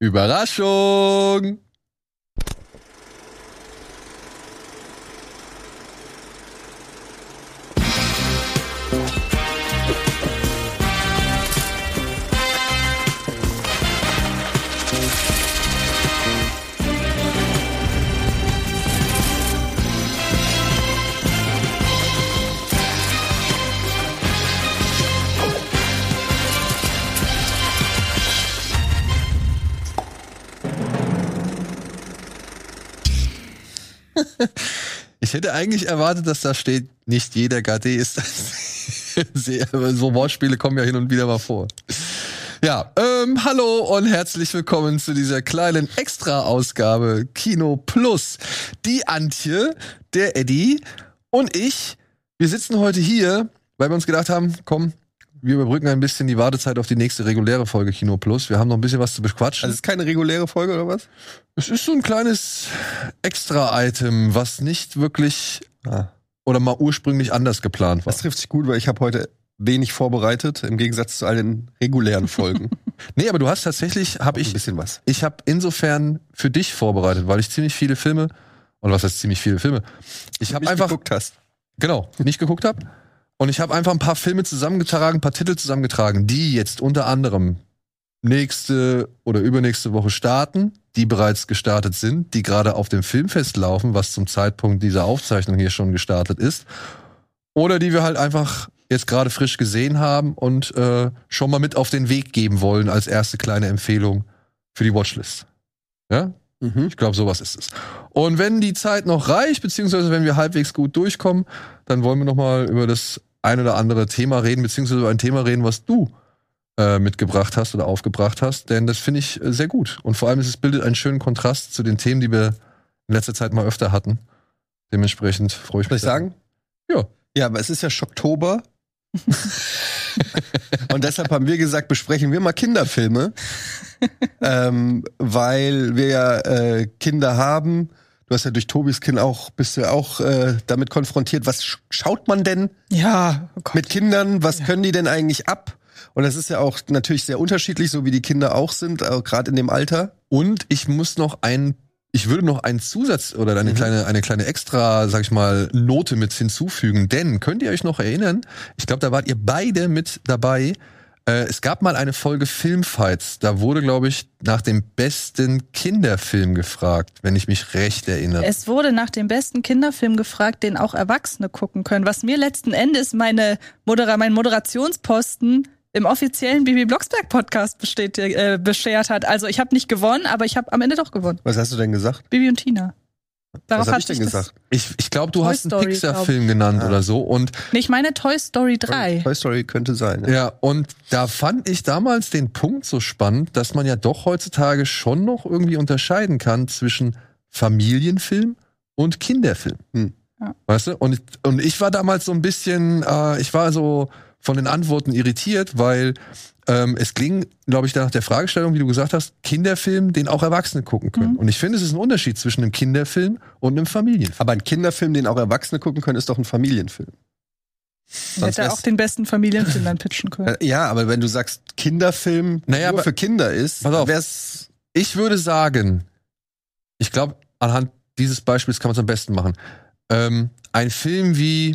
Überraschung! Ich hätte eigentlich erwartet, dass da steht, nicht jeder Gade ist. So Wortspiele kommen ja hin und wieder mal vor. Ja, hallo und herzlich willkommen zu dieser kleinen Extra-Ausgabe Kino Plus. Die Antje, der Eddie und ich, wir sitzen heute hier, weil wir uns gedacht haben, komm, wir überbrücken ein bisschen die Wartezeit auf die nächste reguläre Folge Kino Plus. Wir haben noch ein bisschen was zu bequatschen. Also es ist keine reguläre Folge oder was? Es ist so ein kleines Extra-Item, was nicht wirklich oder mal ursprünglich anders geplant war. Das trifft sich gut, weil ich habe heute wenig vorbereitet, im Gegensatz zu all den regulären Folgen. Nee, aber du hast tatsächlich, ein bisschen was. Ich habe insofern für dich vorbereitet, weil ich ziemlich viele Filme, oder was heißt ziemlich viele Filme? Ich habe einfach geguckt hast. Genau, nicht geguckt habe. Und ich habe einfach ein paar Filme zusammengetragen, ein paar Titel zusammengetragen, die jetzt unter anderem nächste oder übernächste Woche starten, die bereits gestartet sind, die gerade auf dem Filmfest laufen, was zum Zeitpunkt dieser Aufzeichnung hier schon gestartet ist. Oder die wir halt einfach jetzt gerade frisch gesehen haben und schon mal mit auf den Weg geben wollen als erste kleine Empfehlung für die Watchlist. Ja? Ich glaube, sowas ist es. Und wenn die Zeit noch reicht, beziehungsweise wenn wir halbwegs gut durchkommen, dann wollen wir noch mal über das ein oder andere Thema reden, beziehungsweise über ein Thema reden, was du mitgebracht hast oder aufgebracht hast, denn das finde ich sehr gut. Und vor allem, es bildet einen schönen Kontrast zu den Themen, die wir in letzter Zeit mal öfter hatten. Dementsprechend freue ich mich. Soll ich sagen? Ja. Ja, aber es ist ja Schocktober. Und deshalb haben wir gesagt, besprechen wir mal Kinderfilme. Weil wir ja Kinder haben. Du hast ja durch Tobis Kind bist du auch damit konfrontiert. Was schaut man denn mit Kindern? Was können die denn eigentlich ab? Und das ist ja auch natürlich sehr unterschiedlich, so wie die Kinder auch sind, gerade in dem Alter. Und ich würde noch einen Zusatz oder eine kleine extra, sag ich mal, Note mit hinzufügen. Denn, könnt ihr euch noch erinnern, ich glaube, da wart ihr beide mit dabei, es gab mal eine Folge Filmfights, da wurde, glaube ich, nach dem besten Kinderfilm gefragt, wenn ich mich recht erinnere. Es wurde nach dem besten Kinderfilm gefragt, den auch Erwachsene gucken können, was mir letzten Endes mein Moderationsposten im offiziellen Bibi Blocksberg Podcast beschert hat. Also ich habe nicht gewonnen, aber ich habe am Ende doch gewonnen. Was hast du denn gesagt? Bibi und Tina. Darauf was hab ich denn gesagt? Ich glaube, du hast einen Pixar-Film genannt oder so. Und ich meine Toy Story 3. Toy Story könnte sein. Ja, und da fand ich damals den Punkt so spannend, dass man ja doch heutzutage schon noch irgendwie unterscheiden kann zwischen Familienfilm und Kinderfilm. Ja. Weißt du? Und ich war damals so ein bisschen, ich war so von den Antworten irritiert, weil es klingt, glaube ich, nach der Fragestellung, wie du gesagt hast, Kinderfilm, den auch Erwachsene gucken können. Und ich finde, es ist ein Unterschied zwischen einem Kinderfilm und einem Familienfilm. Aber ein Kinderfilm, den auch Erwachsene gucken können, ist doch ein Familienfilm. Hätte auch den besten Familienfilm dann pitchen können. Ja, aber wenn du sagst, Kinderfilm nur für Kinder ist, wär's. Ich würde sagen, ich glaube, anhand dieses Beispiels kann man es am besten machen. Ein Film wie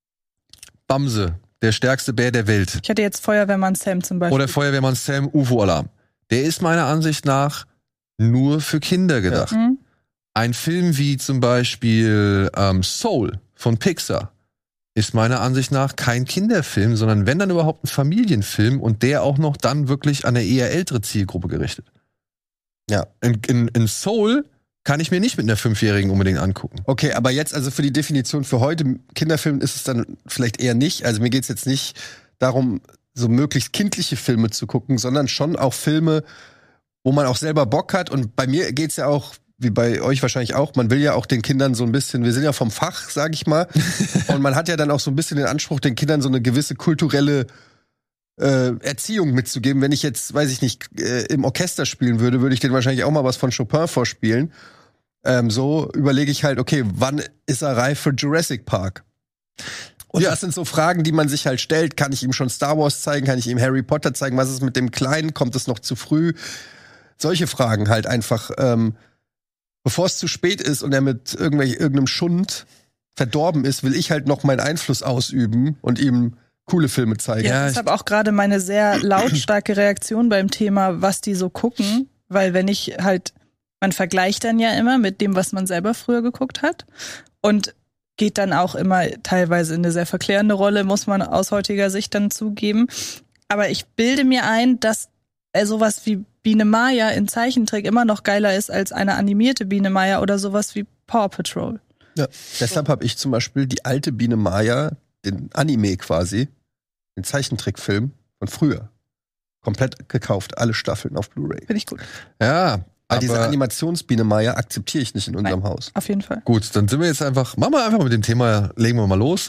Bamse, der stärkste Bär der Welt. Ich hatte jetzt Feuerwehrmann Sam zum Beispiel. Oder Feuerwehrmann Sam, UFO-Alarm. Der ist meiner Ansicht nach nur für Kinder gedacht. Ja. Ein Film wie zum Beispiel Soul von Pixar ist meiner Ansicht nach kein Kinderfilm, sondern wenn dann überhaupt ein Familienfilm und der auch noch dann wirklich an eine eher ältere Zielgruppe gerichtet. Ja. In Soul kann ich mir nicht mit einer 5-Jährigen unbedingt angucken. Okay, aber jetzt also für die Definition für heute, Kinderfilm ist es dann vielleicht eher nicht. Also mir geht's jetzt nicht darum, so möglichst kindliche Filme zu gucken, sondern schon auch Filme, wo man auch selber Bock hat. Und bei mir geht's ja auch, wie bei euch wahrscheinlich auch, man will ja auch den Kindern so ein bisschen, wir sind ja vom Fach, sag ich mal. Und man hat ja dann auch so ein bisschen den Anspruch, den Kindern so eine gewisse kulturelle Erziehung mitzugeben. Wenn ich jetzt, weiß ich nicht, im Orchester spielen würde, würde ich denen wahrscheinlich auch mal was von Chopin vorspielen. So überlege ich halt, okay, wann ist er reif für Jurassic Park? Und das sind so Fragen, die man sich halt stellt. Kann ich ihm schon Star Wars zeigen? Kann ich ihm Harry Potter zeigen? Was ist mit dem Kleinen? Kommt es noch zu früh? solche Fragen halt einfach, bevor es zu spät ist und er mit irgendeinem Schund verdorben ist, will ich halt noch meinen Einfluss ausüben und ihm coole Filme zeigen. Ja, deshalb auch gerade meine sehr lautstarke Reaktion beim Thema, was die so gucken, weil wenn ich halt, man vergleicht dann ja immer mit dem, was man selber früher geguckt hat und geht dann auch immer teilweise in eine sehr verklärende Rolle, muss man aus heutiger Sicht dann zugeben. Aber ich bilde mir ein, dass sowas wie Biene Maya in Zeichentrick immer noch geiler ist als eine animierte Biene Maya oder sowas wie Paw Patrol. Ja, deshalb habe ich zum Beispiel die alte Biene Maya, den Anime quasi, den Zeichentrickfilm von früher, komplett gekauft, alle Staffeln auf Blu-ray. Finde ich gut. Ja, Weil diese Animationsbiene Maya akzeptiere ich nicht in unserem Haus. Auf jeden Fall. gut, dann sind wir jetzt machen wir einfach mit dem Thema, legen wir mal los.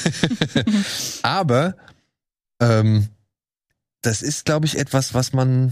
Aber das ist, glaube ich, etwas, was man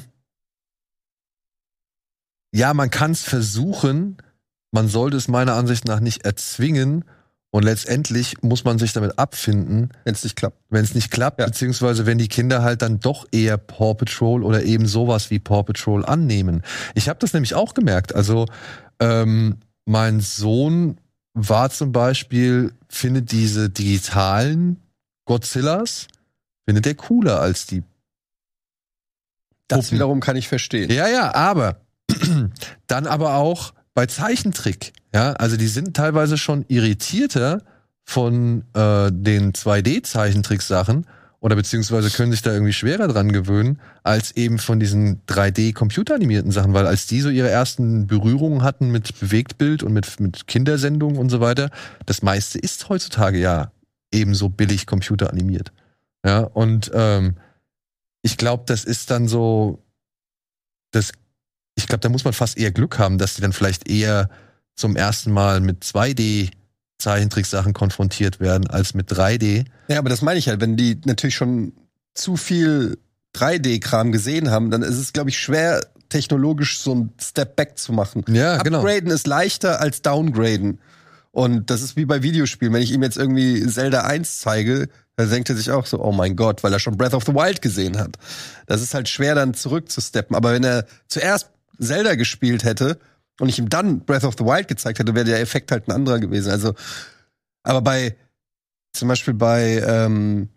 kann es versuchen, man sollte es meiner Ansicht nach nicht erzwingen und letztendlich muss man sich damit abfinden, Wenn es nicht klappt. wenn es nicht klappt, beziehungsweise wenn die Kinder halt dann doch eher Paw Patrol oder eben sowas wie Paw Patrol annehmen. Ich habe das nämlich auch gemerkt. Also mein Sohn war zum Beispiel, findet diese digitalen Godzillas, findet er cooler als die Das Puppen. wiederum kann ich verstehen. Ja, aber dann aber auch bei Zeichentrick. Ja, also die sind teilweise schon irritierter von den 2D-Zeichentricksachen oder beziehungsweise können sich da irgendwie schwerer dran gewöhnen, als eben von diesen 3D-computeranimierten Sachen, weil als die so ihre ersten Berührungen hatten mit Bewegtbild und mit Kindersendungen und so weiter, das meiste ist heutzutage ja ebenso billig computeranimiert. Ja, und ich glaube, das ist dann so, ich glaube, da muss man fast eher Glück haben, dass die dann vielleicht eher zum ersten Mal mit 2D-Zeichentricksachen konfrontiert werden, als mit 3D. Ja, aber das meine ich halt, wenn die natürlich schon zu viel 3D-Kram gesehen haben, dann ist es, glaube ich, schwer, technologisch so ein Step Back zu machen. Ja, genau. Upgraden ist leichter als Downgraden. Und das ist wie bei Videospielen. Wenn ich ihm jetzt irgendwie Zelda 1 zeige, dann denkt er sich auch so, oh mein Gott, weil er schon Breath of the Wild gesehen hat. Das ist halt schwer, dann zurückzusteppen. Aber wenn er zuerst Zelda gespielt hätte und ich ihm dann Breath of the Wild gezeigt hätte, wäre der Effekt halt ein anderer gewesen. Also, aber zum Beispiel bei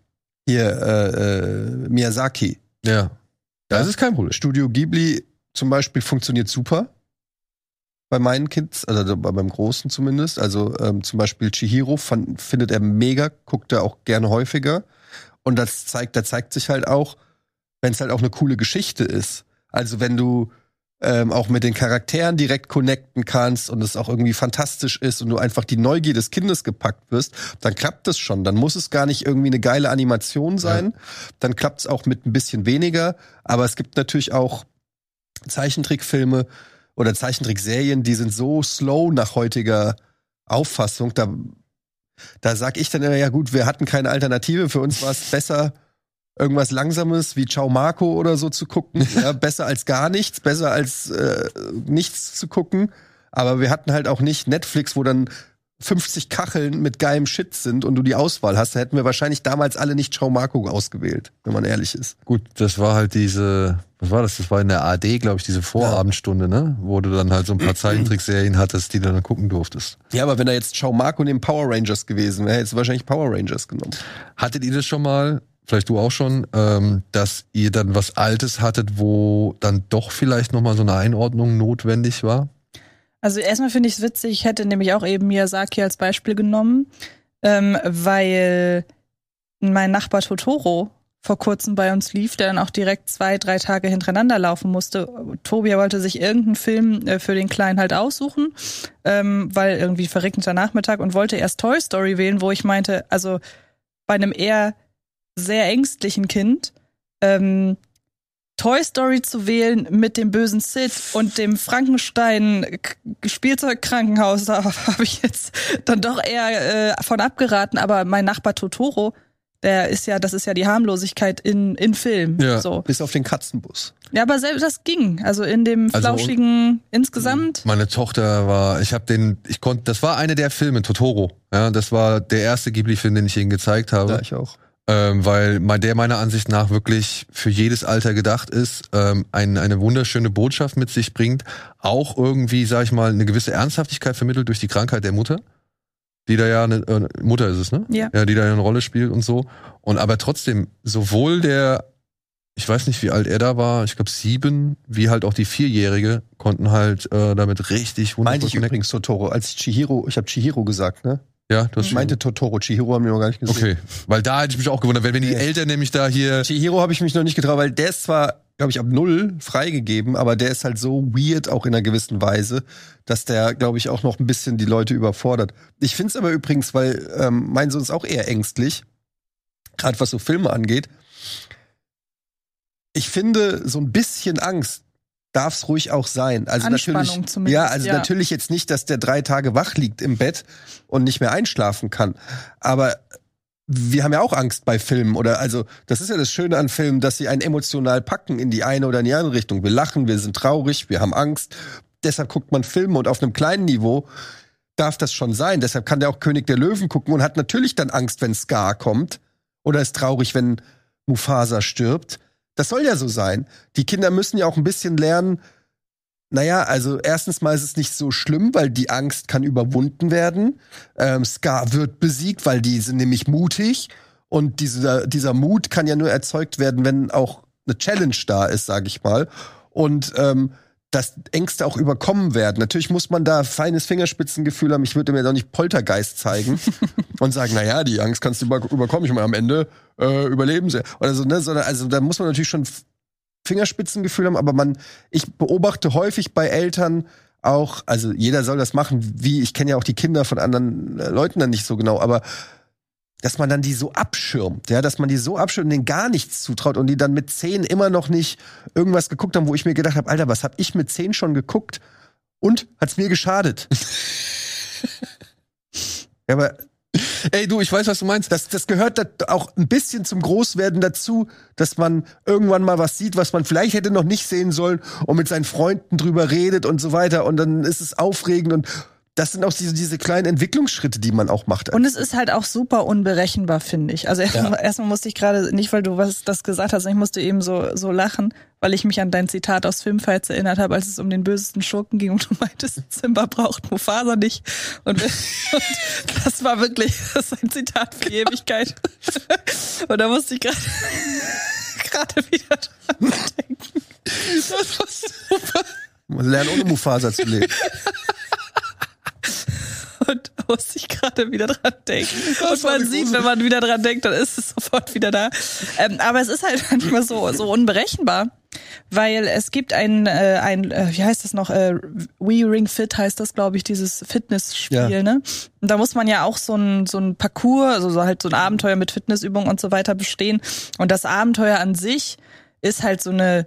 Miyazaki. Ja. Das ist kein Problem. Studio Ghibli zum Beispiel funktioniert super. Bei meinen Kids, also bei meinem Großen zumindest. Also zum Beispiel Chihiro findet er mega, guckt er auch gerne häufiger. Und da zeigt sich halt auch, wenn es halt auch eine coole Geschichte ist. Also wenn du auch mit den Charakteren direkt connecten kannst und es auch irgendwie fantastisch ist und du einfach die Neugier des Kindes gepackt wirst, dann klappt das schon. Dann muss es gar nicht irgendwie eine geile Animation sein. Ja. Dann klappt es auch mit ein bisschen weniger. Aber es gibt natürlich auch Zeichentrickfilme oder Zeichentrickserien, die sind so slow nach heutiger Auffassung. Da sag ich dann immer, ja gut, wir hatten keine Alternative. Für uns war es besser, irgendwas Langsames wie Ciao Marco oder so zu gucken. Ja, besser als gar nichts, besser als nichts zu gucken. Aber wir hatten halt auch nicht Netflix, wo dann 50 Kacheln mit geilem Shit sind und du die Auswahl hast. Da hätten wir wahrscheinlich damals alle nicht Ciao Marco ausgewählt, wenn man ehrlich ist. Gut, das war halt was war das? Das war in der AD, glaube ich, diese Vorabendstunde, ne? Wo du dann halt so ein paar Zeichentrickserien hattest, die du dann gucken durftest. Ja, aber wenn da jetzt Ciao Marco neben Power Rangers gewesen wäre, hättest du wahrscheinlich Power Rangers genommen. Hattet ihr das schon mal, vielleicht du auch schon, dass ihr dann was Altes hattet, wo dann doch vielleicht nochmal so eine Einordnung notwendig war? Also erstmal finde ich es witzig, ich hätte nämlich auch eben Miyazaki als Beispiel genommen, weil mein Nachbar Totoro vor kurzem bei uns lief, der dann auch direkt 2-3 Tage hintereinander laufen musste. Tobi wollte sich irgendeinen Film für den Kleinen halt aussuchen, weil irgendwie verregneter Nachmittag und wollte erst Toy Story wählen, wo ich meinte, also bei einem eher sehr ängstlichen Kind, Toy Story zu wählen mit dem bösen Sid und dem Frankenstein-Spielzeugkrankenhaus, da habe ich jetzt dann doch eher von abgeraten. Aber mein Nachbar Totoro, das ist ja die Harmlosigkeit in Film. Ja. So. Bis auf den Katzenbus. Ja, aber selbst das ging. Also in dem flauschigen insgesamt. Meine Tochter war, das war eine der Filme, Totoro. Ja, das war der erste Ghibli-Film, den ich ihnen gezeigt habe. Ja, ich auch. weil der meiner Ansicht nach wirklich für jedes Alter gedacht ist, eine wunderschöne Botschaft mit sich bringt, auch irgendwie, sag ich mal, eine gewisse Ernsthaftigkeit vermittelt durch die Krankheit der Mutter, die da ja Mutter ist es, ne? Ja. Ja, die da ja eine Rolle spielt und so. Und aber trotzdem, sowohl ich weiß nicht, wie alt er da war, ich glaube 7, wie halt auch die 4-Jährige konnten halt damit richtig wundervoll Meinte ich übrigens Totoro, als ich habe Chihiro gesagt, ne? Ja, du hast Ich meinte Totoro, Chihiro haben wir noch gar nicht gesehen. Okay, weil da hätte ich mich auch gewundert, wenn die Eltern nämlich da hier... Chihiro habe ich mich noch nicht getraut, weil der ist zwar, glaube ich, ab 0 freigegeben, aber der ist halt so weird auch in einer gewissen Weise, dass der, glaube ich, auch noch ein bisschen die Leute überfordert. Ich finde es aber übrigens, weil mein Sohn ist auch eher ängstlich, gerade was so Filme angeht. Ich finde, so ein bisschen Angst darf es ruhig auch sein. Also Anspannung natürlich, zumindest. natürlich jetzt nicht, dass der 3 Tage wach liegt im Bett und nicht mehr einschlafen kann. Aber wir haben ja auch Angst bei Filmen also das ist ja das Schöne an Filmen, dass sie einen emotional packen in die eine oder in die andere Richtung. Wir lachen, wir sind traurig, wir haben Angst. Deshalb guckt man Filme und auf einem kleinen Niveau darf das schon sein. Deshalb kann der auch König der Löwen gucken und hat natürlich dann Angst, wenn Scar kommt. Oder ist traurig, wenn Mufasa stirbt. Das soll ja so sein. Die Kinder müssen ja auch ein bisschen lernen, naja, also erstens mal ist es nicht so schlimm, weil die Angst kann überwunden werden. Scar wird besiegt, weil die sind nämlich mutig. Und dieser Mut kann ja nur erzeugt werden, wenn auch eine Challenge da ist, sag ich mal. Und dass Ängste auch überkommen werden. Natürlich muss man da feines Fingerspitzengefühl haben. Ich würde mir doch nicht Poltergeist zeigen und sagen, naja, die Angst kannst du überkommen. Ich meine, am Ende überleben sie. Oder so, ne? Sondern, also da muss man natürlich schon Fingerspitzengefühl haben, aber ich beobachte häufig bei Eltern auch, also jeder soll das machen, ich kenne ja auch die Kinder von anderen Leuten dann nicht so genau, aber dass man dann die so abschirmt, ja, dass man die so abschirmt und denen gar nichts zutraut und die dann mit 10 immer noch nicht irgendwas geguckt haben, wo ich mir gedacht habe, Alter, was hab ich mit 10 schon geguckt und hat's mir geschadet? Ja, aber ey, du, ich weiß, was du meinst. Das gehört auch ein bisschen zum Großwerden dazu, dass man irgendwann mal was sieht, was man vielleicht hätte noch nicht sehen sollen und mit seinen Freunden drüber redet und so weiter und dann ist es aufregend und das sind auch diese kleinen Entwicklungsschritte, die man auch macht. Und es ist halt auch super unberechenbar, finde ich. Also erstmal musste ich gerade, nicht weil du das gesagt hast, ich musste eben so lachen, weil ich mich an dein Zitat aus Filmfights erinnert habe, als es um den bösesten Schurken ging und du meintest, Simba braucht Mufasa nicht. Und das war wirklich ein Zitat für die Ewigkeit. Und da musste ich gerade wieder dran denken. Das war super. Man lernt ohne Mufasa zu leben. Und da musste ich gerade wieder dran denken. Und man sieht, wenn man wieder dran denkt, dann ist es sofort wieder da. Aber es ist halt manchmal so unberechenbar. Weil es gibt wie heißt das noch? Wii Ring Fit heißt das, glaube ich, dieses Fitnessspiel, ne? Und da muss man ja auch so ein Parcours, also halt so ein Abenteuer mit Fitnessübungen und so weiter bestehen. Und das Abenteuer an sich ist halt so eine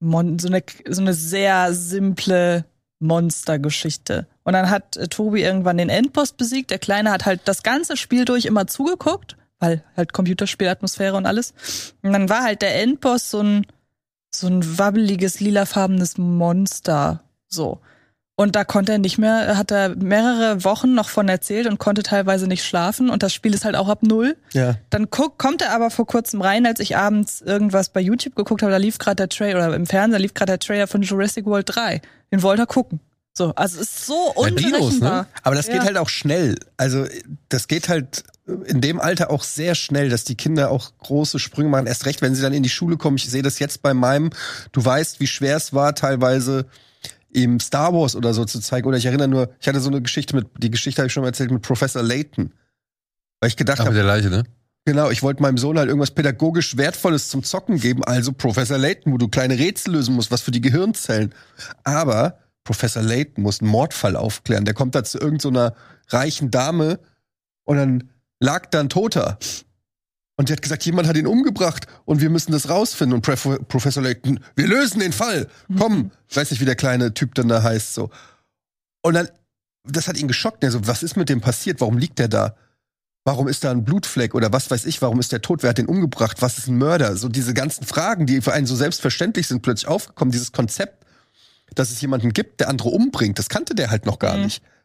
sehr simple Monstergeschichte. Und dann hat Tobi irgendwann den Endboss besiegt. Der Kleine hat halt das ganze Spiel durch immer zugeguckt, weil halt Computerspielatmosphäre und alles. Und dann war halt der Endboss so ein wabbeliges, lilafarbenes Monster. So. Und da konnte er nicht mehr, hat er mehrere Wochen noch von erzählt und konnte teilweise nicht schlafen. Und das Spiel ist halt auch ab 0. Ja. Dann kommt er aber vor kurzem rein, als ich abends irgendwas bei YouTube geguckt habe, da lief gerade der Trailer, oder im Fernseher lief gerade der Trailer von Jurassic World 3. Den wollte er gucken. So, also es ist so unberechenbar. Dinos, ne? Aber das geht halt auch schnell. Also das geht halt in dem Alter auch sehr schnell, dass die Kinder auch große Sprünge machen. Erst recht, wenn sie dann in die Schule kommen. Ich sehe das jetzt bei meinem. Du weißt, wie schwer es war, teilweise ihm Star Wars oder so zu zeigen. Oder ich erinnere nur, ich hatte so eine Geschichte die Geschichte habe ich schon mal erzählt, mit Professor Layton. Weil ich gedacht habe. Mit der Leiche, ne? Genau, ich wollte meinem Sohn halt irgendwas pädagogisch Wertvolles zum Zocken geben. Also Professor Layton, wo du kleine Rätsel lösen musst, was für die Gehirnzellen. Aber Professor Layton muss einen Mordfall aufklären. Der kommt da zu irgendeiner reichen Dame und dann lag da ein Toter. Und die hat gesagt, jemand hat ihn umgebracht und wir müssen das rausfinden. Und Professor Layton, wir lösen den Fall. Komm. Ich weiß nicht, wie der kleine Typ dann da heißt. So. Und dann, das hat ihn geschockt. Er so, was ist mit dem passiert? Warum liegt der da? Warum ist da ein Blutfleck? Oder was weiß ich? Warum ist der tot? Wer hat den umgebracht? Was ist ein Mörder? So diese ganzen Fragen, die für einen so selbstverständlich sind, plötzlich aufgekommen. Dieses Konzept, dass es jemanden gibt, der andere umbringt, das kannte der halt noch gar nicht.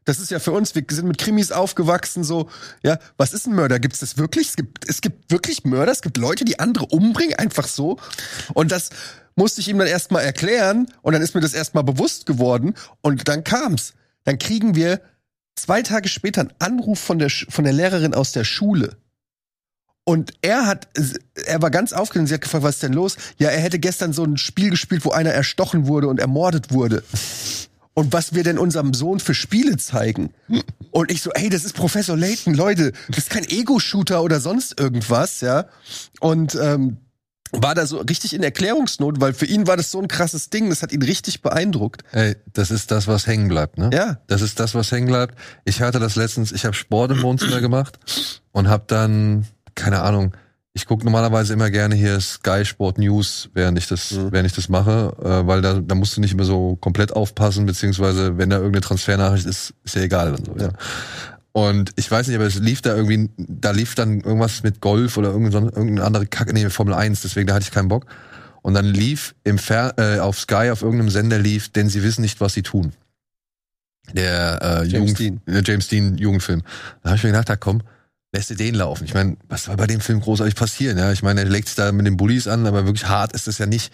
Das ist ja für uns, wir sind mit Krimis aufgewachsen, so, ja, was ist ein Mörder? Gibt's das wirklich? Es gibt wirklich Mörder, es gibt Leute, die andere umbringen, einfach so. Und das musste ich ihm dann erstmal erklären und dann ist mir das erstmal bewusst geworden und dann kam's. Dann kriegen wir 2 Tage später einen Anruf von der Lehrerin aus der Schule. Und er war ganz aufgeregt. Sie hat gefragt, was ist denn los? Ja, er hätte gestern so ein Spiel gespielt, wo einer erstochen wurde und ermordet wurde. Und was wir denn unserem Sohn für Spiele zeigen. Und ich so, ey, das ist Professor Layton, Leute, das ist kein Ego-Shooter oder sonst irgendwas, ja. Und war da so richtig in Erklärungsnot, weil für ihn war das so ein krasses Ding, das hat ihn richtig beeindruckt. Ey, das ist das, was hängen bleibt, ne? Ja. Das ist das, was hängen bleibt. Ich hatte das letztens, ich habe Sport im Wohnzimmer gemacht und habe dann, keine Ahnung, ich gucke normalerweise immer gerne hier Sky Sport News, während ich das mache, weil da musst du nicht immer so komplett aufpassen, beziehungsweise wenn da irgendeine Transfernachricht ist, ist ja egal. Dann so, ja. Und ich weiß nicht, aber es lief da lief dann irgendwas mit Golf oder irgendeine andere Kacke, nee, Formel 1, deswegen da hatte ich keinen Bock. Und dann lief auf Sky, auf irgendeinem Sender lief, denn sie wissen nicht, was sie tun. Der James Dean Jugendfilm. Da habe ich mir gedacht, komm, lässt du den laufen. Ich meine, was soll bei dem Film großartig passieren? Ja? Ich meine, er legt sich da mit den Bullies an, aber wirklich hart ist das ja nicht.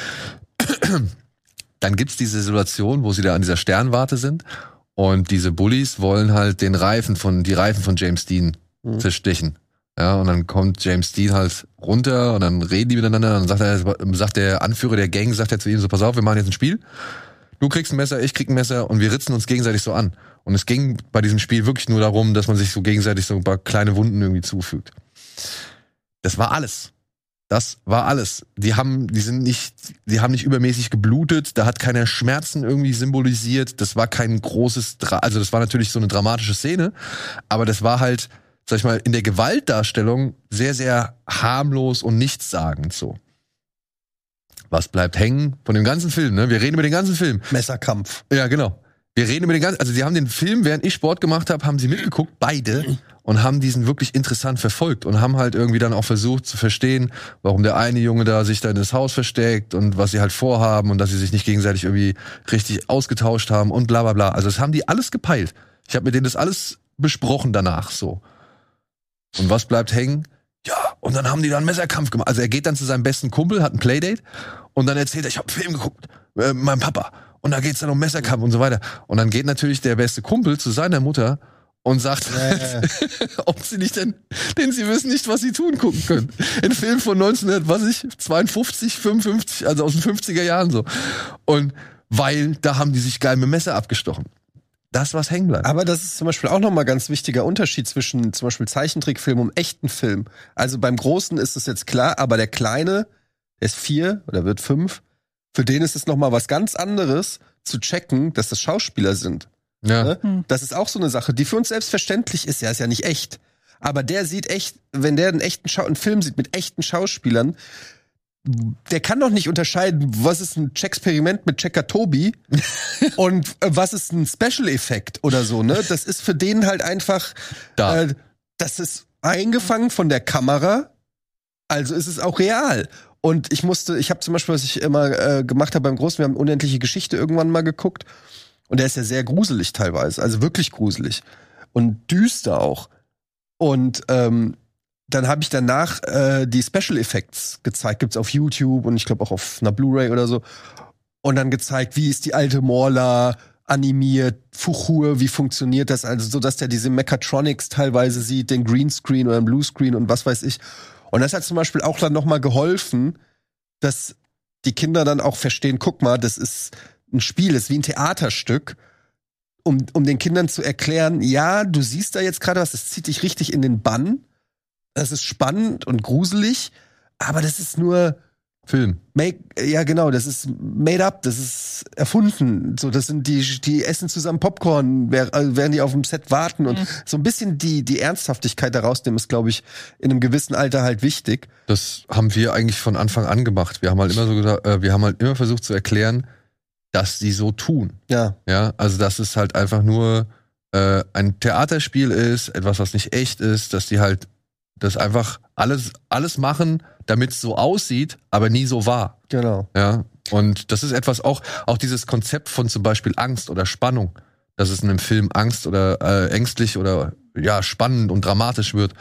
Dann gibt's diese Situation, wo sie da an dieser Sternwarte sind und diese Bullies wollen halt die Reifen von James Dean zerstechen. Ja, und dann kommt James Dean halt runter und dann reden die miteinander und dann sagt der Anführer der Gang, sagt er zu ihm so, pass auf, wir machen jetzt ein Spiel. Du kriegst ein Messer, ich krieg ein Messer und wir ritzen uns gegenseitig so an. Und es ging bei diesem Spiel wirklich nur darum, dass man sich so gegenseitig so ein paar kleine Wunden irgendwie zufügt. Das war alles. Die haben nicht übermäßig geblutet, da hat keiner Schmerzen irgendwie symbolisiert, das war kein großes, also das war natürlich so eine dramatische Szene, aber das war halt, sag ich mal, in der Gewaltdarstellung sehr, sehr harmlos und nichtssagend so. Was bleibt hängen von dem ganzen Film, ne? Wir reden über den ganzen Film. Messerkampf. Ja, genau. Wir reden über den ganzen, also sie haben den Film, während ich Sport gemacht habe, haben sie mitgeguckt, beide, und haben diesen wirklich interessant verfolgt und haben halt irgendwie dann auch versucht zu verstehen, warum der eine Junge da sich da in das Haus versteckt und was sie halt vorhaben und dass sie sich nicht gegenseitig irgendwie richtig ausgetauscht haben und bla bla bla. Also das haben die alles gepeilt. Ich habe mit denen das alles besprochen danach so. Und was bleibt hängen? Ja, und dann haben die da einen Messerkampf gemacht. Also er geht dann zu seinem besten Kumpel, hat ein Playdate und dann erzählt er, ich habe einen Film geguckt, meinem Papa. Und da geht's dann um Messerkampf und so weiter. Und dann geht natürlich der beste Kumpel zu seiner Mutter und sagt, ob sie nicht denn sie wissen nicht, was sie tun, gucken können. Ein Film von 52, 55, also aus den 50er Jahren so. Und weil da haben die sich geil mit Messer abgestochen. Das, was hängen bleibt. Aber das ist zum Beispiel auch nochmal ganz wichtiger Unterschied zwischen zum Beispiel Zeichentrickfilm und echten Film. Also beim Großen ist es jetzt klar, aber der Kleine, der ist 4 oder wird 5, für den ist es nochmal was ganz anderes, zu checken, dass das Schauspieler sind. Ja. Ne? Das ist auch so eine Sache, die für uns selbstverständlich ist. Ja, ist ja nicht echt. Aber der sieht echt, wenn der einen Film sieht mit echten Schauspielern, der kann doch nicht unterscheiden, was ist ein Experiment mit Checker Tobi und was ist ein Special-Effekt oder so, ne? Das ist für den halt einfach, das ist eingefangen von der Kamera, also ist es auch real. Und ich habe zum Beispiel, was ich immer gemacht habe beim Großen, wir haben Unendliche Geschichte irgendwann mal geguckt und der ist ja sehr gruselig teilweise, also wirklich gruselig und düster auch. Und dann habe ich danach die Special Effects gezeigt, gibt's auf YouTube und ich glaube auch auf einer Blu-ray oder so. Und dann gezeigt, wie ist die alte Morla animiert, Fuchur, wie funktioniert das? Also so, dass der diese Mechatronics teilweise sieht, den Greenscreen oder den Bluescreen und was weiß ich. Und das hat zum Beispiel auch dann nochmal geholfen, dass die Kinder dann auch verstehen, guck mal, das ist ein Spiel, das ist wie ein Theaterstück, um den Kindern zu erklären, ja, du siehst da jetzt gerade was, das zieht dich richtig in den Bann. Das ist spannend und gruselig, aber das ist nur Film. Ja, genau, das ist made up, das ist erfunden. So, das sind die essen zusammen Popcorn, während die auf dem Set warten und so ein bisschen die Ernsthaftigkeit daraus nehmen, ist, glaube ich, in einem gewissen Alter halt wichtig. Das haben wir eigentlich von Anfang an gemacht. Wir haben halt immer so gesagt, wir haben halt immer versucht zu erklären, dass sie so tun. Ja. Ja, also dass es halt einfach nur ein Theaterspiel ist, etwas, was nicht echt ist, dass die halt das einfach alles machen, damit es so aussieht, aber nie so war. Genau. Ja. Und das ist etwas auch dieses Konzept von zum Beispiel Angst oder Spannung. dass es in einem Film Angst oder ängstlich oder ja spannend und dramatisch wird.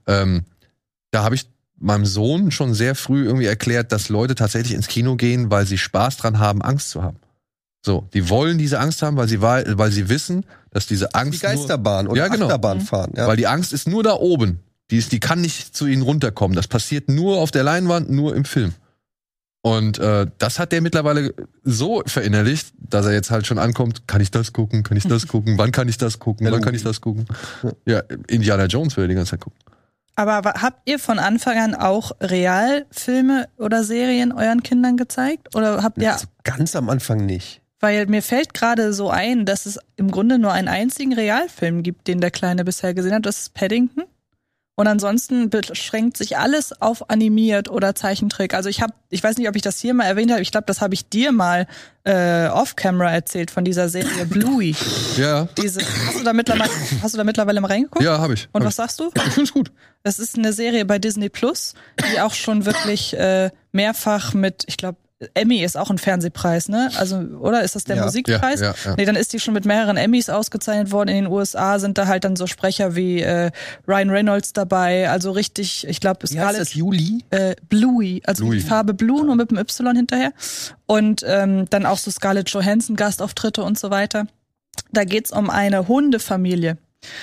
Da habe ich meinem Sohn schon sehr früh irgendwie erklärt, dass Leute tatsächlich ins Kino gehen, weil sie Spaß dran haben, Angst zu haben. So, die wollen diese Angst haben, weil sie wissen, dass diese Angst die Geisterbahn oder Achterbahn fahren. Ja. Weil die Angst ist nur da oben. Die kann nicht zu ihnen runterkommen. Das passiert nur auf der Leinwand, nur im Film. Und das hat der mittlerweile so verinnerlicht, dass er jetzt halt schon ankommt, kann ich das gucken, kann ich das gucken, wann kann ich das gucken, wann kann ich das gucken. Ja, Indiana Jones will er die ganze Zeit gucken. Aber habt ihr von Anfang an auch Realfilme oder Serien euren Kindern gezeigt? Oder habt ihr... Also ganz am Anfang nicht. Weil mir fällt gerade so ein, dass es im Grunde nur einen einzigen Realfilm gibt, den der Kleine bisher gesehen hat. Das ist Paddington. Und ansonsten beschränkt sich alles auf animiert oder Zeichentrick. Also ich weiß nicht, ob ich das hier mal erwähnt habe. Ich glaube, das habe ich dir mal off-camera erzählt von dieser Serie Bluey. Ja. Hast du da mittlerweile mal reingeguckt? Ja, habe ich. Und was sagst du? Ich find's gut. Das ist eine Serie bei Disney Plus, die auch schon wirklich mehrfach mit, ich glaube, Emmy ist auch ein Fernsehpreis, ne? Also, oder ist das der Musikpreis? Ja. Nee, dann ist die schon mit mehreren Emmys ausgezeichnet worden. In den USA sind da halt dann so Sprecher wie Ryan Reynolds dabei. Also richtig, ich glaube, Wie heißt das, Juli? Bluey, also Bluey. die Farbe Blue, nur mit dem Y hinterher. Und dann auch so Scarlett Johansson, Gastauftritte und so weiter. Da geht's um eine Hundefamilie.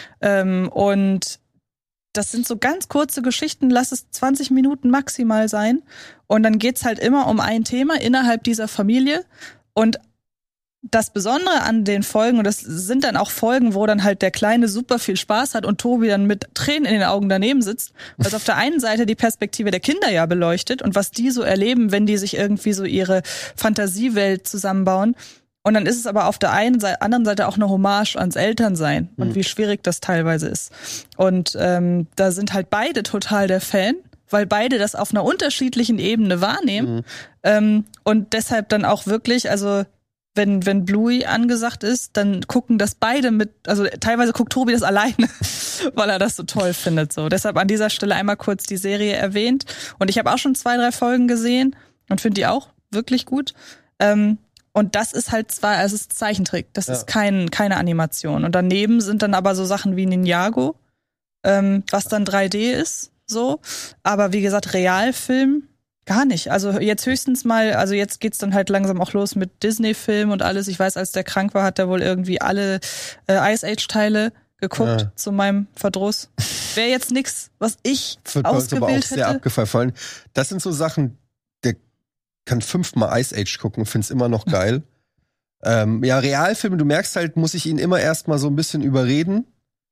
Und das sind so ganz kurze Geschichten, lass es 20 Minuten maximal sein. Und dann geht's halt immer um ein Thema innerhalb dieser Familie. Und das Besondere an den Folgen, und das sind dann auch Folgen, wo dann halt der Kleine super viel Spaß hat und Tobi dann mit Tränen in den Augen daneben sitzt, weil es auf der einen Seite die Perspektive der Kinder ja beleuchtet und was die so erleben, wenn die sich irgendwie so ihre Fantasiewelt zusammenbauen. Und dann ist es aber auf der anderen Seite auch eine Hommage ans Elternsein und wie schwierig das teilweise ist. Und da sind halt beide total der Fan, weil beide das auf einer unterschiedlichen Ebene wahrnehmen. Und deshalb dann auch wirklich, also wenn Bluey angesagt ist, dann gucken das beide mit, also teilweise guckt Tobi das alleine, weil er das so toll findet. So. Deshalb an dieser Stelle einmal kurz die Serie erwähnt. Und ich habe auch schon 2, 3 Folgen gesehen und finde die auch wirklich gut. Und das ist halt es ist Zeichentrick, das ist keine Animation. Und daneben sind dann aber so Sachen wie Ninjago, was dann 3D ist, so. Aber wie gesagt, Realfilm gar nicht. Also jetzt höchstens mal, also jetzt geht's dann halt langsam auch los mit Disney-Film und alles. Ich weiß, als der krank war, hat er wohl irgendwie alle Ice Age-Teile geguckt, zu meinem Verdruss. Wäre jetzt nix, was ich ausgewählt aber auch hätte. sehr abgefallen. Vor allem, das sind so Sachen, kann 5-mal Ice Age gucken, find's immer noch geil. Ja, Realfilme, du merkst halt, muss ich ihn immer erstmal so ein bisschen überreden.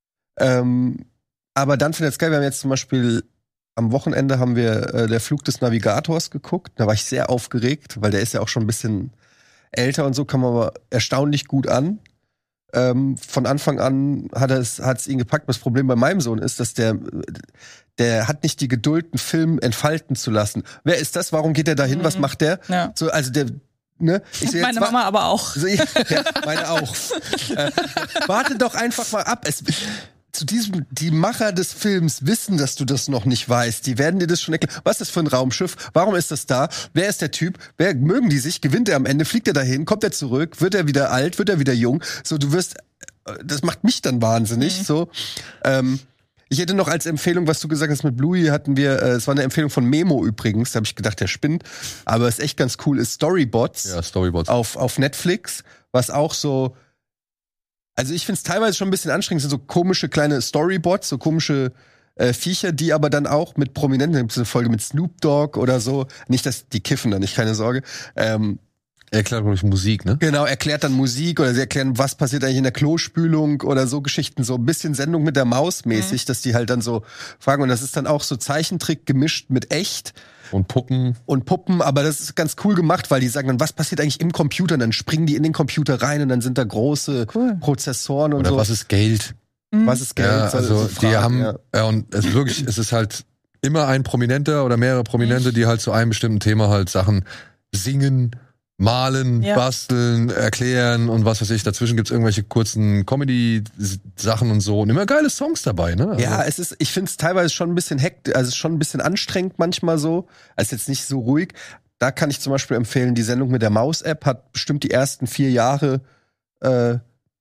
Aber dann findet es geil. Wir haben jetzt zum Beispiel am Wochenende haben wir Der Flug des Navigators geguckt. Da war ich sehr aufgeregt, weil der ist ja auch schon ein bisschen älter und so, kam aber erstaunlich gut an. Von Anfang an hat's ihn gepackt. Das Problem bei meinem Sohn ist, dass der hat nicht die Geduld, einen Film entfalten zu lassen. Wer ist das? Warum geht der da hin? Was macht der? Ja. So, also der, ne? Meine Mama aber auch. So, ja, meine auch. Warte doch einfach mal ab. Die Macher des Films wissen, dass du das noch nicht weißt. Die werden dir das schon erklären. Was ist das für ein Raumschiff? Warum ist das da? Wer ist der Typ? Mögen die sich? Gewinnt er am Ende? Fliegt er dahin? Kommt er zurück? Wird er wieder alt? Wird er wieder jung? So, das macht mich dann wahnsinnig. So, ich hätte noch als Empfehlung, was du gesagt hast mit Bluey, hatten wir, es war eine Empfehlung von Memo übrigens, da habe ich gedacht, der spinnt, aber es ist echt ganz cool, ist Storybots. Ja, Storybots. Auf Netflix, was auch so, also ich finde es teilweise schon ein bisschen anstrengend, sind so komische kleine Storybots, so komische Viecher, die aber dann auch mit Prominenten, da gibt es eine Folge mit Snoop Dogg oder so, nicht, dass die kiffen da nicht, keine Sorge, erklärt, glaube ich, Musik, ne? Genau, erklärt dann Musik oder sie erklären, was passiert eigentlich in der Klospülung oder so Geschichten, so ein bisschen Sendung mit der Maus mäßig, dass die halt dann so fragen und das ist dann auch so Zeichentrick gemischt mit echt. Und Puppen, aber das ist ganz cool gemacht, weil die sagen dann, was passiert eigentlich im Computer? Und dann springen die in den Computer rein und dann sind da große Prozessoren und oder so. was ist Geld? Was ist Geld? Ja, also die haben, und es ist halt immer ein Prominenter oder mehrere Prominente, die halt zu einem bestimmten Thema halt Sachen singen, malen, basteln, erklären und was weiß ich. Dazwischen gibt's irgendwelche kurzen Comedy-Sachen und so. Und immer geile Songs dabei, ne? Also ja, ich finde es teilweise schon ein bisschen also schon ein bisschen anstrengend manchmal so. Also jetzt nicht so ruhig. Da kann ich zum Beispiel empfehlen, die Sendung mit der Maus-App hat bestimmt die ersten 4 Jahre alles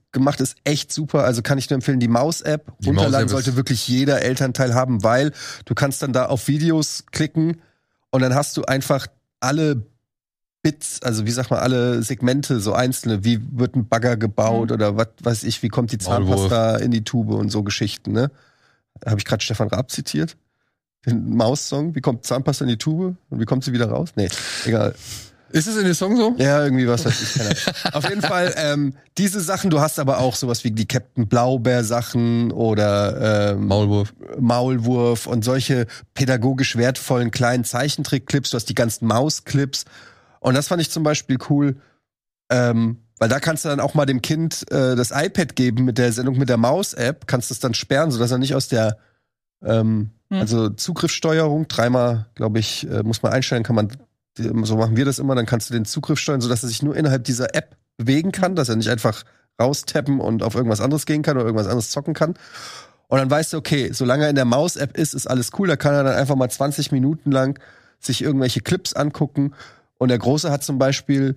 gemacht ist echt super. Also kann ich nur empfehlen, die Maus-App runterladen sollte wirklich jeder Elternteil haben, weil du kannst dann da auf Videos klicken und dann hast du einfach alle Bits, also wie sagt man, alle Segmente, so einzelne, wie wird ein Bagger gebaut oder was weiß ich, wie kommt die Zahnpasta in die Tube und so Geschichten, ne? Habe ich gerade Stefan Raab zitiert? Den Maus-Song, wie kommt Zahnpasta in die Tube und wie kommt sie wieder raus? Nee, egal. Ist es in dem Song so? Ja, irgendwie was weiß ich. Keine Ahnung. Auf jeden Fall, diese Sachen, du hast aber auch sowas wie die Captain Blaubeer-Sachen oder Maulwurf und solche pädagogisch wertvollen kleinen Zeichentrick-Clips. Du hast die ganzen Maus-Clips. Und das fand ich zum Beispiel cool, weil da kannst du dann auch mal dem Kind das iPad geben mit der Sendung mit der Maus-App, kannst es dann sperren, sodass er nicht aus der also Zugriffssteuerung, dreimal, glaube ich, muss man einstellen, kann man, so machen wir das immer, dann kannst du den Zugriff steuern, sodass er sich nur innerhalb dieser App bewegen kann, dass er nicht einfach raustappen und auf irgendwas anderes gehen kann oder irgendwas anderes zocken kann. Und dann weißt du, okay, solange er in der Maus-App ist alles cool, da kann er dann einfach mal 20 Minuten lang sich irgendwelche Clips angucken. Und der Große hat zum Beispiel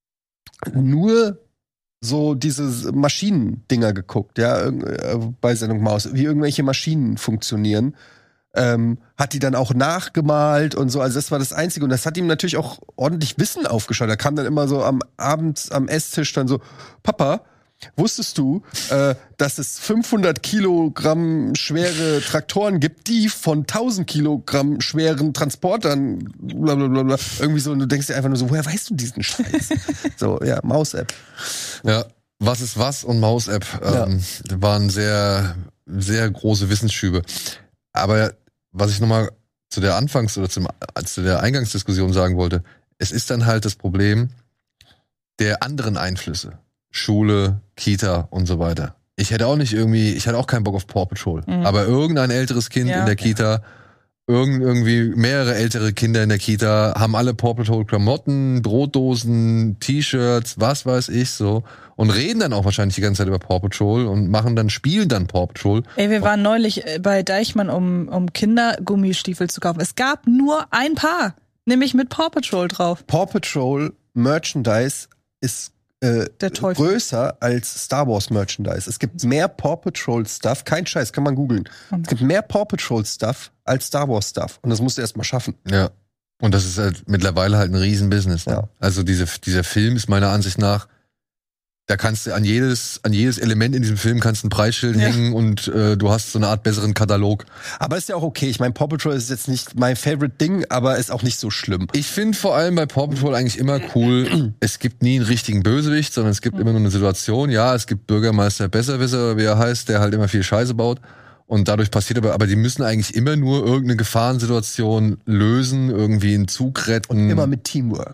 nur so diese Maschinendinger geguckt, ja, bei Sendung Maus, wie irgendwelche Maschinen funktionieren. Hat die dann auch nachgemalt und so, also das war das Einzige. Und das hat ihm natürlich auch ordentlich Wissen aufgeschaut. Er kam dann immer so am Abend am Esstisch dann so, Papa, wusstest du, dass es 500 Kilogramm schwere Traktoren gibt, die von 1000 Kilogramm schweren Transportern blablabla. Irgendwie so, und du denkst dir einfach nur so, woher weißt du diesen Scheiß? So, ja, Maus-App. Ja, was ist was und Maus-App waren sehr, sehr große Wissensschübe. Aber was ich nochmal zu der zu der Eingangsdiskussion sagen wollte, es ist dann halt das Problem der anderen Einflüsse. Schule, Kita und so weiter. Ich hatte auch keinen Bock auf Paw Patrol. Aber irgendein älteres Kind in der Kita, irgendwie mehrere ältere Kinder in der Kita haben alle Paw Patrol Klamotten, Brotdosen, T-Shirts, was weiß ich so. Und reden dann auch wahrscheinlich die ganze Zeit über Paw Patrol und spielen dann Paw Patrol. Ey, wir waren neulich bei Deichmann, um Kindergummistiefel zu kaufen. Es gab nur ein Paar, nämlich mit Paw Patrol drauf. Paw Patrol Merchandise ist größer als Star Wars Merchandise. Es gibt mehr Paw Patrol Stuff, kein Scheiß, kann man googeln. Es gibt mehr Paw Patrol Stuff als Star Wars Stuff. Und das musst du erst mal schaffen. Ja. Und das ist halt mittlerweile halt ein Riesenbusiness. Ne? Ja. Also dieser Film ist meiner Ansicht nach, da kannst du an jedes Element in diesem Film kannst ein Preisschild hängen und du hast so eine Art besseren Katalog. Aber ist ja auch okay. Ich meine, Paw Patrol ist jetzt nicht mein Favorite Ding, aber ist auch nicht so schlimm. Ich finde vor allem bei Paw Patrol eigentlich immer cool, es gibt nie einen richtigen Bösewicht, sondern es gibt immer nur eine Situation. Ja, es gibt Bürgermeister Besserwisser, wie er heißt, der halt immer viel Scheiße baut. Und dadurch passiert aber die müssen eigentlich immer nur irgendeine Gefahrensituation lösen, irgendwie einen Zug retten. Und immer mit Teamwork.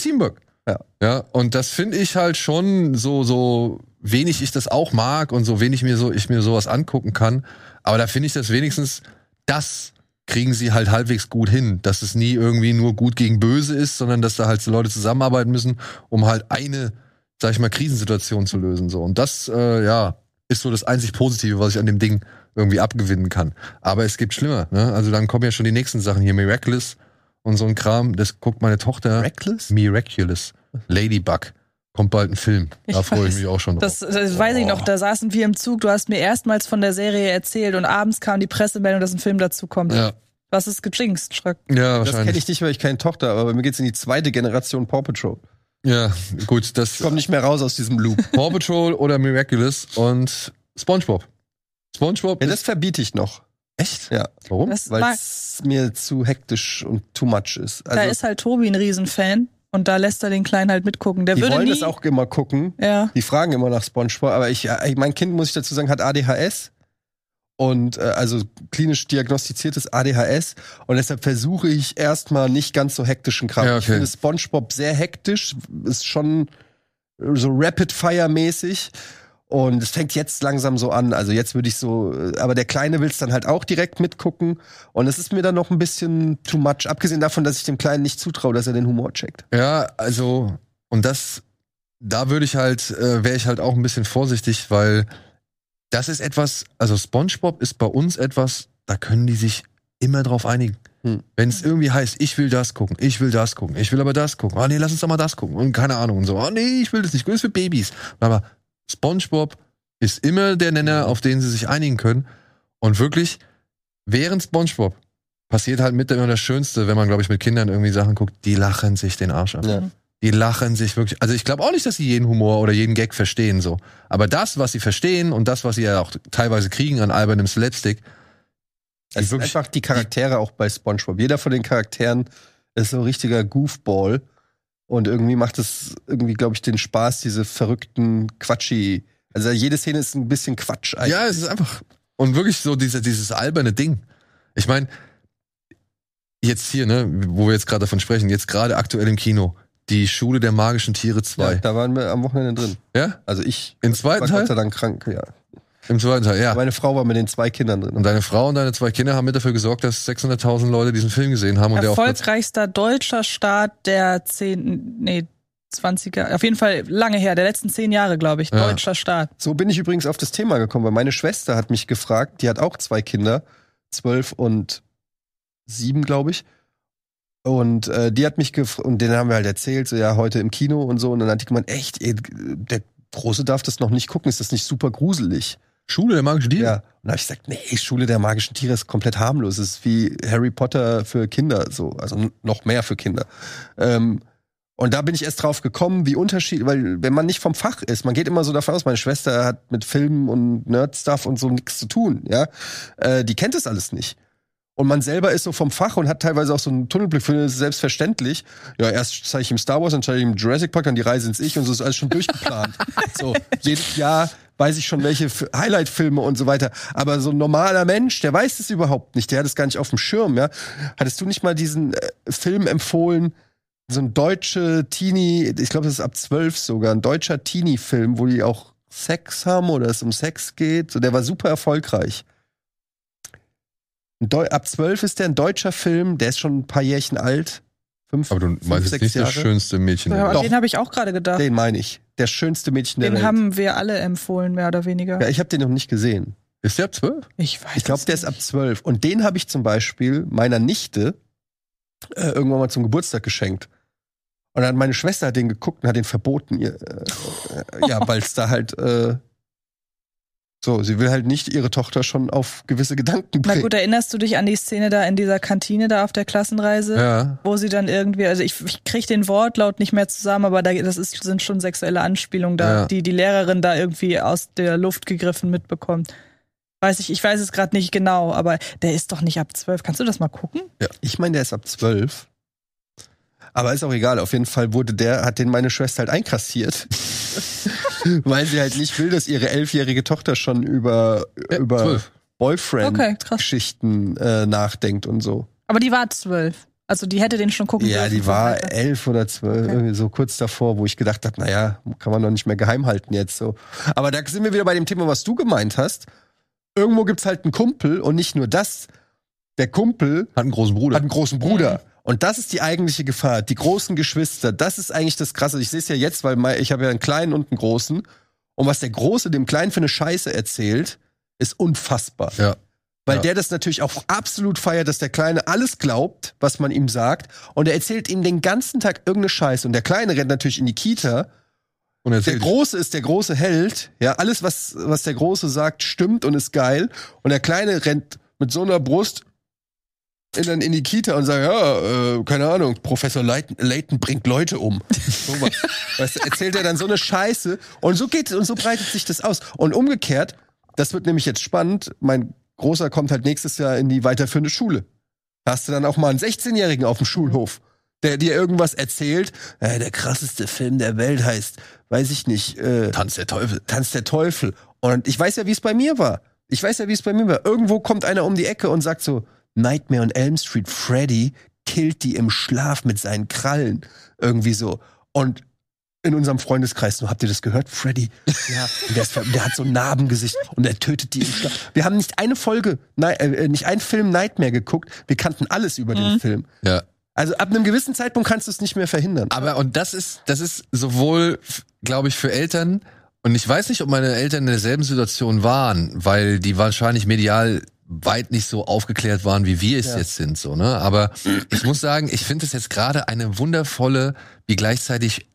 Ja, und das finde ich halt schon so wenig ich das auch mag und so wenig ich mir sowas angucken kann. Aber da finde ich das wenigstens, das kriegen sie halt halbwegs gut hin, dass es nie irgendwie nur gut gegen böse ist, sondern dass da halt so Leute zusammenarbeiten müssen, um halt eine, sag ich mal, Krisensituation zu lösen. So. Und das, ist so das einzig Positive, was ich an dem Ding irgendwie abgewinnen kann. Aber es gibt schlimmer, ne? Also dann kommen ja schon die nächsten Sachen hier, Miraculous und so ein Kram, das guckt meine Tochter. Miraculous. Ladybug. Kommt bald ein Film. Da freue ich mich auch schon drauf. Das weiß ich noch, da saßen wir im Zug, du hast mir erstmals von der Serie erzählt und abends kam die Pressemeldung, dass ein Film dazu kommt. Ja. Du hast es gejinxt, Schreck. Ja, das wahrscheinlich. kenne ich nicht, weil ich keine Tochter, aber bei mir geht's in die zweite Generation Paw Patrol. Ja, gut, das. Ich komme nicht mehr raus aus diesem Loop. Paw Patrol oder Miraculous und SpongeBob. SpongeBob. Ja, das verbiete ich noch. Echt? Ja. Warum? Weil es mir zu hektisch und too much ist. Also, da ist halt Tobi ein Riesenfan. Und da lässt er den Kleinen halt mitgucken. Die wollen das auch immer gucken. Ja. Die fragen immer nach SpongeBob. Aber mein Kind, muss ich dazu sagen, hat ADHS. Und also klinisch diagnostiziertes ADHS. Und deshalb versuche ich erstmal nicht ganz so hektischen Kram. Ja, okay. Ich finde SpongeBob sehr hektisch. Ist schon so Rapid-Fire-mäßig. Und es fängt jetzt langsam so an. Also jetzt würde ich so, aber der Kleine will es dann halt auch direkt mitgucken. Und es ist mir dann noch ein bisschen too much. Abgesehen davon, dass ich dem Kleinen nicht zutraue, dass er den Humor checkt. Ja, also, und da würde ich halt, wäre ich halt auch ein bisschen vorsichtig, weil das ist etwas, also SpongeBob ist bei uns etwas, da können die sich immer drauf einigen. Wenn es irgendwie heißt, ich will das gucken, ich will das gucken, ich will aber das gucken. Ah nee, lass uns doch mal das gucken. Und keine Ahnung und so. Ah nee, ich will das nicht, das ist für Babys. Aber SpongeBob ist immer der Nenner, auf den sie sich einigen können. Und wirklich, während SpongeBob passiert halt mit immer das Schönste, wenn man, glaube ich, mit Kindern irgendwie Sachen guckt, die lachen sich den Arsch ab. Ja. Die lachen sich wirklich. Also ich glaube auch nicht, dass sie jeden Humor oder jeden Gag verstehen, so. Aber das, was sie verstehen und das, was sie ja auch teilweise kriegen an albernem Slapstick, Es sind einfach die Charaktere auch bei SpongeBob. Jeder von den Charakteren ist so ein richtiger Goofball. Und irgendwie macht es irgendwie, glaube ich, den Spaß, diese verrückten Quatschi. Also jede Szene ist ein bisschen Quatsch eigentlich. ja, es ist einfach. Und wirklich so dieses alberne Ding. Ich meine, jetzt hier, ne, wo wir jetzt gerade davon sprechen, jetzt gerade aktuell im Kino, die Schule der magischen Tiere 2. Ja, da waren wir am Wochenende drin. Ja? Also ich Im zweiten war Teil? Gott sei Dank krank, ja. Im zweiten Teil, ja. Meine Frau war mit den 2 Kindern drin. Und deine Frau und deine 2 Kinder haben mit dafür gesorgt, dass 600.000 Leute diesen Film gesehen haben. Und der Erfolgreichster deutscher Start der 20er, auf jeden Fall lange her, der letzten 10 Jahre, glaube ich, deutscher Start. So bin ich übrigens auf das Thema gekommen, weil meine Schwester hat mich gefragt, die hat auch 2 Kinder, 12 und 7, glaube ich. Und die hat mich und denen haben wir halt erzählt, so ja, heute im Kino und so. Und dann hat die gemeint, echt, ey, der Große darf das noch nicht gucken, ist das nicht super gruselig? Schule der magischen Tiere? Ja. Und dann habe ich gesagt, nee, Schule der magischen Tiere ist komplett harmlos. Es ist wie Harry Potter für Kinder, so, also noch mehr für Kinder. Und da bin ich erst drauf gekommen, wie unterschiedlich, weil wenn man nicht vom Fach ist, man geht immer so davon aus, meine Schwester hat mit Filmen und Nerd-Stuff und so nichts zu tun, ja. Die kennt das alles nicht. Und man selber ist so vom Fach und hat teilweise auch so einen Tunnelblick für das ist selbstverständlich. Ja, erst zeige ich ihm Star Wars, dann zeige ich ihm Jurassic Park, dann die Reise ins Ich und so ist alles schon durchgeplant. So, jedes Jahr weiß ich schon, welche Highlight-Filme und so weiter. Aber so ein normaler Mensch, der weiß das überhaupt nicht, der hat es gar nicht auf dem Schirm, ja. Hattest du nicht mal diesen Film empfohlen, so ein deutsche Teenie, ich glaube, das ist ab 12 sogar, ein deutscher Teenie-Film, wo die auch Sex haben oder es um Sex geht. So, der war super erfolgreich. Ab 12 ist der ein deutscher Film, der ist schon ein paar Jährchen alt. Aber du meinst jetzt nicht das schönste Mädchen. Ja, Doch. den habe ich auch gerade gedacht. Den meine ich. Der schönste Mädchen der Den Welt. haben wir alle empfohlen, mehr oder weniger. Ja, ich habe den noch nicht gesehen. Ist der ab 12? Ich weiß Ich glaube, der ist ab 12. Und den habe ich zum Beispiel meiner Nichte irgendwann mal zum Geburtstag geschenkt. Und dann meine Schwester hat den geguckt und hat den verboten. Ja, weil es da halt so, sie will halt nicht ihre Tochter schon auf gewisse Gedanken bringen. Na gut, erinnerst du dich an die Szene da in dieser Kantine da auf der Klassenreise? Ja. Wo sie dann irgendwie, also ich kriege den Wortlaut nicht mehr zusammen, aber sind schon sexuelle Anspielungen da, die Lehrerin da irgendwie aus der Luft gegriffen mitbekommt. Ich weiß es gerade nicht genau, aber der ist doch nicht ab 12. Kannst du das mal gucken? Ja. Ich meine, der ist ab 12. Aber ist auch egal, auf jeden Fall hat den meine Schwester halt einkassiert. Weil sie halt nicht will, dass ihre 11-jährige Tochter schon über Boyfriend-Geschichten nachdenkt und so. Aber die war 12. Also die hätte den schon gucken dürfen. Ja, die war 11 oder 12, irgendwie so kurz davor, wo ich gedacht habe, naja, kann man doch nicht mehr geheim halten jetzt so. Aber da sind wir wieder bei dem Thema, was du gemeint hast. Irgendwo gibt's halt einen Kumpel und nicht nur das. Der Kumpel hat einen großen Bruder. Mhm. Und das ist die eigentliche Gefahr. Die großen Geschwister, das ist eigentlich das Krasse. Ich sehe es ja jetzt, weil ich habe ja einen Kleinen und einen Großen. Und was der Große dem Kleinen für eine Scheiße erzählt, ist unfassbar. Ja. Weil der das natürlich auch absolut feiert, dass der Kleine alles glaubt, was man ihm sagt. Und er erzählt ihm den ganzen Tag irgendeine Scheiße. Und der Kleine rennt natürlich in die Kita. Und der Große ist der große Held. Ja, alles, was der Große sagt, stimmt und ist geil. Und der Kleine rennt mit so einer Brust dann in die Kita und sagt, ja, keine Ahnung, Professor Layton bringt Leute um. So was. Weißt du, erzählt er dann so eine Scheiße und so breitet sich das aus. Und umgekehrt, das wird nämlich jetzt spannend, mein Großer kommt halt nächstes Jahr in die weiterführende Schule. Da hast du dann auch mal einen 16-Jährigen auf dem Schulhof, der dir irgendwas erzählt, der krasseste Film der Welt heißt, weiß ich nicht, Tanz der Teufel. Tanz der Teufel. Und ich weiß ja, wie es bei mir war. Irgendwo kommt einer um die Ecke und sagt so, Nightmare on Elm Street, Freddy killt die im Schlaf mit seinen Krallen. Irgendwie so. Und in unserem Freundeskreis, habt ihr das gehört? Freddy, ja, der hat so ein Narbengesicht und er tötet die im Schlaf. Wir haben nicht eine Folge, nicht einen Film Nightmare geguckt. Wir kannten alles über den Film. Ja. Also ab einem gewissen Zeitpunkt kannst du es nicht mehr verhindern. Aber, und das ist sowohl, glaube ich, für Eltern, und ich weiß nicht, ob meine Eltern in derselben Situation waren, weil die wahrscheinlich medial weit nicht so aufgeklärt waren, wie wir es jetzt sind, so, ne? Aber ich muss sagen, ich finde es jetzt gerade eine wundervolle, wie gleichzeitig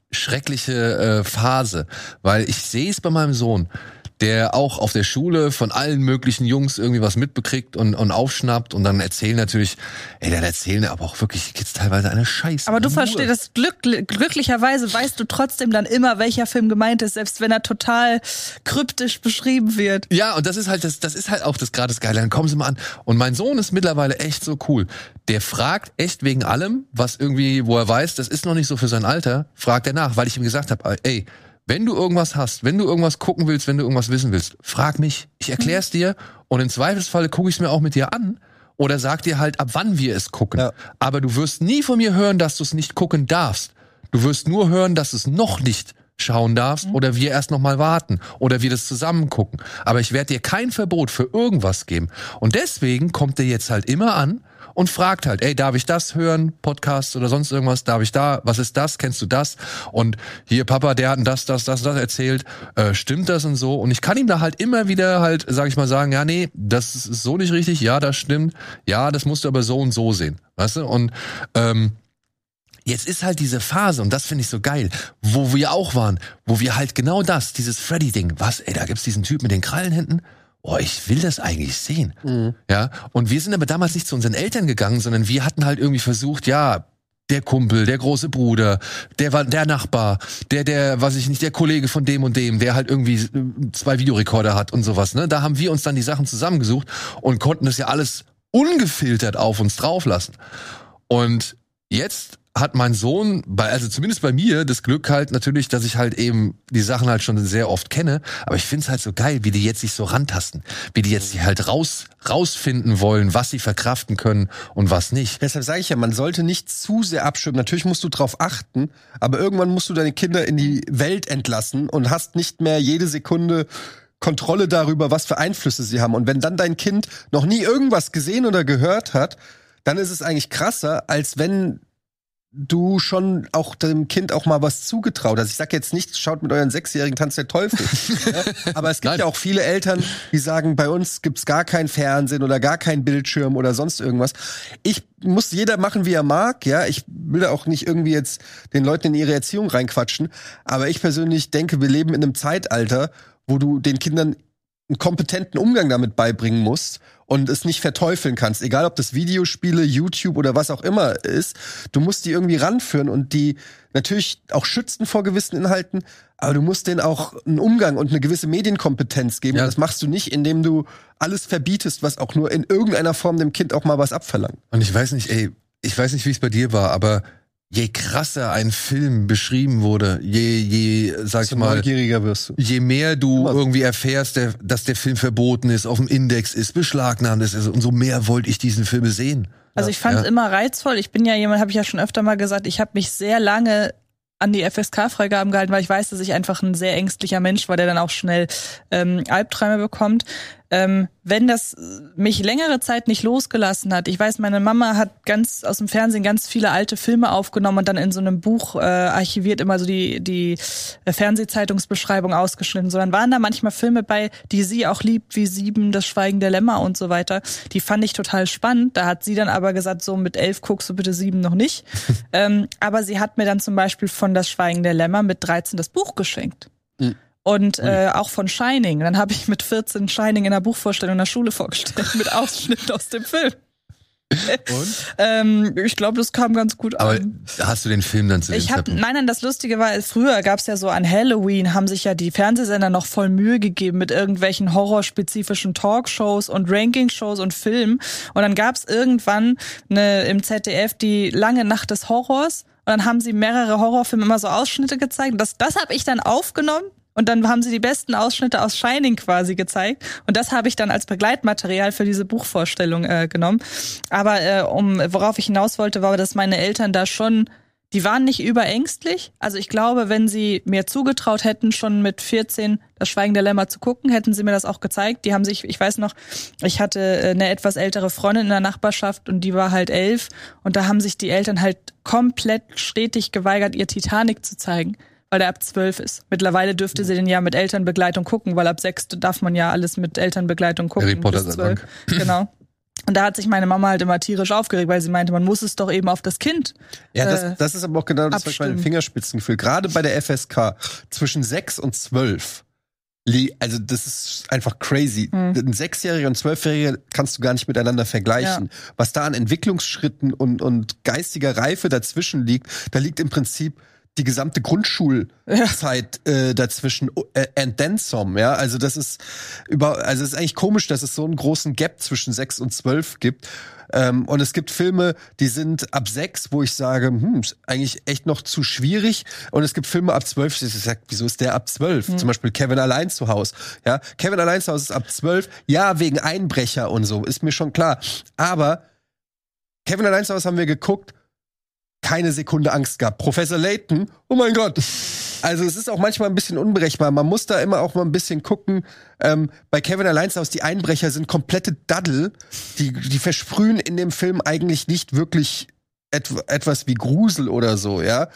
schreckliche Phase, weil ich sehe es bei meinem Sohn, der auch auf der Schule von allen möglichen Jungs irgendwie was mitbekriegt und aufschnappt und dann erzählen natürlich, dann erzählen aber auch wirklich Kids teilweise eine Scheiße. Aber du verstehst das glücklicherweise weißt du trotzdem dann immer, welcher Film gemeint ist, selbst wenn er total kryptisch beschrieben wird. Ja, und das ist halt auch das gerade das Geile. Dann kommen sie mal an. Und mein Sohn ist mittlerweile echt so cool. Der fragt echt wegen allem, was irgendwie, wo er weiß, das ist noch nicht so für sein Alter, fragt er nach, weil ich ihm gesagt habe, ey, wenn du irgendwas hast, wenn du irgendwas gucken willst, wenn du irgendwas wissen willst, frag mich. Ich erklär's dir und im Zweifelsfalle gucke ich es mir auch mit dir an oder sag dir halt, ab wann wir es gucken. Ja. Aber du wirst nie von mir hören, dass du es nicht gucken darfst. Du wirst nur hören, dass du es noch nicht schauen darfst oder wir erst noch mal warten oder wir das zusammen gucken. Aber ich werde dir kein Verbot für irgendwas geben. Und deswegen kommt der jetzt halt immer an und fragt halt, ey, darf ich das hören, Podcast oder sonst irgendwas, darf ich da, was ist das, kennst du das? Und hier, Papa, der hat das erzählt, stimmt das und so? Und ich kann ihm da halt immer wieder halt, sag ich mal, sagen, ja, nee, das ist so nicht richtig, ja, das stimmt, ja, das musst du aber so und so sehen, weißt du? Und jetzt ist halt diese Phase, und das finde ich so geil, wo wir auch waren, wo wir halt genau das, dieses Freddy-Ding, was, ey, da gibt's diesen Typ mit den Krallenhänden, oh, ich will das eigentlich sehen. Mhm. Ja, und wir sind aber damals nicht zu unseren Eltern gegangen, sondern wir hatten halt irgendwie versucht, ja, der Kumpel, der große Bruder, der Nachbar, der, weiß ich nicht, der Kollege von dem und dem, der halt irgendwie 2 Videorekorder hat und sowas, ne? Da haben wir uns dann die Sachen zusammengesucht und konnten das ja alles ungefiltert auf uns drauf lassen. Und jetzt hat mein Sohn, also zumindest bei mir, das Glück halt natürlich, dass ich halt eben die Sachen halt schon sehr oft kenne, aber ich find's halt so geil, wie die jetzt sich so rantasten, wie die jetzt halt rausfinden wollen, was sie verkraften können und was nicht. Deshalb sage ich ja, man sollte nicht zu sehr abschirmen. Natürlich musst du drauf achten, aber irgendwann musst du deine Kinder in die Welt entlassen und hast nicht mehr jede Sekunde Kontrolle darüber, was für Einflüsse sie haben. Und wenn dann dein Kind noch nie irgendwas gesehen oder gehört hat, dann ist es eigentlich krasser, als wenn du schon auch dem Kind auch mal was zugetraut hast. Ich sag jetzt nicht, schaut mit euren 6-Jährigen Tanz der Teufel. Ja? Aber es gibt ja auch viele Eltern, die sagen, bei uns gibt's gar kein Fernsehen oder gar kein Bildschirm oder sonst irgendwas. Muss jeder machen, wie er mag, ja. Ich will da auch nicht irgendwie jetzt den Leuten in ihre Erziehung reinquatschen. Aber ich persönlich denke, wir leben in einem Zeitalter, wo du den Kindern einen kompetenten Umgang damit beibringen musst und es nicht verteufeln kannst. Egal, ob das Videospiele, YouTube oder was auch immer ist. Du musst die irgendwie ranführen und die natürlich auch schützen vor gewissen Inhalten, aber du musst denen auch einen Umgang und eine gewisse Medienkompetenz geben. Ja. Und das machst du nicht, indem du alles verbietest, was auch nur in irgendeiner Form dem Kind auch mal was abverlangt. Und ich weiß nicht, wie es bei dir war, aber je krasser ein Film beschrieben wurde, sag ich mal, neugieriger wirst du. Je mehr du irgendwie erfährst, dass der Film verboten ist, auf dem Index ist, beschlagnahmt ist, umso mehr wollte ich diesen Film sehen. Also ich fand es immer reizvoll. Ich bin ja jemand, habe ich ja schon öfter mal gesagt, ich habe mich sehr lange an die FSK-Freigaben gehalten, weil ich weiß, dass ich einfach ein sehr ängstlicher Mensch war, der dann auch schnell Albträume bekommt. Wenn das mich längere Zeit nicht losgelassen hat, ich weiß, meine Mama hat ganz aus dem Fernsehen ganz viele alte Filme aufgenommen und dann in so einem Buch archiviert, immer so die Fernsehzeitungsbeschreibung ausgeschnitten. So, dann waren da manchmal Filme bei, die sie auch liebt, wie 7, Das Schweigen der Lämmer und so weiter. Die fand ich total spannend. Da hat sie dann aber gesagt, so mit 11 guckst du bitte 7 noch nicht. Aber sie hat mir dann zum Beispiel von Das Schweigen der Lämmer mit 13 das Buch geschenkt. Mhm. Und auch von Shining. Dann habe ich mit 14 Shining in der Buchvorstellung in der Schule vorgestellt, mit Ausschnitten aus dem Film. Und? Ich glaube, das kam ganz gut aber an. Hast du den Film dann zu dem Zeitpunkt? Nein, das Lustige war, früher gab's ja so an Halloween, haben sich ja die Fernsehsender noch voll Mühe gegeben mit irgendwelchen horrorspezifischen Talkshows und Rankingshows und Filmen. Und dann gab's irgendwann im ZDF die lange Nacht des Horrors. Und dann haben sie mehrere Horrorfilme immer so Ausschnitte gezeigt. Und das habe ich dann aufgenommen. Und dann haben sie die besten Ausschnitte aus Shining quasi gezeigt. Und das habe ich dann als Begleitmaterial für diese Buchvorstellung genommen. Aber worauf ich hinaus wollte, war, dass meine Eltern da schon, die waren nicht überängstlich. Also ich glaube, wenn sie mir zugetraut hätten, schon mit 14 Das Schweigen der Lämmer zu gucken, hätten sie mir das auch gezeigt. Die haben sich, ich weiß noch, ich hatte eine etwas ältere Freundin in der Nachbarschaft und die war halt 11. Und da haben sich die Eltern halt komplett stetig geweigert, ihr Titanic zu zeigen, weil der ab 12 ist. Mittlerweile dürfte sie den ja mit Elternbegleitung gucken, weil ab 6 darf man ja alles mit Elternbegleitung gucken. Harry Potter sei Dank. Genau. Und da hat sich meine Mama halt immer tierisch aufgeregt, weil sie meinte, man muss es doch eben auf das Kind. Ja, das ist aber auch genau das, was abstimmen. mein Fingerspitzengefühl. Gerade bei der FSK zwischen 6 und 12. Also das ist einfach crazy. Ein 6-Jähriger und 12-Jähriger kannst du gar nicht miteinander vergleichen. Ja. Was da an Entwicklungsschritten und geistiger Reife dazwischen liegt, da liegt im Prinzip die gesamte Grundschulzeit dazwischen and then some, ja. Also das ist es ist eigentlich komisch, dass es so einen großen Gap zwischen 6 und 12 gibt. Und es gibt Filme, die sind ab 6, wo ich sage, ist eigentlich echt noch zu schwierig. Und es gibt Filme ab 12, ich sage, wieso ist der ab 12? Zum Beispiel Kevin allein zu Haus. Ja, Kevin allein zu Haus ist ab 12. Ja, wegen Einbrecher und so, ist mir schon klar. Aber Kevin allein zu Haus haben wir geguckt, keine Sekunde Angst gehabt. Professor Layton, oh mein Gott. Also es ist auch manchmal ein bisschen unberechenbar. Man muss da immer auch mal ein bisschen gucken. Bei Kevin allein zu Hause, die Einbrecher sind komplette Daddel. Die versprühen in dem Film eigentlich nicht wirklich etwas wie Grusel oder so, ja.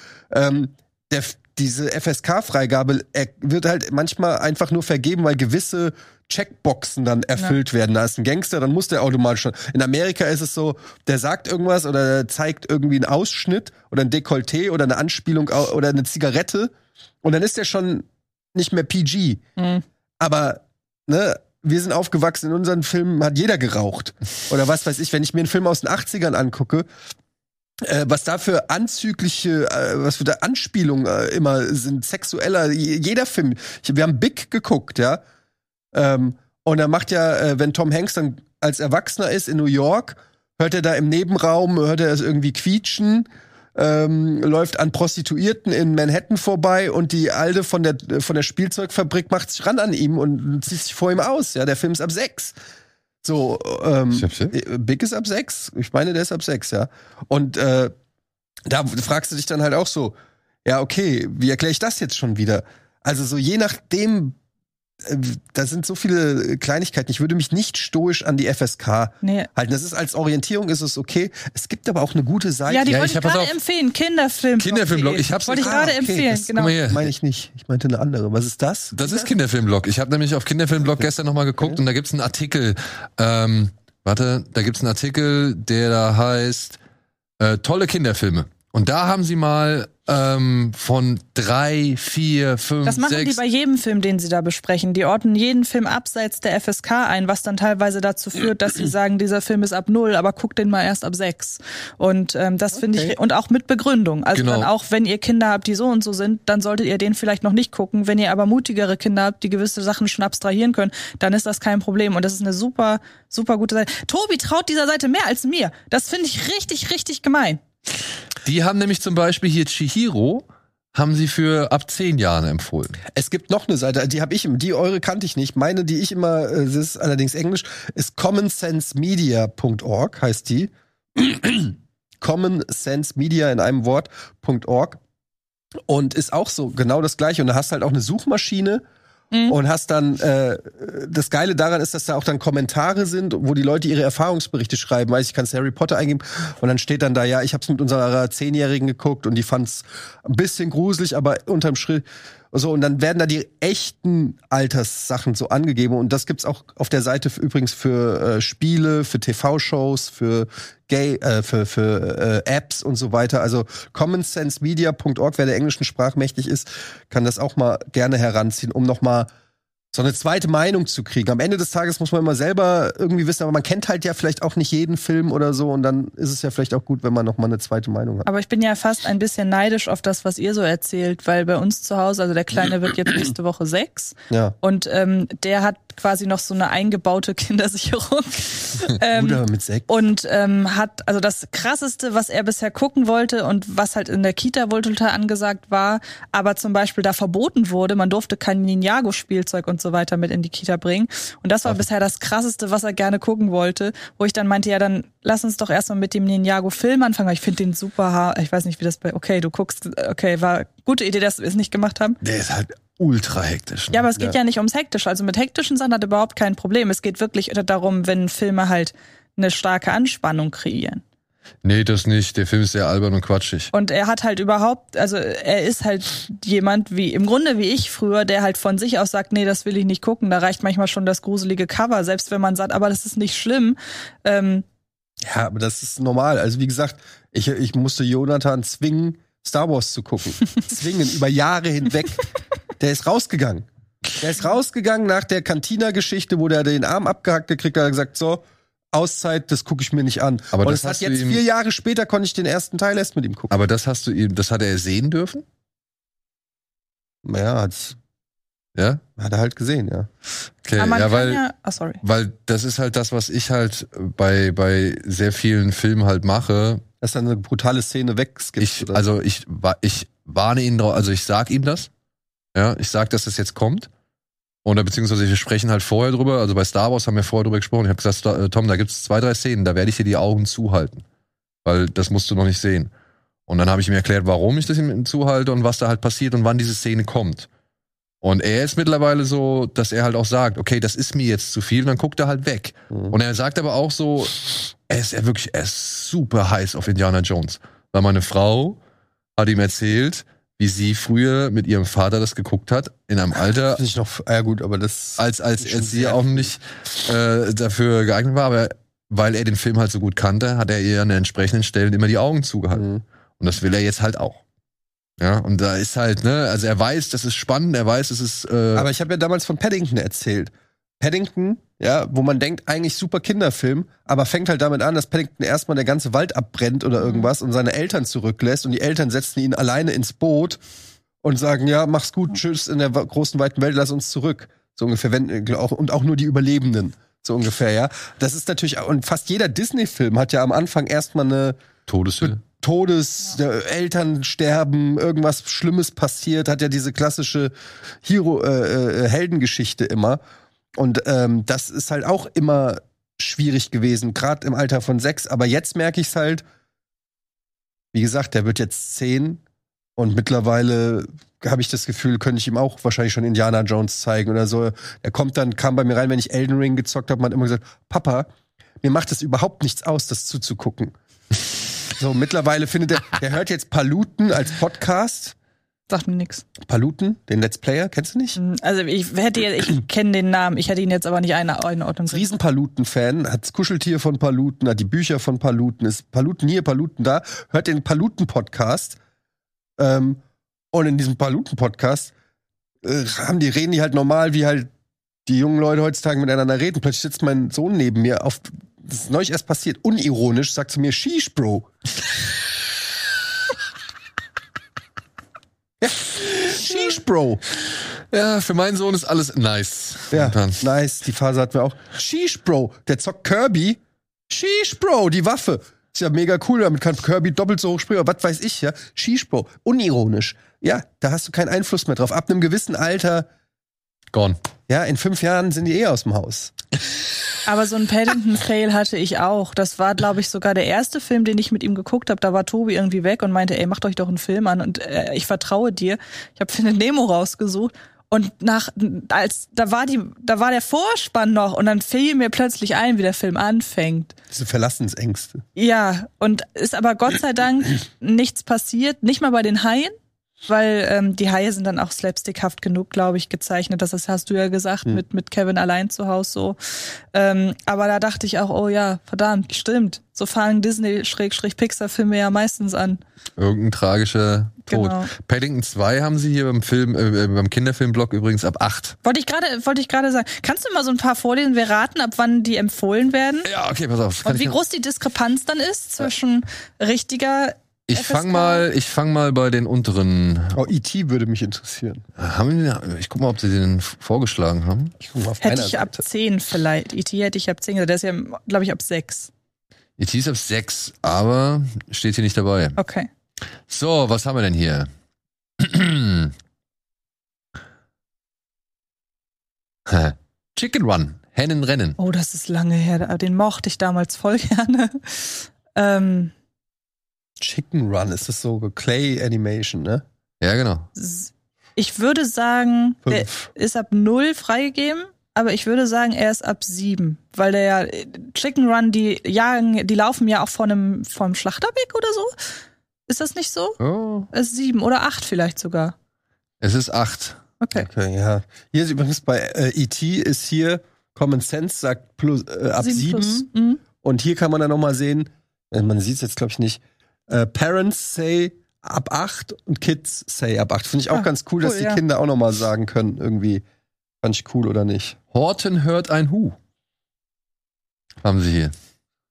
Diese FSK-Freigabe wird halt manchmal einfach nur vergeben, weil gewisse Checkboxen dann erfüllt werden. Da ist ein Gangster, dann muss der automatisch schon. In Amerika ist es so, der sagt irgendwas oder der zeigt irgendwie einen Ausschnitt oder ein Dekolleté oder eine Anspielung oder eine Zigarette und dann ist der schon nicht mehr PG. Aber, ne, wir sind aufgewachsen, in unseren Filmen hat jeder geraucht. Oder was weiß ich, wenn ich mir einen Film aus den 80ern angucke, was da für was für da Anspielungen immer sind, sexueller, jeder Film. Wir haben Big geguckt, ja. Und er macht ja, wenn Tom Hanks dann als Erwachsener ist in New York, hört er da im Nebenraum, hört er es irgendwie quietschen, läuft an Prostituierten in Manhattan vorbei und die Alte von der Spielzeugfabrik macht sich ran an ihm und zieht sich vor ihm aus. Ja, der Film ist ab 6. So, Big ist ab 6. Ich meine, der ist ab 6, ja. Und da fragst du dich dann halt auch so, ja, okay, wie erkläre ich das jetzt schon wieder? Also so je nachdem, da sind so viele Kleinigkeiten. Ich würde mich nicht stoisch an die FSK halten. Das ist als Orientierung ist es okay. Es gibt aber auch eine gute Seite. Ja, die wollte ich gerade empfehlen. Kinderfilmblog. Ich hab's wollte ich gerade empfehlen. Genau. Meine ich nicht. Ich meinte eine andere. Was ist das? Das ist Kinderfilmblog. Ich habe nämlich auf Kinderfilmblog gestern nochmal geguckt und da gibt's einen Artikel. Da gibt's einen Artikel, der da heißt tolle Kinderfilme. Und da haben sie mal von 3, 4, 5, 6... Das machen die bei jedem Film, den sie da besprechen. Die ordnen jeden Film abseits der FSK ein, was dann teilweise dazu führt, dass sie sagen, dieser Film ist ab 0, aber guckt den mal erst ab 6. Und das finde ich... Und auch mit Begründung. Also dann auch, wenn ihr Kinder habt, die so und so sind, dann solltet ihr den vielleicht noch nicht gucken. Wenn ihr aber mutigere Kinder habt, die gewisse Sachen schon abstrahieren können, dann ist das kein Problem. Und das ist eine super, super gute Seite. Tobi traut dieser Seite mehr als mir. Das finde ich richtig, richtig gemein. Die haben nämlich zum Beispiel hier Chihiro, haben sie für ab 10 Jahren empfohlen. Es gibt noch eine Seite, die eure kannte ich nicht. Meine, die ich immer, das ist allerdings Englisch, ist commonsensemedia.org, heißt die. commonsensemedia in einem Wort.org. Und ist auch so genau das Gleiche. Und da hast halt auch eine Suchmaschine. Und hast dann, das Geile daran ist, dass da auch dann Kommentare sind, wo die Leute ihre Erfahrungsberichte schreiben. Weiß ich, kannst Harry Potter eingeben und dann steht dann da, ja, ich hab's mit unserer 10-Jährigen geguckt und die fand's ein bisschen gruselig, aber unterm Strich so. Und dann werden da die echten Alterssachen so angegeben und das gibt's auch auf der Seite übrigens für Spiele, für TV-Shows, für Apps und so weiter. Also commonsensemedia.org, wer der englischen Sprache mächtig ist, kann das auch mal gerne heranziehen, um noch mal so eine zweite Meinung zu kriegen. Am Ende des Tages muss man immer selber irgendwie wissen, aber man kennt halt ja vielleicht auch nicht jeden Film oder so und dann ist es ja vielleicht auch gut, wenn man noch mal eine zweite Meinung hat. Aber ich bin ja fast ein bisschen neidisch auf das, was ihr so erzählt, weil bei uns zu Hause, also der Kleine wird jetzt nächste Woche 6 und der hat quasi noch so eine eingebaute Kindersicherung. Bruder mit 6. Und hat, also das Krasseste, was er bisher gucken wollte und was halt in der Kita wohl total angesagt war, aber zum Beispiel da verboten wurde, man durfte kein Ninjago-Spielzeug und so weiter mit in die Kita bringen. Und das war bisher das Krasseste, was er gerne gucken wollte, wo ich dann meinte, ja, dann lass uns doch erstmal mit dem Ninjago-Film anfangen. Ich finde den super, ich weiß nicht, wie das du guckst, war gute Idee, dass wir es nicht gemacht haben. Der ist halt ultra hektisch. Ja, aber es geht ja nicht ums Hektische. Also mit hektischen Sachen hat er überhaupt kein Problem. Es geht wirklich darum, wenn Filme halt eine starke Anspannung kreieren. Nee, das nicht. Der Film ist sehr albern und quatschig. Und er hat halt er ist halt jemand im Grunde wie ich früher, der halt von sich aus sagt, nee, das will ich nicht gucken. Da reicht manchmal schon das gruselige Cover, selbst wenn man sagt, aber das ist nicht schlimm. Ja, aber das ist normal. Also wie gesagt, ich musste Jonathan zwingen, Star Wars zu gucken. Zwingen, über Jahre hinweg. Der ist rausgegangen. Nach der Cantina-Geschichte, wo der den Arm abgehackt gekriegt hat, gesagt, so, Auszeit, das gucke ich mir nicht an. Aber und das das hat hast du jetzt ihm- 4 Jahre später, konnte ich den ersten Teil erst mit ihm gucken. Aber das hat er sehen dürfen? Ja, Ja? hat er halt gesehen, ja. Okay, Aber man ja, kann sorry. weil das ist halt das, was ich halt bei sehr vielen Filmen halt mache. Dass dann eine brutale Szene wegskippt. Ich warne ihn drauf, also ich sag ihm das. Ja, ich sag, dass das jetzt kommt. Oder beziehungsweise wir sprechen halt vorher drüber. Also bei Star Wars haben wir vorher drüber gesprochen. Ich habe gesagt, Tom, da gibt es 2, 3 Szenen, da werde ich dir die Augen zuhalten. Weil das musst du noch nicht sehen. Und dann habe ich ihm erklärt, warum ich das ihm zuhalte und was da halt passiert und wann diese Szene kommt. Und er ist mittlerweile so, dass er halt auch sagt, okay, das ist mir jetzt zu viel, und dann guckt er halt weg. Und er sagt aber auch so, er ist super heiß auf Indiana Jones. Weil meine Frau hat ihm erzählt, wie sie früher mit ihrem Vater das geguckt hat, in einem Alter, Finde ich noch, ja gut, aber das. als schon sie sehr auch nicht dafür geeignet war, aber weil er den Film halt so gut kannte, hat er ihr an den entsprechenden Stellen immer die Augen zugehalten. Mhm. Und das will er jetzt halt auch. Ja, und da ist halt, also er weiß, das ist spannend, er weiß, es ist. Aber ich habe ja damals von Paddington erzählt. Paddington, ja, wo man denkt, eigentlich super Kinderfilm, aber fängt halt damit an, dass Paddington erstmal der ganze Wald abbrennt oder irgendwas und seine Eltern zurücklässt und die Eltern setzen ihn alleine ins Boot und sagen, ja, mach's gut, tschüss, in der großen, weiten Welt, lass uns zurück. So ungefähr, und auch nur die Überlebenden, so ungefähr, ja. Das ist natürlich, und fast jeder Disney-Film hat ja am Anfang erstmal eine Todeshülle. Eltern sterben, irgendwas Schlimmes passiert, hat ja diese klassische Heldengeschichte immer. Und das ist halt auch immer schwierig gewesen, gerade im Alter von 6. Aber jetzt merke ich es halt, wie gesagt, der wird jetzt 10 und mittlerweile habe ich das Gefühl, könnte ich ihm auch wahrscheinlich schon Indiana Jones zeigen oder so. Kam bei mir rein, wenn ich Elden Ring gezockt habe, man hat immer gesagt, Papa, mir macht es überhaupt nichts aus, das zuzugucken. So, mittlerweile findet der hört jetzt Paluten als Podcast. Sagt mir nix. Paluten, den Let's Player, kennst du nicht? Also ich kenne den Namen, ich hätte ihn jetzt aber nicht einordnen Ist Riesen-Paluten-Fan, hat das Kuscheltier von Paluten, hat die Bücher von Paluten, ist Paluten hier, Paluten da, hört den Paluten-Podcast. Und in diesem Paluten-Podcast reden die halt normal, wie halt die jungen Leute heutzutage miteinander reden. Plötzlich sitzt mein Sohn neben mir das ist neulich erst passiert, unironisch, sagt zu mir, Sheesh, Bro. Ja. Sheesh, Bro. Ja, für meinen Sohn ist alles nice. Ja, Momentan. nice. Die Phase hatten wir auch. Sheesh, Bro. Der zockt Kirby. Sheesh, Bro. Die Waffe. Ist ja mega cool. Damit kann Kirby doppelt so hoch springen. Was weiß ich, ja. Sheesh, Bro. Unironisch. Ja, da hast du keinen Einfluss mehr drauf. Ab einem gewissen Alter, Gone. ja, in 5 Jahren sind die aus dem Haus. Aber so ein Paddington-Fail hatte ich auch. Das war, glaube ich, sogar der erste Film, den ich mit ihm geguckt habe. Da war Tobi irgendwie weg und meinte, ey, macht euch doch einen Film an und ich vertraue dir. Ich habe Findet Nemo rausgesucht und da war der Vorspann noch und dann fiel mir plötzlich ein, wie der Film anfängt. Diese Verlassensängste. Ja, und ist aber Gott sei Dank nichts passiert, nicht mal bei den Haien. Weil die Haie sind dann auch slapstickhaft genug, glaube ich, gezeichnet. Das hast du ja gesagt, mit Kevin allein zu Hause so. Aber da dachte ich auch, oh ja, verdammt, stimmt. So fangen Disney-Pixar-Filme ja meistens an. Irgendein tragischer Tod. Genau. Paddington 2 haben sie hier beim Kinderfilmblog übrigens ab 8. Wollte ich gerade sagen. Kannst du mal so ein paar vorlesen? Wir raten, ab wann die empfohlen werden? Ja, okay, pass auf. Und wie groß die Diskrepanz dann ist zwischen richtiger Ich fang mal bei den unteren. Oh, E.T. würde mich interessieren. Ich guck mal, ob sie den vorgeschlagen haben. Ich guck mal auf Hätte meiner ich ab Seite. 10 vielleicht. E.T. hätte ich ab 10 gesagt. Der ist ja, glaube ich, ab 6. E.T. ist ab 6, aber steht hier nicht dabei. Okay. So, was haben wir denn hier? Chicken Run, Hennenrennen. Oh, das ist lange her. Den mochte ich damals voll gerne. Chicken Run, ist das so Clay Animation, ne? Ja, genau. Ich würde sagen, der 5. ist ab 0 freigegeben. aber ich würde sagen, er ist ab 7. Weil der ja Chicken Run, die laufen ja auch vom Schlachter weg oder so. Ist das nicht so? Oh. Es ist 7 oder 8 vielleicht sogar. Es ist 8. Okay. Ja. Hier ist übrigens bei E.T. ist hier Common Sense sagt ab 7. Mhm. Und hier kann man dann nochmal sehen, man sieht es jetzt glaube ich nicht, Parents say ab 8 und Kids say ab 8. Finde ich auch ganz cool, dass die Kinder auch nochmal sagen können, irgendwie, fand ich cool oder nicht. Horton hört ein Hu. Haben sie hier.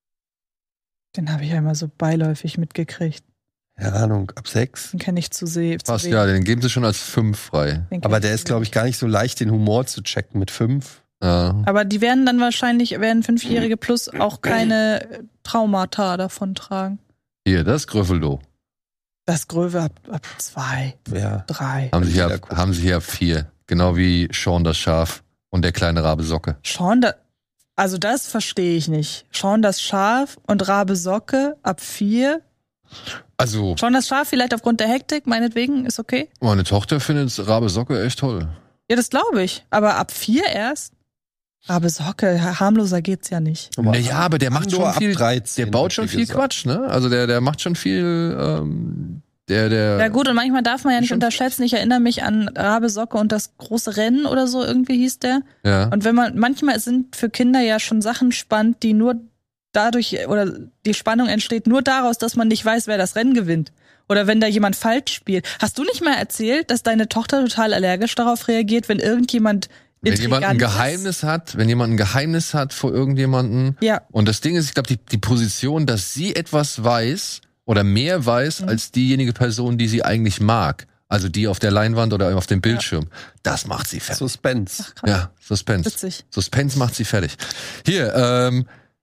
Den habe ich ja immer so beiläufig mitgekriegt. Keine Ahnung, ab 6. Den kenne ich zu sehen. Fast, ja, den geben sie schon als 5 frei. Aber der ist, glaube ich, gar nicht so leicht, den Humor zu checken mit 5. Ja. Aber die werden dann wahrscheinlich, 5-Jährige plus auch keine Traumata davon tragen. Hier, das ist Gröfeldo. Das Gröwe ab 2, Ja. 3. Haben sie hier ab 4. Genau wie Sean das Schaf und der kleine Rabe Socke. Sean, also das verstehe ich nicht. Sean das Schaf und Rabe Socke ab 4. Also, Sean das Schaf vielleicht aufgrund der Hektik, meinetwegen, ist okay. meine Tochter findet Rabe Socke echt toll. Ja, das glaube ich. Aber ab 4 erst? Rabe Socke, harmloser geht's ja nicht. Naja, aber der macht schon viel, 13, der baut schon viel Quatsch, ne? Also der macht schon viel, Ja gut, und manchmal darf man ja nicht schon unterschätzen. Ich erinnere mich an Rabe Socke und das große Rennen oder so, irgendwie hieß der. Ja. Und manchmal sind für Kinder ja schon Sachen spannend, die nur dadurch, oder die Spannung entsteht nur daraus, dass man nicht weiß, wer das Rennen gewinnt. Oder wenn da jemand falsch spielt. Hast du nicht mal erzählt, dass deine Tochter total allergisch darauf reagiert, wenn irgendjemand Wenn jemand ein Geheimnis hat vor irgendjemanden. Ja. Und das Ding ist, ich glaube, die Position, dass sie etwas weiß oder mehr weiß als diejenige Person, die sie eigentlich mag. Also die auf der Leinwand oder auf dem Bildschirm. Das macht sie fertig. Suspense. Ach, krass. Ja, Suspense. Witzig. Suspense macht sie fertig. Hier,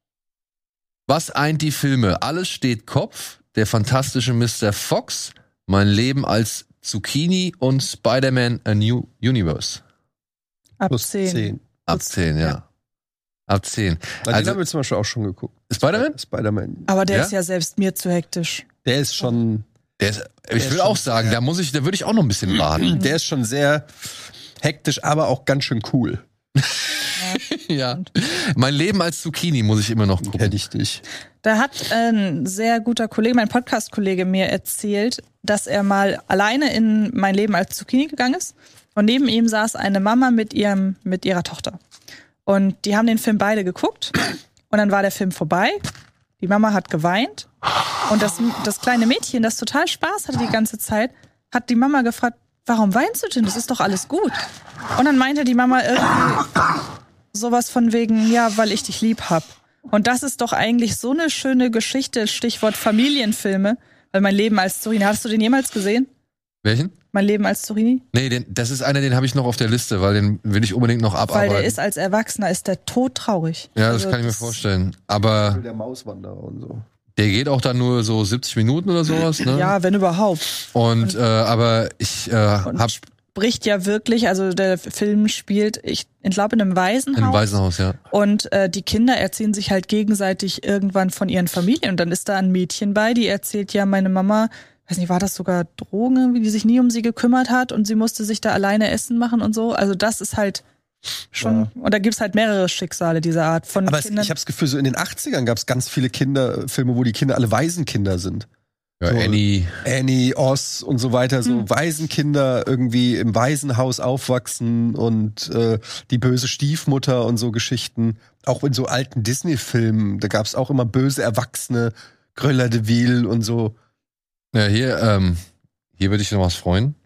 was eint die Filme? Alles steht Kopf, der fantastische Mr. Fox, Mein Leben als Zucchini und Spider-Man A New Universe. Ab Plus 10. Ab 10, ja. Ab 10. Den haben wir zum Beispiel auch schon geguckt. Spider-Man? Spider-Man. Aber der Ja? ist ja selbst mir zu hektisch. Der ist schon, Ich will auch sagen, da würde ich auch noch ein bisschen warten. der ist schon sehr hektisch, aber auch ganz schön cool. Ja. Mein Leben als Zucchini muss ich immer noch gucken. Kenn ich nicht. Da hat ein sehr guter Kollege, mein Podcast-Kollege, mir erzählt, dass er mal alleine in Mein Leben als Zucchini gegangen ist. Und neben ihm saß eine Mama mit ihrer Tochter. Und die haben den Film beide geguckt. Und dann war der Film vorbei. Die Mama hat geweint. Und das kleine Mädchen, das total Spaß hatte die ganze Zeit, hat die Mama gefragt, warum weinst du denn? Das ist doch alles gut. Und dann meinte die Mama irgendwie sowas von wegen, ja, weil ich dich lieb hab. Und das ist doch eigentlich so eine schöne Geschichte, Stichwort Familienfilme. Weil Mein Leben als Zucchini, hast du den jemals gesehen? Welchen? Mein Leben als Zucchini? Nee, das ist einer, den habe ich noch auf der Liste, weil den will ich unbedingt noch abarbeiten. Weil der ist als Erwachsener, ist der todtraurig. Ja, das Also kann ich mir vorstellen. Aber Der Mauswanderer und so. der geht auch dann nur so 70 Minuten oder sowas, ne? Ja, wenn überhaupt. Und aber ich hab Bricht ja wirklich, also der Film spielt, ich glaube, in einem Waisenhaus. in einem Waisenhaus, ja. Und Und die Kinder erzählen sich halt gegenseitig irgendwann von ihren Familien. Und dann ist da ein Mädchen bei, die erzählt ja, meine Mama, weiß nicht, war das sogar Drogen irgendwie, die sich nie um sie gekümmert hat und sie musste sich da alleine Essen machen und so. Also das ist halt schon, und da gibt's halt mehrere Schicksale dieser Art von Aber Kindern. ich habe das Gefühl, so in den 80ern gab es ganz viele Kinderfilme, wo die Kinder alle Waisenkinder sind. ja, so, Annie, Oz und so weiter, so Waisenkinder irgendwie im Waisenhaus aufwachsen und die böse Stiefmutter und so Geschichten. Auch in so alten Disney-Filmen, da gab es auch immer böse Erwachsene, Cruella de Vil und so. ja, hier würde ich noch was freuen.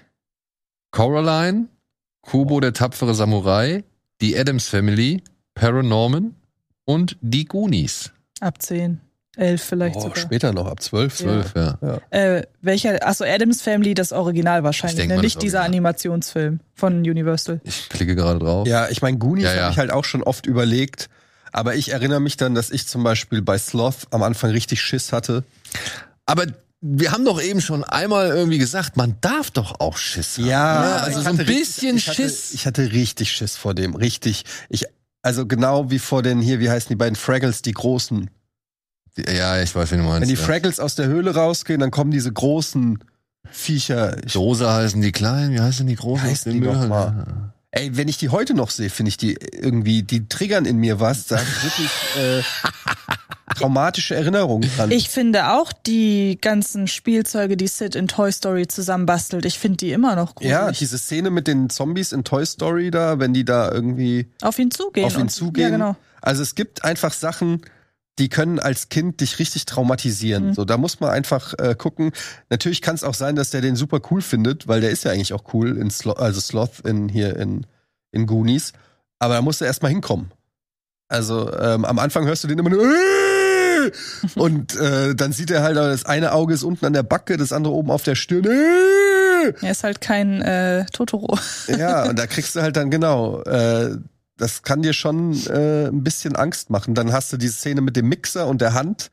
Coraline, Kubo der tapfere Samurai, die Addams Family, Paranorman und die Goonies. Ab 10, 11 vielleicht Oh, sogar. später noch, ab 12. 12, ja. Welcher, achso, Addams Family, das Original wahrscheinlich, Ich denk ne? mal, Nicht das dieser Original. Animationsfilm von Universal. Ich klicke gerade drauf. Ja, ich meine, Goonies Ja, ja. habe ich halt auch schon oft überlegt. Aber ich erinnere mich dann, dass ich zum Beispiel bei Sloth am Anfang richtig Schiss hatte. Aber wir haben doch eben schon einmal irgendwie gesagt, man darf doch auch Schiss haben. Also ich so ein hatte bisschen richtig- Schiss. Ich hatte richtig Schiss vor dem, richtig. Also genau wie vor den hier, wie heißen die beiden Fraggles, die großen. Ja, ich weiß, wie du meinst. Wenn die ja. Fraggles aus der Höhle rausgehen, dann kommen diese großen Viecher. Rosa heißen die kleinen, wie heißen die großen? Wie heißen die noch mal? Ey, wenn ich die heute noch sehe, finde ich die irgendwie, die triggern in mir was. Da hab ich wirklich traumatische Erinnerungen dran. Ich finde auch die ganzen Spielzeuge, die Sid in Toy Story zusammenbastelt, ich finde die immer noch gruselig. Ja, diese Szene mit den Zombies in Toy Story da, wenn die da irgendwie auf ihn zugehen. Ja, genau. Also es gibt einfach Sachen, die können als Kind dich richtig traumatisieren. So, da muss man einfach gucken. Natürlich kann es auch sein, dass der den super cool findet, weil der ist ja eigentlich auch cool in Sloth in Goonies. Aber da musst du erst mal hinkommen. Also am Anfang hörst du den immer nur und dann sieht er halt, das eine Auge ist unten an der Backe, das andere oben auf der Stirn. Er ist halt kein Totoro. Ja, und da kriegst du halt dann das kann dir schon ein bisschen Angst machen. Dann hast du die Szene mit dem Mixer und der Hand.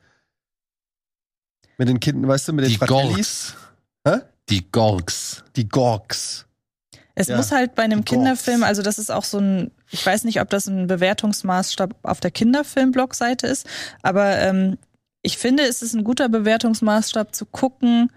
Mit den Kindern, weißt du, mit den Fratellis. Die Gorgs. Die Gorgs. Es muss halt bei einem Kinderfilm, also das ist auch so ein, ich weiß nicht, ob das ein Bewertungsmaßstab auf der Kinderfilm-Blog-Seite ist, aber ich finde, es ist ein guter Bewertungsmaßstab zu gucken,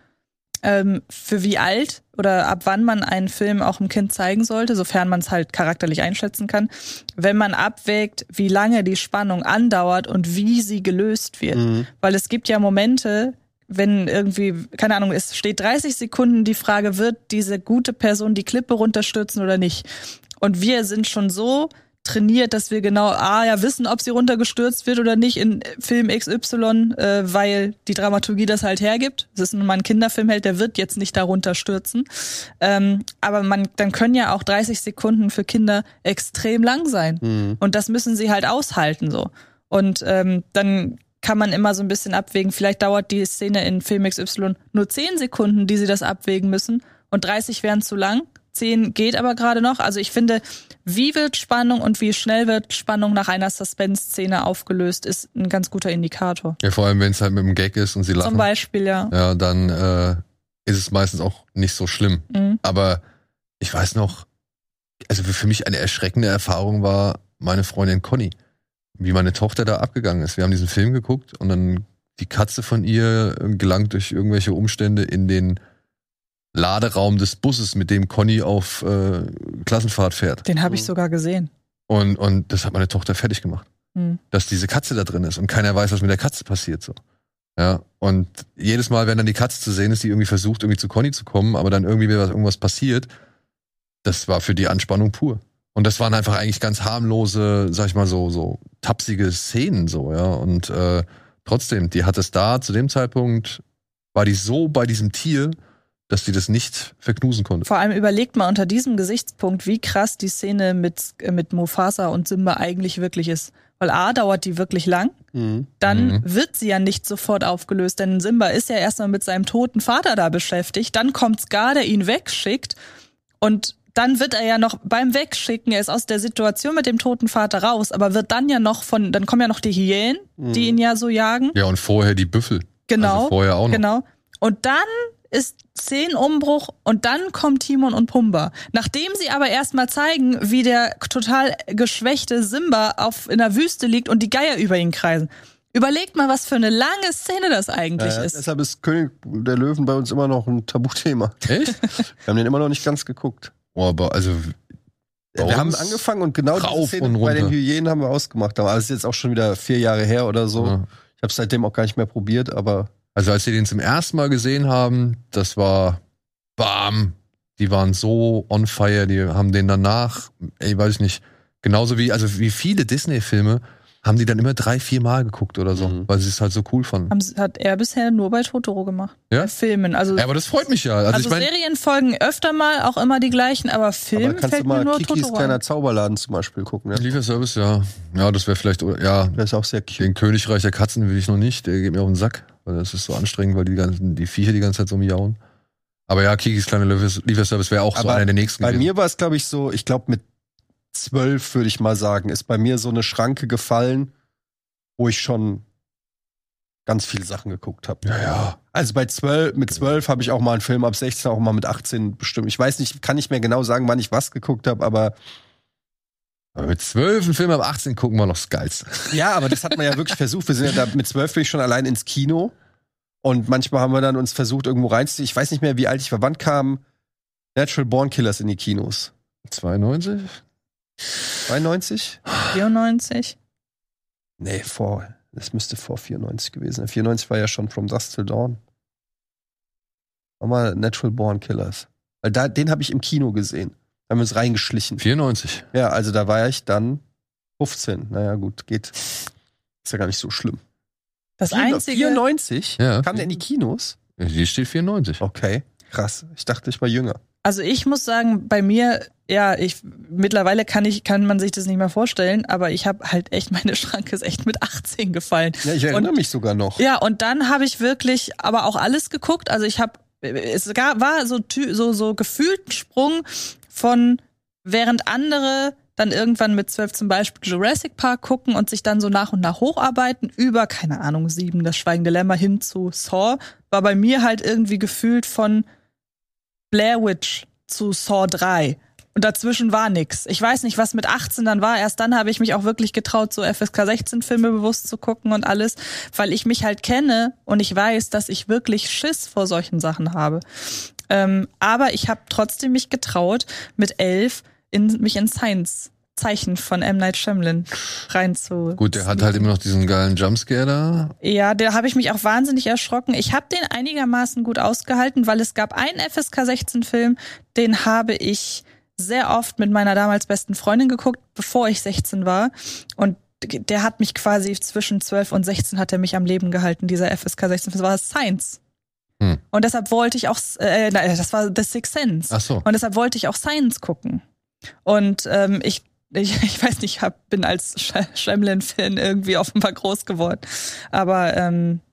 für wie alt oder ab wann man einen Film auch einem Kind zeigen sollte, sofern man es halt charakterlich einschätzen kann, wenn man abwägt, wie lange die Spannung andauert und wie sie gelöst wird. Weil es gibt ja Momente, wenn irgendwie, keine Ahnung, es steht 30 Sekunden die Frage, wird diese gute Person die Klippe runterstürzen oder nicht? Und wir sind schon so trainiert, dass wir genau wissen, ob sie runtergestürzt wird oder nicht in Film XY, weil die Dramaturgie das halt hergibt. Das ist nun mal ein Kinderfilmheld, der wird jetzt nicht da runterstürzen. Aber dann können ja auch 30 Sekunden für Kinder extrem lang sein. Und das müssen sie halt aushalten so. Und dann kann man immer so ein bisschen abwägen, vielleicht dauert die Szene in Film XY nur 10 Sekunden, die sie das abwägen müssen und 30 wären zu lang. 10 geht aber gerade noch. Also ich finde, wie wird Spannung und wie schnell wird Spannung nach einer Suspense-Szene aufgelöst, ist ein ganz guter Indikator. Ja, vor allem, wenn es halt mit einem Gag ist und sie lachen. Zum Beispiel, ja. Ja, dann ist es meistens auch nicht so schlimm. Aber ich weiß noch, also für mich eine erschreckende Erfahrung war meine Freundin Conny, wie meine Tochter da abgegangen ist. Wir haben diesen Film geguckt und dann die Katze von ihr gelangt durch irgendwelche Umstände in den Laderaum des Busses, mit dem Conny auf Klassenfahrt fährt. Den habe ich sogar gesehen. Und das hat meine Tochter fertig gemacht. Dass diese Katze da drin ist und keiner weiß, was mit der Katze passiert. So. Ja, und jedes Mal, wenn dann die Katze zu sehen ist, die irgendwie versucht, irgendwie zu Conny zu kommen, aber dann irgendwie irgendwas passiert, das war für die Anspannung pur. Und das waren einfach eigentlich ganz harmlose, sag ich mal so tapsige Szenen so, ja. Und trotzdem, die hat es da zu dem Zeitpunkt, war die so bei diesem Tier, dass die das nicht verknusen konnte. Vor allem überlegt mal unter diesem Gesichtspunkt, wie krass die Szene mit Mufasa und Simba eigentlich wirklich ist. Weil dauert die wirklich lang, dann wird sie ja nicht sofort aufgelöst, denn Simba ist ja erstmal mit seinem toten Vater da beschäftigt, dann kommt Scar, der ihn wegschickt und dann wird er ja noch beim Wegschicken, er ist aus der Situation mit dem toten Vater raus, aber wird dann ja noch dann kommen ja noch die Hyänen, die ihn ja so jagen. Ja, und vorher die Büffel. Genau. Also vorher auch noch. Genau. Und dann ist Szenenumbruch und dann kommt Timon und Pumba. Nachdem sie aber erstmal zeigen, wie der total geschwächte Simba in der Wüste liegt und die Geier über ihn kreisen. Überlegt mal, was für eine lange Szene das eigentlich ist. Deshalb ist König der Löwen bei uns immer noch ein Tabuthema. Echt? Wir haben den immer noch nicht ganz geguckt. Oh, aber also wir haben angefangen und genau die Szene bei den Hyänen haben wir ausgemacht. Aber das ist jetzt auch schon wieder 4 Jahre her oder so. Ja. Ich habe es seitdem auch gar nicht mehr probiert, aber also als wir den zum ersten Mal gesehen haben, das war bam. Die waren so on fire, die haben den danach, weiß ich nicht, genauso wie viele Disney-Filme, haben die dann immer 3-4 Mal geguckt oder so, weil sie es halt so cool fanden. Hat er bisher nur bei Totoro gemacht. Ja? Bei Filmen. Also, ja, aber das freut mich ja. Also ich mein, Serien folgen öfter mal, auch immer die gleichen, aber Film fällt mir nur Totoro. Kannst du mal Kikis kleiner Zauberladen zum Beispiel gucken, ja? Lieferservice, ja. Ja, das wäre vielleicht, ja. Das ist auch sehr cute. Den Königreich der Katzen will ich noch nicht, der geht mir auf den Sack, weil das ist so anstrengend, weil die Viecher die ganze Zeit so miauen. Aber ja, Kikis kleiner Lieferservice wäre auch aber so einer der nächsten gewesen. Bei mir war es, glaube ich, so, ich glaube mit 12, würde ich mal sagen, ist bei mir so eine Schranke gefallen, wo ich schon ganz viele Sachen geguckt habe. Ja. Also mit 12 habe ich auch mal einen Film, ab 16 auch mal mit 18 bestimmt. Ich weiß nicht, kann nicht mehr genau sagen, wann ich was geguckt habe, aber mit 12 einen Film ab 18 gucken wir noch das Geilste. Ja, aber das hat man ja wirklich versucht. Wir sind ja da mit 12 bin ich schon allein ins Kino und manchmal haben wir dann uns versucht, irgendwo reinzuziehen. Ich weiß nicht mehr, wie alt ich war. Wann kamen Natural Born Killers in die Kinos? 92? 92? 94? Nee, das müsste vor 94 gewesen sein. 94 war ja schon From Dusk Till Dawn. Nochmal Natural Born Killers. Weil den habe ich im Kino gesehen. Da haben wir uns reingeschlichen. 94. Ja, also da war ich dann 15. Naja, gut, geht. Ist ja gar nicht so schlimm. Das Einzige. 94? Ja. Kam der in die Kinos? Hier steht 94. Okay, krass. Ich dachte, ich war jünger. Also ich muss sagen, bei mir, ja, mittlerweile kann man sich das nicht mehr vorstellen, aber ich habe halt echt, meine Schranke ist echt mit 18 gefallen. Ja, ich erinnere mich sogar noch. Ja, und dann habe ich wirklich aber auch alles geguckt. Also war so gefühlt ein Sprung von, während andere dann irgendwann mit 12 zum Beispiel Jurassic Park gucken und sich dann so nach und nach hocharbeiten über, keine Ahnung, 7, das Schweigende Lämmer hin zu Saw, war bei mir halt irgendwie gefühlt von Blair Witch zu Saw 3. Und dazwischen war nix. Ich weiß nicht, was mit 18 dann war. Erst dann habe ich mich auch wirklich getraut, so FSK 16 Filme bewusst zu gucken und alles, weil ich mich halt kenne und ich weiß, dass ich wirklich Schiss vor solchen Sachen habe. Aber ich habe trotzdem mich getraut, mit 11 mich in Science-Zeichen von M. Night Shyamalan reinzu. Gut, der hat halt immer noch diesen geilen Jumpscare da. Ja, da habe ich mich auch wahnsinnig erschrocken. Ich habe den einigermaßen gut ausgehalten, weil es gab einen FSK 16 Film, den habe ich sehr oft mit meiner damals besten Freundin geguckt, bevor ich 16 war. Und der hat mich quasi zwischen 12 und 16 hat er mich am Leben gehalten, dieser FSK 16. Das war Science. Und deshalb wollte ich auch, das war The Sixth Sense. Ach so. Und deshalb wollte ich auch Science gucken. Und ich weiß nicht, bin als Shyamalan-Fan irgendwie offenbar groß geworden. Aber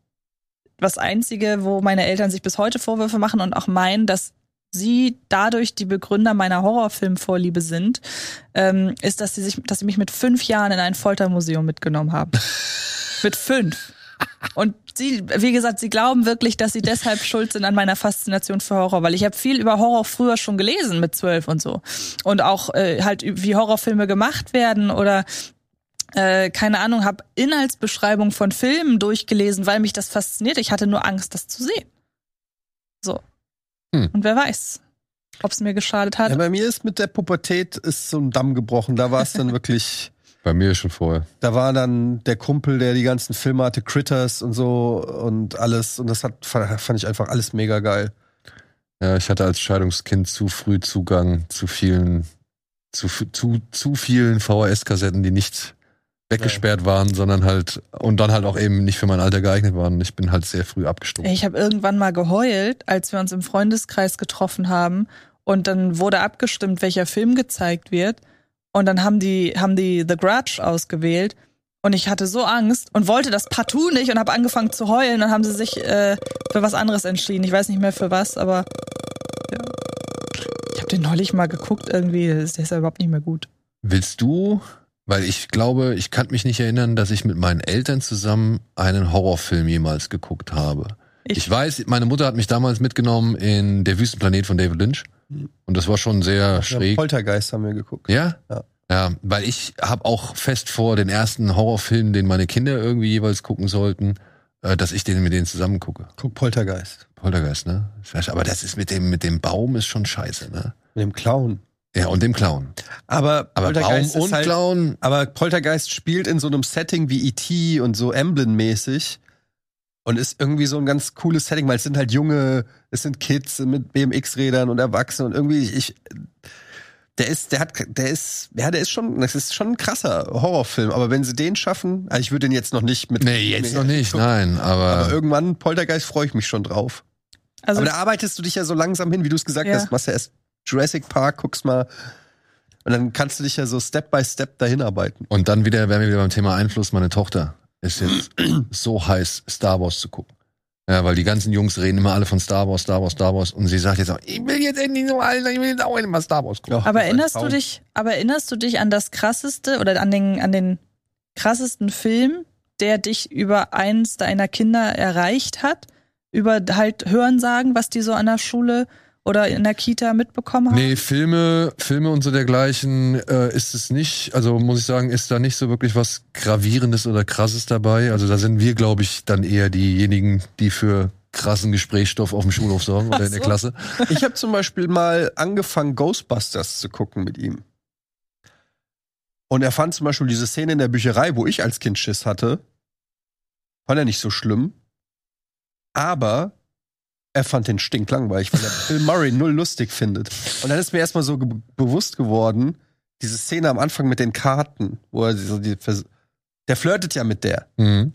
das Einzige, wo meine Eltern sich bis heute Vorwürfe machen und auch meinen, dass sie dadurch die Begründer meiner Horrorfilmvorliebe sind, ist, dass sie mich mit 5 Jahren in ein Foltermuseum mitgenommen haben. Mit 5. Und sie, wie gesagt, sie glauben wirklich, dass sie deshalb schuld sind an meiner Faszination für Horror, weil ich habe viel über Horror früher schon gelesen mit 12 und so. Und auch halt, wie Horrorfilme gemacht werden oder keine Ahnung, habe Inhaltsbeschreibungen von Filmen durchgelesen, weil mich das fasziniert. Ich hatte nur Angst, das zu sehen. So. Und wer weiß, ob es mir geschadet hat. Ja, bei mir ist mit der Pubertät ist so ein Damm gebrochen. Da war es dann wirklich. Bei mir schon vorher. Da war dann der Kumpel, der die ganzen Filme hatte, Critters und so und alles. Und das fand ich einfach alles mega geil. Ja, ich hatte als Scheidungskind zu früh Zugang zu vielen VHS-Kassetten, die nicht weggesperrt waren, sondern halt, und dann halt auch eben nicht für mein Alter geeignet waren. Ich bin halt sehr früh abgestumpft. Ich habe irgendwann mal geheult, als wir uns im Freundeskreis getroffen haben und dann wurde abgestimmt, welcher Film gezeigt wird. Und dann haben die The Grudge ausgewählt und ich hatte so Angst und wollte das partout nicht und habe angefangen zu heulen. Dann haben sie sich für was anderes entschieden. Ich weiß nicht mehr für was, aber ja. Ich habe den neulich mal geguckt irgendwie. Der ist ja überhaupt nicht mehr gut. Willst du, weil ich glaube, ich kann mich nicht erinnern, dass ich mit meinen Eltern zusammen einen Horrorfilm jemals geguckt habe. Ich weiß, meine Mutter hat mich damals mitgenommen in Der Wüstenplanet von David Lynch. Und das war schon sehr schräg. Poltergeist haben wir geguckt. Ja? Ja, weil ich habe auch fest vor, den ersten Horrorfilm, den meine Kinder irgendwie jeweils gucken sollten, dass ich den mit denen zusammen gucke. Guck Poltergeist. Poltergeist, ne? Aber das ist mit dem Baum ist schon scheiße, ne? Mit dem Clown. Ja, und dem Clown. Aber Poltergeist Baum und ist halt, Clown. Aber Poltergeist spielt in so einem Setting wie E.T. und so Emblem-mäßig. Und ist irgendwie so ein ganz cooles Setting, weil es sind halt es sind Kids mit BMX-Rädern und Erwachsene und irgendwie, das ist schon ein krasser Horrorfilm. Aber wenn sie den schaffen, also ich würde den jetzt noch nicht mit. Nee, jetzt noch nicht, nein, aber irgendwann, Poltergeist, freue ich mich schon drauf. Also, aber da arbeitest du dich ja so langsam hin, wie du es gesagt hast. Machst ja erst Jurassic Park, guckst mal. Und dann kannst du dich ja so Step by Step dahin arbeiten. Und dann wären wir wieder beim Thema Einfluss. Meine Tochter ist jetzt so heiß, Star Wars zu gucken. Ja, weil die ganzen Jungs reden immer alle von Star Wars. Und sie sagt jetzt auch, ich will jetzt endlich so alt, ich will jetzt auch immer Star Wars gucken. Aber erinnerst du dich an das krasseste oder an den krassesten Film, der dich über eins deiner Kinder erreicht hat? Über halt Hörensagen, was die so an der Schule oder in der Kita mitbekommen haben? Nee, Filme und so dergleichen ist es nicht. Also muss ich sagen, ist da nicht so wirklich was Gravierendes oder Krasses dabei. Also da sind wir, glaube ich, dann eher diejenigen, die für krassen Gesprächsstoff auf dem Schulhof sorgen oder in der Klasse. Ich habe zum Beispiel mal angefangen, Ghostbusters zu gucken mit ihm. Und er fand zum Beispiel diese Szene in der Bücherei, wo ich als Kind Schiss hatte, fand er nicht so schlimm. Aber er fand den stinklangweilig, weil er Bill Murray null lustig findet. Und dann ist mir erstmal so bewusst geworden, diese Szene am Anfang mit den Karten, wo er so der flirtet ja mit der. Mhm.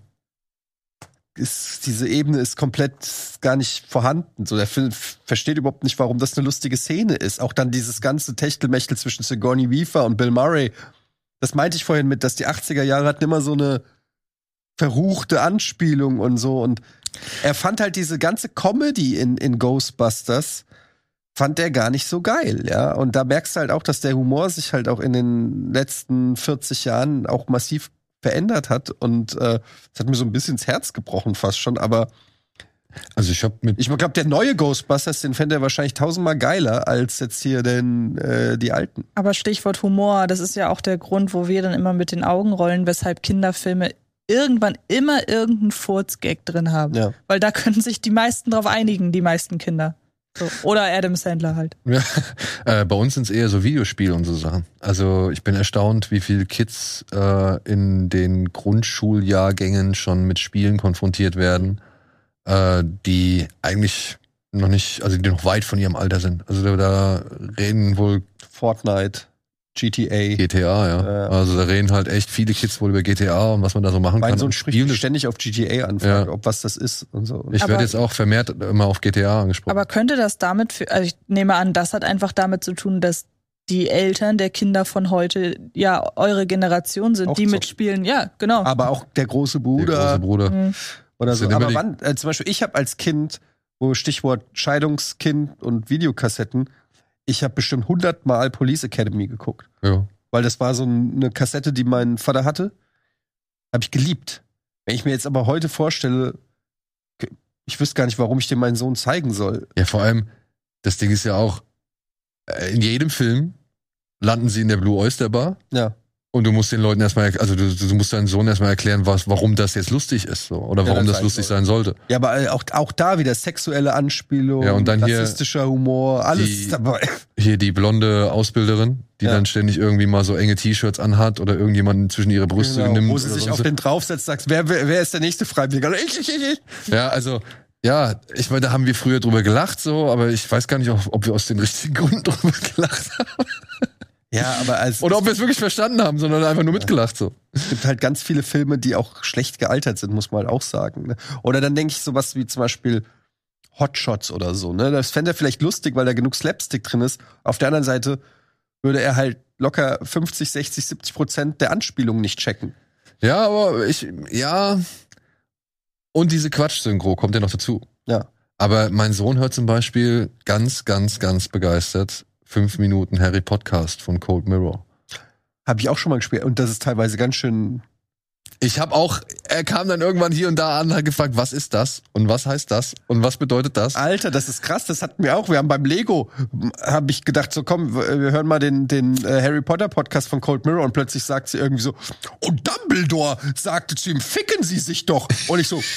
Diese Ebene ist komplett gar nicht vorhanden. So, der Film versteht überhaupt nicht, warum das eine lustige Szene ist. Auch dann dieses ganze Techtelmechtel zwischen Sigourney Weaver und Bill Murray. Das meinte ich vorhin mit, dass die 80er Jahre hatten immer so eine verruchte Anspielung und so. Und er fand halt diese ganze Comedy in Ghostbusters fand er gar nicht so geil, ja. Und da merkst du halt auch, dass der Humor sich halt auch in den letzten 40 Jahren auch massiv verändert hat. Und das hat mir so ein bisschen ins Herz gebrochen fast schon. Aber also ich glaube, der neue Ghostbusters, den fände er wahrscheinlich 1000-mal geiler als jetzt hier die alten. Aber Stichwort Humor, das ist ja auch der Grund, wo wir dann immer mit den Augen rollen, weshalb Kinderfilme irgendwann immer irgendeinen Furzgag drin haben. Ja. Weil da können sich die meisten drauf einigen, die meisten Kinder. So. Oder Adam Sandler halt. Ja, bei uns sind es eher so Videospiele und so Sachen. Also ich bin erstaunt, wie viele Kids in den Grundschuljahrgängen schon mit Spielen konfrontiert werden, die eigentlich noch nicht, also die noch weit von ihrem Alter sind. Also da reden wohl Fortnite, GTA, ja. Also da reden halt echt viele Kids wohl über GTA und was man da so machen kann. Mein Sohn spricht ständig auf GTA anfragt, ob was das ist und so. Ich werde jetzt auch vermehrt immer auf GTA angesprochen. Aber könnte das damit, also ich nehme an, das hat einfach damit zu tun, dass die Eltern der Kinder von heute ja eure Generation sind, auch die mitspielen, ja, genau. Aber auch der große Bruder. Der große Bruder. Oder so. Aber wann, zum Beispiel, ich habe als Kind, wo Stichwort Scheidungskind und Videokassetten, ich habe bestimmt 100-mal Police Academy geguckt. Ja. Weil das war so eine Kassette, die mein Vater hatte. Habe ich geliebt. Wenn ich mir jetzt aber heute vorstelle, ich wüsste gar nicht, warum ich dem meinen Sohn zeigen soll. Ja, vor allem, das Ding ist ja auch, in jedem Film landen sie in der Blue Oyster Bar. Ja. Und du musst den Leuten erstmal, also du musst deinen Sohn erstmal erklären, warum das jetzt lustig ist, so, oder warum das lustig sein sollte. Ja, aber auch da wieder sexuelle Anspielung, ja, und dann rassistischer Humor, alles ist dabei. Hier die blonde Ausbilderin, die dann ständig irgendwie mal so enge T-Shirts anhat oder irgendjemanden zwischen ihre Brüste nimmt. Wo sie sich auf den draufsetzt, sagt, wer ist der nächste Freiwillige? Ich. Ja, also, ja, ich meine, da haben wir früher drüber gelacht, so, aber ich weiß gar nicht, ob wir aus den richtigen Gründen drüber gelacht haben. Ja, aber oder ob wir es wirklich verstanden haben, sondern einfach nur mitgelacht so. Es gibt halt ganz viele Filme, die auch schlecht gealtert sind, muss man halt auch sagen. Ne? Oder dann denke ich sowas wie zum Beispiel Hot Shots oder so. Ne? Das fände er vielleicht lustig, weil da genug Slapstick drin ist. Auf der anderen Seite würde er halt locker 50, 60, 70% der Anspielungen nicht checken. Ja, aber und diese Quatsch-Synchro kommt ja noch dazu. Ja. Aber mein Sohn hört zum Beispiel ganz, ganz, ganz begeistert 5 Minuten Harry Podcast von Cold Mirror. Habe ich auch schon mal gespielt. Und das ist teilweise ganz schön. Er kam dann irgendwann hier und da an, hat gefragt, was ist das? Und was heißt das? Und was bedeutet das? Alter, das ist krass, das hatten wir auch. Wir haben beim Lego, habe ich gedacht, so komm, wir hören mal den Harry Potter Podcast von Cold Mirror und plötzlich sagt sie irgendwie so, und Dumbledore sagte zu ihm, ficken Sie sich doch. Und ich so,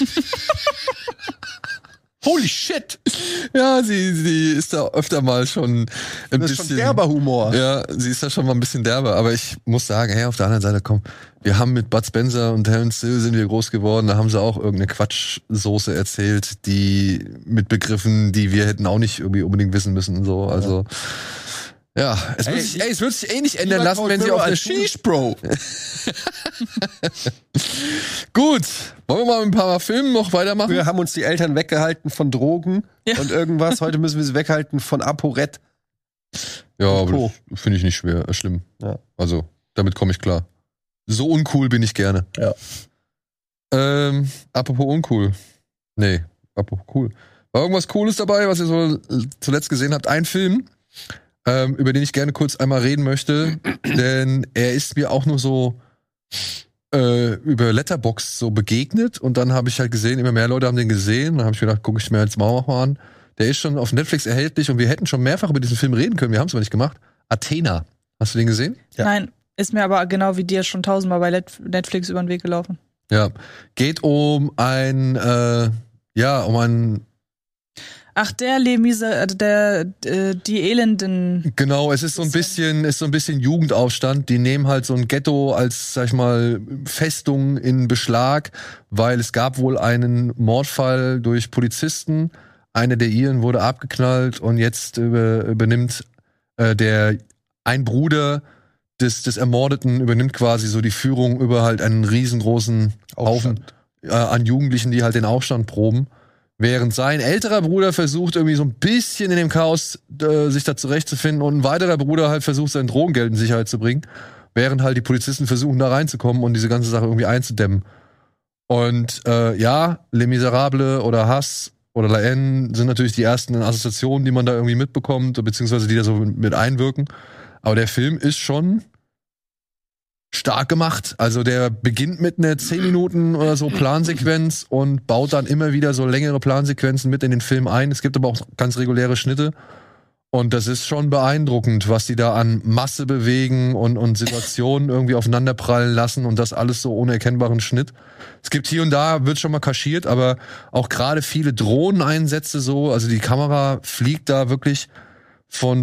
holy shit! Ja, sie ist da öfter mal schon ein bisschen. Schon derber Humor. Ja, sie ist da schon mal ein bisschen derber. Aber ich muss sagen, hey, auf der anderen Seite, komm, wir haben mit Bud Spencer und Terence Hill sind wir groß geworden. Da haben sie auch irgendeine Quatschsoße erzählt, die mit Begriffen, die wir hätten auch nicht irgendwie unbedingt wissen müssen und so. Also. Ja, es wird sich eh nicht ändern lassen, wenn sie auf der Sheesh, Bro. Gut, wollen wir mal mit ein paar Filmen noch weitermachen? Wir haben uns die Eltern weggehalten von Drogen und irgendwas. Heute müssen wir sie weghalten von ApoRed. Ja, aber finde ich nicht schlimm. Ja. Also, damit komme ich klar. So uncool bin ich gerne. Ja. Apropos uncool. Nee, apropos cool. War irgendwas Cooles dabei, was ihr so zuletzt gesehen habt? Ein Film, über den ich gerne kurz einmal reden möchte, denn er ist mir auch nur so über Letterboxd so begegnet und dann habe ich halt gesehen, immer mehr Leute haben den gesehen, dann habe ich gedacht, gucke ich mir jetzt mal an. Der ist schon auf Netflix erhältlich und wir hätten schon mehrfach über diesen Film reden können, wir haben es aber nicht gemacht. Athena. Hast du den gesehen? Ja. Nein, ist mir aber genau wie dir schon 1000-mal bei Netflix über den Weg gelaufen. Ja, geht um ein Ja, um einen. Ach, die Elenden. Genau, es ist so ein bisschen Jugendaufstand. Die nehmen halt so ein Ghetto als, sag ich mal, Festung in Beschlag, weil es gab wohl einen Mordfall durch Polizisten. Eine der ihren wurde abgeknallt und jetzt übernimmt ein Bruder des Ermordeten übernimmt quasi so die Führung über halt einen riesengroßen Haufen an Jugendlichen, die halt den Aufstand proben. Während sein älterer Bruder versucht, irgendwie so ein bisschen in dem Chaos sich da zurechtzufinden und ein weiterer Bruder halt versucht, sein Drogengeld in Sicherheit zu bringen, während halt die Polizisten versuchen, da reinzukommen und diese ganze Sache irgendwie einzudämmen. Und Les Miserables oder Hass oder La Haine sind natürlich die ersten Assoziationen, die man da irgendwie mitbekommt, beziehungsweise die da so mit einwirken. Aber der Film ist schon stark gemacht. Also der beginnt mit einer 10 Minuten oder so Plansequenz und baut dann immer wieder so längere Plansequenzen mit in den Film ein. Es gibt aber auch ganz reguläre Schnitte. Und das ist schon beeindruckend, was die da an Masse bewegen und Situationen irgendwie aufeinanderprallen lassen und das alles so ohne erkennbaren Schnitt. Es gibt hier und da, wird schon mal kaschiert, aber auch gerade viele Drohneneinsätze so. Also die Kamera fliegt da wirklich von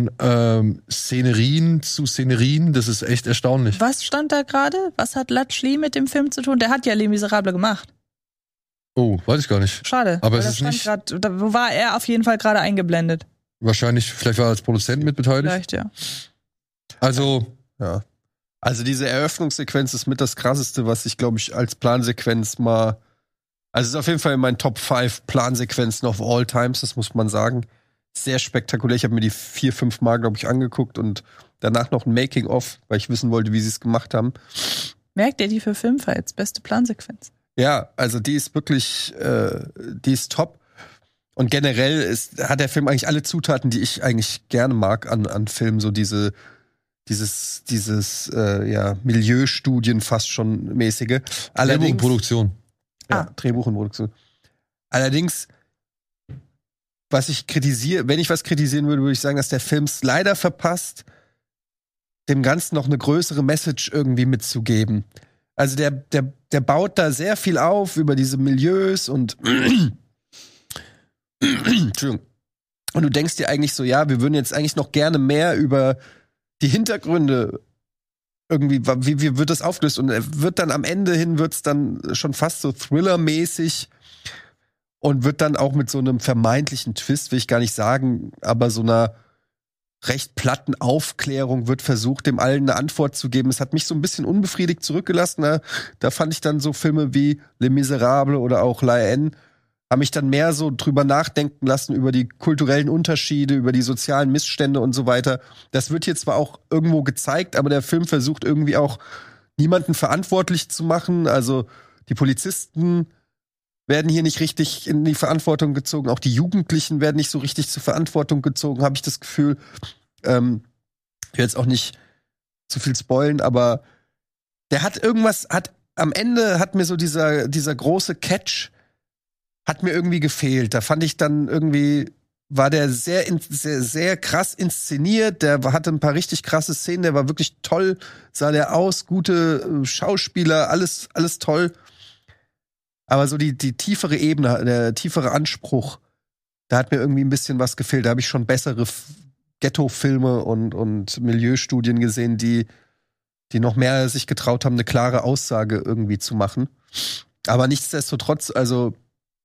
Szenerien zu Szenerien, das ist echt erstaunlich. Was stand da gerade? Was hat Latchley mit dem Film zu tun? Der hat ja Les Miserables gemacht. Oh, weiß ich gar nicht. Schade. Aber es ist nicht. Wo war er auf jeden Fall gerade eingeblendet? Wahrscheinlich, vielleicht war er als Produzent mitbeteiligt. Vielleicht, ja. Also, ja. Also diese Eröffnungssequenz ist mit das Krasseste, was ich, glaube ich, als Plansequenz mal. Also es ist auf jeden Fall in meinen Top 5 Plansequenzen of all times, das muss man sagen. Sehr spektakulär. Ich habe mir die 4-5 Mal, glaube ich, angeguckt und danach noch ein Making-of, weil ich wissen wollte, wie sie es gemacht haben. Merkt ihr die für Filmfights? Beste Plansequenz. Ja, also die ist wirklich, die ist top. Und generell hat der Film eigentlich alle Zutaten, die ich eigentlich gerne mag an Filmen, so dieses Milieustudien fast schon mäßige. Drehbuch und Produktion. Ja, Drehbuch und Produktion. Allerdings, wenn ich was kritisieren würde, würde ich sagen, dass der Film es leider verpasst, dem Ganzen noch eine größere Message irgendwie mitzugeben. Also der baut da sehr viel auf über diese Milieus und Entschuldigung. Und du denkst dir eigentlich so, ja, wir würden jetzt eigentlich noch gerne mehr über die Hintergründe irgendwie, wie wird das aufgelöst? Und wird dann am Ende hin, wird's dann schon fast so Thriller-mäßig und wird dann auch mit so einem vermeintlichen Twist, will ich gar nicht sagen, aber so einer recht platten Aufklärung wird versucht, dem allen eine Antwort zu geben. Es hat mich so ein bisschen unbefriedigt zurückgelassen. Da fand ich dann so Filme wie Les Miserables oder auch La Haine haben mich dann mehr so drüber nachdenken lassen, über die kulturellen Unterschiede, über die sozialen Missstände und so weiter. Das wird hier zwar auch irgendwo gezeigt, aber der Film versucht irgendwie auch niemanden verantwortlich zu machen. Also die Polizisten werden hier nicht richtig in die Verantwortung gezogen. Auch die Jugendlichen werden nicht so richtig zur Verantwortung gezogen, habe ich das Gefühl. Ich will jetzt auch nicht zu viel spoilen, aber der hat irgendwas, am Ende hat mir so dieser große Catch hat mir irgendwie gefehlt. Da fand ich dann irgendwie, war der sehr, sehr krass inszeniert. Der hatte ein paar richtig krasse Szenen. Der war wirklich toll, sah der aus, gute Schauspieler, alles toll. Aber so die tiefere Ebene, der tiefere Anspruch, da hat mir irgendwie ein bisschen was gefehlt. Da habe ich schon bessere Ghetto-Filme und Milieustudien gesehen, die noch mehr sich getraut haben, eine klare Aussage irgendwie zu machen. Aber nichtsdestotrotz, also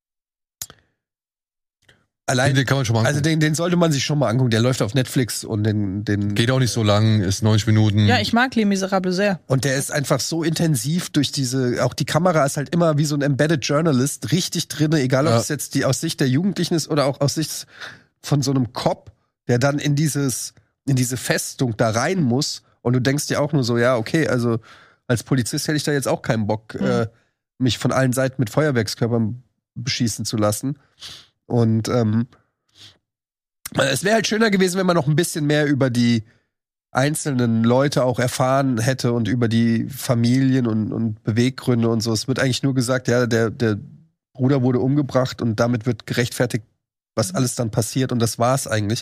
allein, den kann man schon mal angucken. Also den sollte man sich schon mal angucken. Der läuft auf Netflix und den geht auch nicht so lang, ist 90 Minuten. Ja, ich mag Les Miserables sehr. Und der ist einfach so intensiv durch auch die Kamera ist halt immer wie so ein Embedded Journalist richtig drinne, egal ob es jetzt die aus Sicht der Jugendlichen ist oder auch aus Sicht von so einem Cop, der dann in diese Festung da rein muss. Und du denkst dir auch nur so, ja, okay, also als Polizist hätte ich da jetzt auch keinen Bock, mich von allen Seiten mit Feuerwerkskörpern beschießen zu lassen. Und es wäre halt schöner gewesen, wenn man noch ein bisschen mehr über die einzelnen Leute auch erfahren hätte und über die Familien und Beweggründe und so. Es wird eigentlich nur gesagt, ja, der Bruder wurde umgebracht und damit wird gerechtfertigt, was alles dann passiert. Und das war's eigentlich.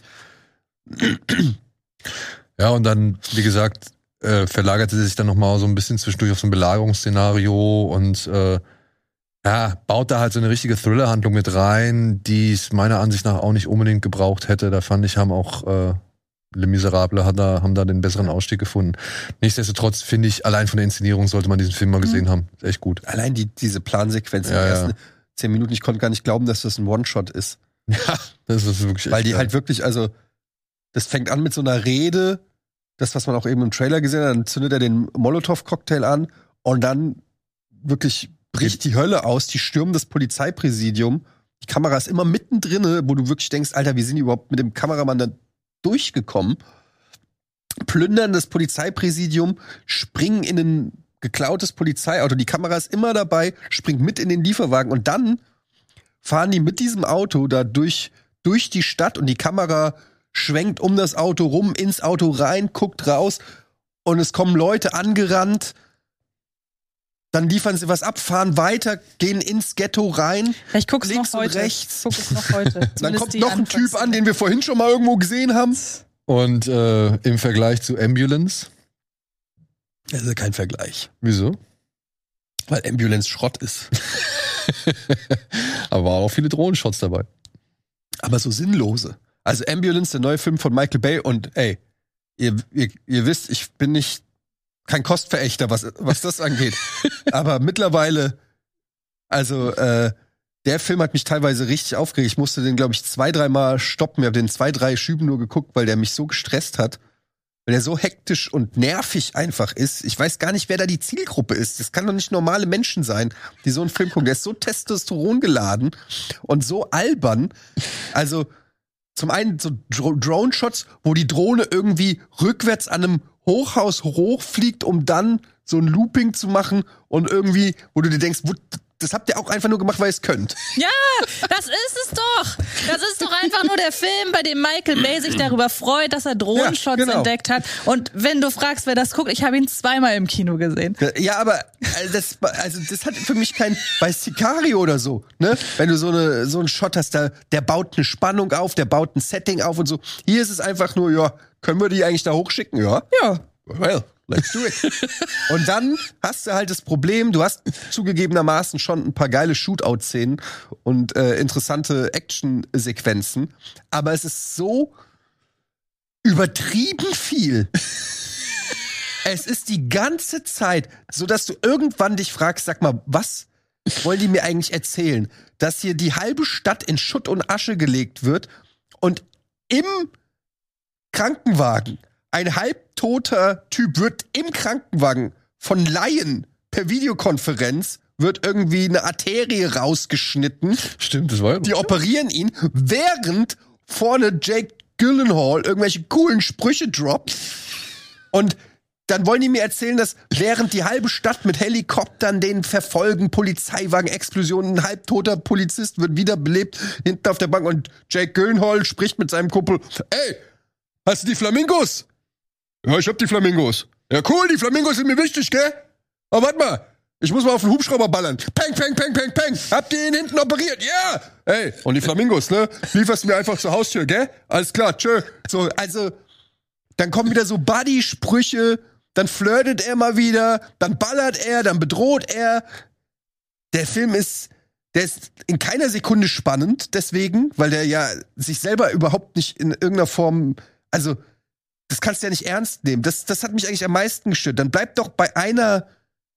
Ja, und dann, wie gesagt, verlagerte sich dann noch mal so ein bisschen zwischendurch auf so ein Belagerungsszenario und Ja, baut da halt so eine richtige Thriller-Handlung mit rein, die es meiner Ansicht nach auch nicht unbedingt gebraucht hätte. Da fand ich, haben auch Les Miserables haben da den besseren Ausstieg gefunden. Nichtsdestotrotz finde ich, allein von der Inszenierung sollte man diesen Film mal gesehen haben. Ist echt gut. Allein diese Plansequenz in den ersten 10 Minuten, ich konnte gar nicht glauben, dass das ein One-Shot ist. Ja, das ist wirklich echt Weil die geil. halt wirklich, also, das fängt an mit so einer Rede, das, was man auch eben im Trailer gesehen hat, dann zündet er den Molotow-Cocktail an und dann wirklich bricht die Hölle aus, die stürmen das Polizeipräsidium, die Kamera ist immer mittendrin, wo du wirklich denkst, Alter, wie sind die überhaupt mit dem Kameramann da durchgekommen? Plündern das Polizeipräsidium, springen in ein geklautes Polizeiauto, die Kamera ist immer dabei, springt mit in den Lieferwagen und dann fahren die mit diesem Auto da durch die Stadt und die Kamera schwenkt um das Auto rum, ins Auto rein, guckt raus und es kommen Leute angerannt. Dann liefern sie was ab, fahren weiter, gehen ins Ghetto rein. Ich guck's links noch heute. und rechts. Ich guck es noch heute. Dann kommt noch ein Typ an, den wir vorhin schon mal irgendwo gesehen haben. Und im Vergleich zu Ambulance? Das ist kein Vergleich. Wieso? Weil Ambulance Schrott ist. Aber waren auch viele Drohnenshots dabei. Aber so sinnlose. Also Ambulance, der neue Film von Michael Bay und ey, ihr wisst, ich bin nicht kein Kostverächter, was das angeht. Aber mittlerweile, also der Film hat mich teilweise richtig aufgeregt. Ich musste den, glaube ich, 2-3 Mal stoppen. Ich habe den 2-3 Schüben nur geguckt, weil der mich so gestresst hat. Weil der so hektisch und nervig einfach ist. Ich weiß gar nicht, wer da die Zielgruppe ist. Das kann doch nicht normale Menschen sein, die so einen Film gucken. Der ist so Testosteron geladen und so albern. Also zum einen so Drone-Shots, wo die Drohne irgendwie rückwärts an einem Hochhaus hochfliegt, um dann so ein Looping zu machen und irgendwie, wo du dir denkst, das habt ihr auch einfach nur gemacht, weil ihr es könnt. Ja, das ist es doch. Das ist doch einfach nur der Film, bei dem Michael Bay sich darüber freut, dass er Drohnenshots entdeckt hat. Und wenn du fragst, wer das guckt, ich habe ihn 2-mal im Kino gesehen. Ja, aber das hat für mich bei Sicario oder so, ne? Wenn du so einen Shot hast, der baut eine Spannung auf, der baut ein Setting auf und so. Hier ist es einfach nur, ja, können wir die eigentlich da hochschicken, ja? Ja. Well, let's do it. Und dann hast du halt das Problem, du hast zugegebenermaßen schon ein paar geile Shootout-Szenen und interessante Action-Sequenzen, aber es ist so übertrieben viel. Es ist die ganze Zeit, so dass du irgendwann dich fragst, sag mal, was wollen die mir eigentlich erzählen? Dass hier die halbe Stadt in Schutt und Asche gelegt wird und im Krankenwagen ein halbtoter Typ wird im Krankenwagen von Laien per Videokonferenz wird irgendwie eine Arterie rausgeschnitten. Stimmt, das war ja. Die operieren ihn, während vorne Jake Gyllenhaal irgendwelche coolen Sprüche droppt. Und dann wollen die mir erzählen, dass während die halbe Stadt mit Helikoptern den verfolgen, Polizeiwagen, Explosionen, ein halbtoter Polizist wird wiederbelebt hinten auf der Bank und Jake Gyllenhaal spricht mit seinem Kumpel: Ey, hast du die Flamingos? Ja, ich hab die Flamingos. Ja, cool, die Flamingos sind mir wichtig, gell? Aber warte mal, ich muss mal auf den Hubschrauber ballern. Peng, peng, peng, peng, peng. Habt ihr ihn hinten operiert? Ja! Ey, und die Flamingos, ne? Lieferst du mir einfach zur Haustür, gell? Alles klar, tschö. So, also, dann kommen wieder so Buddy-Sprüche, dann flirtet er mal wieder, dann ballert er, dann bedroht er. Der Film ist in keiner Sekunde spannend, deswegen, weil der ja sich selber überhaupt nicht in irgendeiner Form, also, das kannst du ja nicht ernst nehmen. Das hat mich eigentlich am meisten gestört. Dann bleib doch bei einer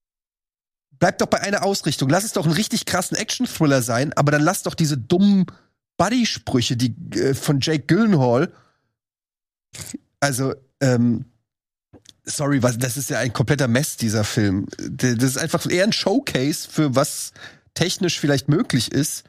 Ausrichtung. Lass es doch einen richtig krassen Action-Thriller sein, aber dann lass doch diese dummen Buddy-Sprüche, die von Jake Gyllenhaal. Also, sorry, das ist ja ein kompletter Mess, dieser Film. Das ist einfach eher ein Showcase für was technisch vielleicht möglich ist.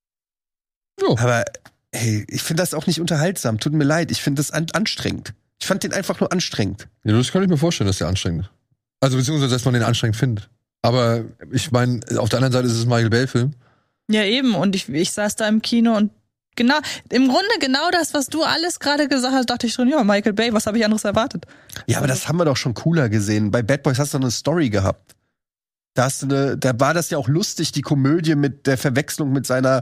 Jo. Aber, hey, ich finde das auch nicht unterhaltsam. Tut mir leid, ich finde das anstrengend. Ich fand den einfach nur anstrengend. Ja, das kann ich mir vorstellen, dass der anstrengend ist. Also beziehungsweise, dass man den anstrengend findet. Aber ich meine, auf der anderen Seite ist es ein Michael Bay-Film. Ja, eben. Und ich saß da im Kino und im Grunde genau das, was du alles gerade gesagt hast, dachte ich schon, ja, Michael Bay, was habe ich anderes erwartet? Ja, aber das haben wir doch schon cooler gesehen. Bei Bad Boys hast du eine Story gehabt. Da war das ja auch lustig, die Komödie mit der Verwechslung mit seiner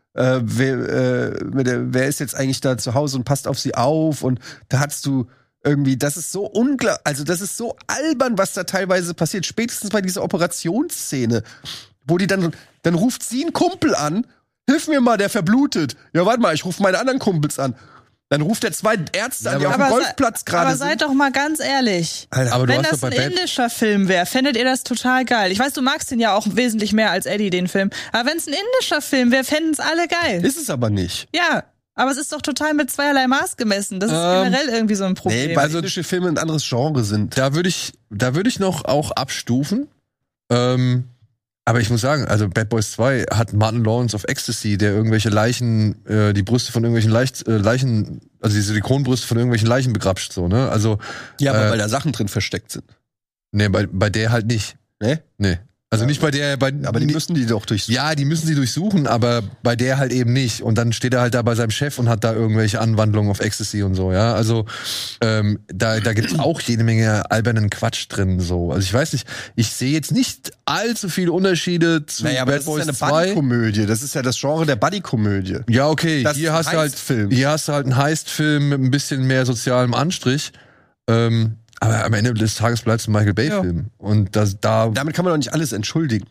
wer ist jetzt eigentlich da zu Hause und passt auf sie auf, und da hattest du irgendwie, das ist so das ist so albern, was da teilweise passiert, spätestens bei dieser Operationsszene, wo die dann Dann ruft sie einen Kumpel an, hilf mir mal, der verblutet. Ja, warte mal, ich rufe meine anderen Kumpels an. Dann ruft er 2 Ärzte an, die auf dem Golfplatz gerade sind. Aber seid doch mal ganz ehrlich. Alter, Aber du Wenn hast das doch ein bei indischer Film wäre, fändet ihr das total geil. Ich weiß, du magst den ja auch wesentlich mehr als Eddie, den Film. Aber wenn es ein indischer Film wäre, fänden es alle geil. ist es aber nicht. Ja, aber es ist doch total mit zweierlei Maß gemessen. Das ist generell irgendwie so ein Problem. Nee, weil indische Filme ein anderes Genre sind. Da würde ich noch auch abstufen. Aber ich muss sagen, also Bad Boys 2 hat Martin Lawrence of Ecstasy, der irgendwelche Leichen, die Brüste von irgendwelchen Leichen, also die Silikonbrüste von irgendwelchen Leichen begrapscht, so, ne? Also. Ja, aber weil da Sachen drin versteckt sind. Nee, bei der halt nicht. Nee. Also nicht bei der, aber die müssen die doch durchsuchen. Ja, die müssen sie durchsuchen, aber bei der halt eben nicht. Und dann steht er halt da bei seinem Chef und hat da irgendwelche Anwandlungen auf Ecstasy und so, ja. Also da gibt's auch jede Menge albernen Quatsch drin, so. Also ich weiß nicht, ich sehe jetzt nicht allzu viele Unterschiede zu Bad Boys 2. Das ist ja eine Buddy-Komödie. Das ist ja das Genre der Buddy-Komödie. Ja, okay. Das Hier ist ein hast du halt einen Heist-Film mit ein bisschen mehr sozialem Anstrich. Aber am Ende des Tages bleibt es ein Michael Bay-Film. Ja. Und damit kann man doch nicht alles entschuldigen.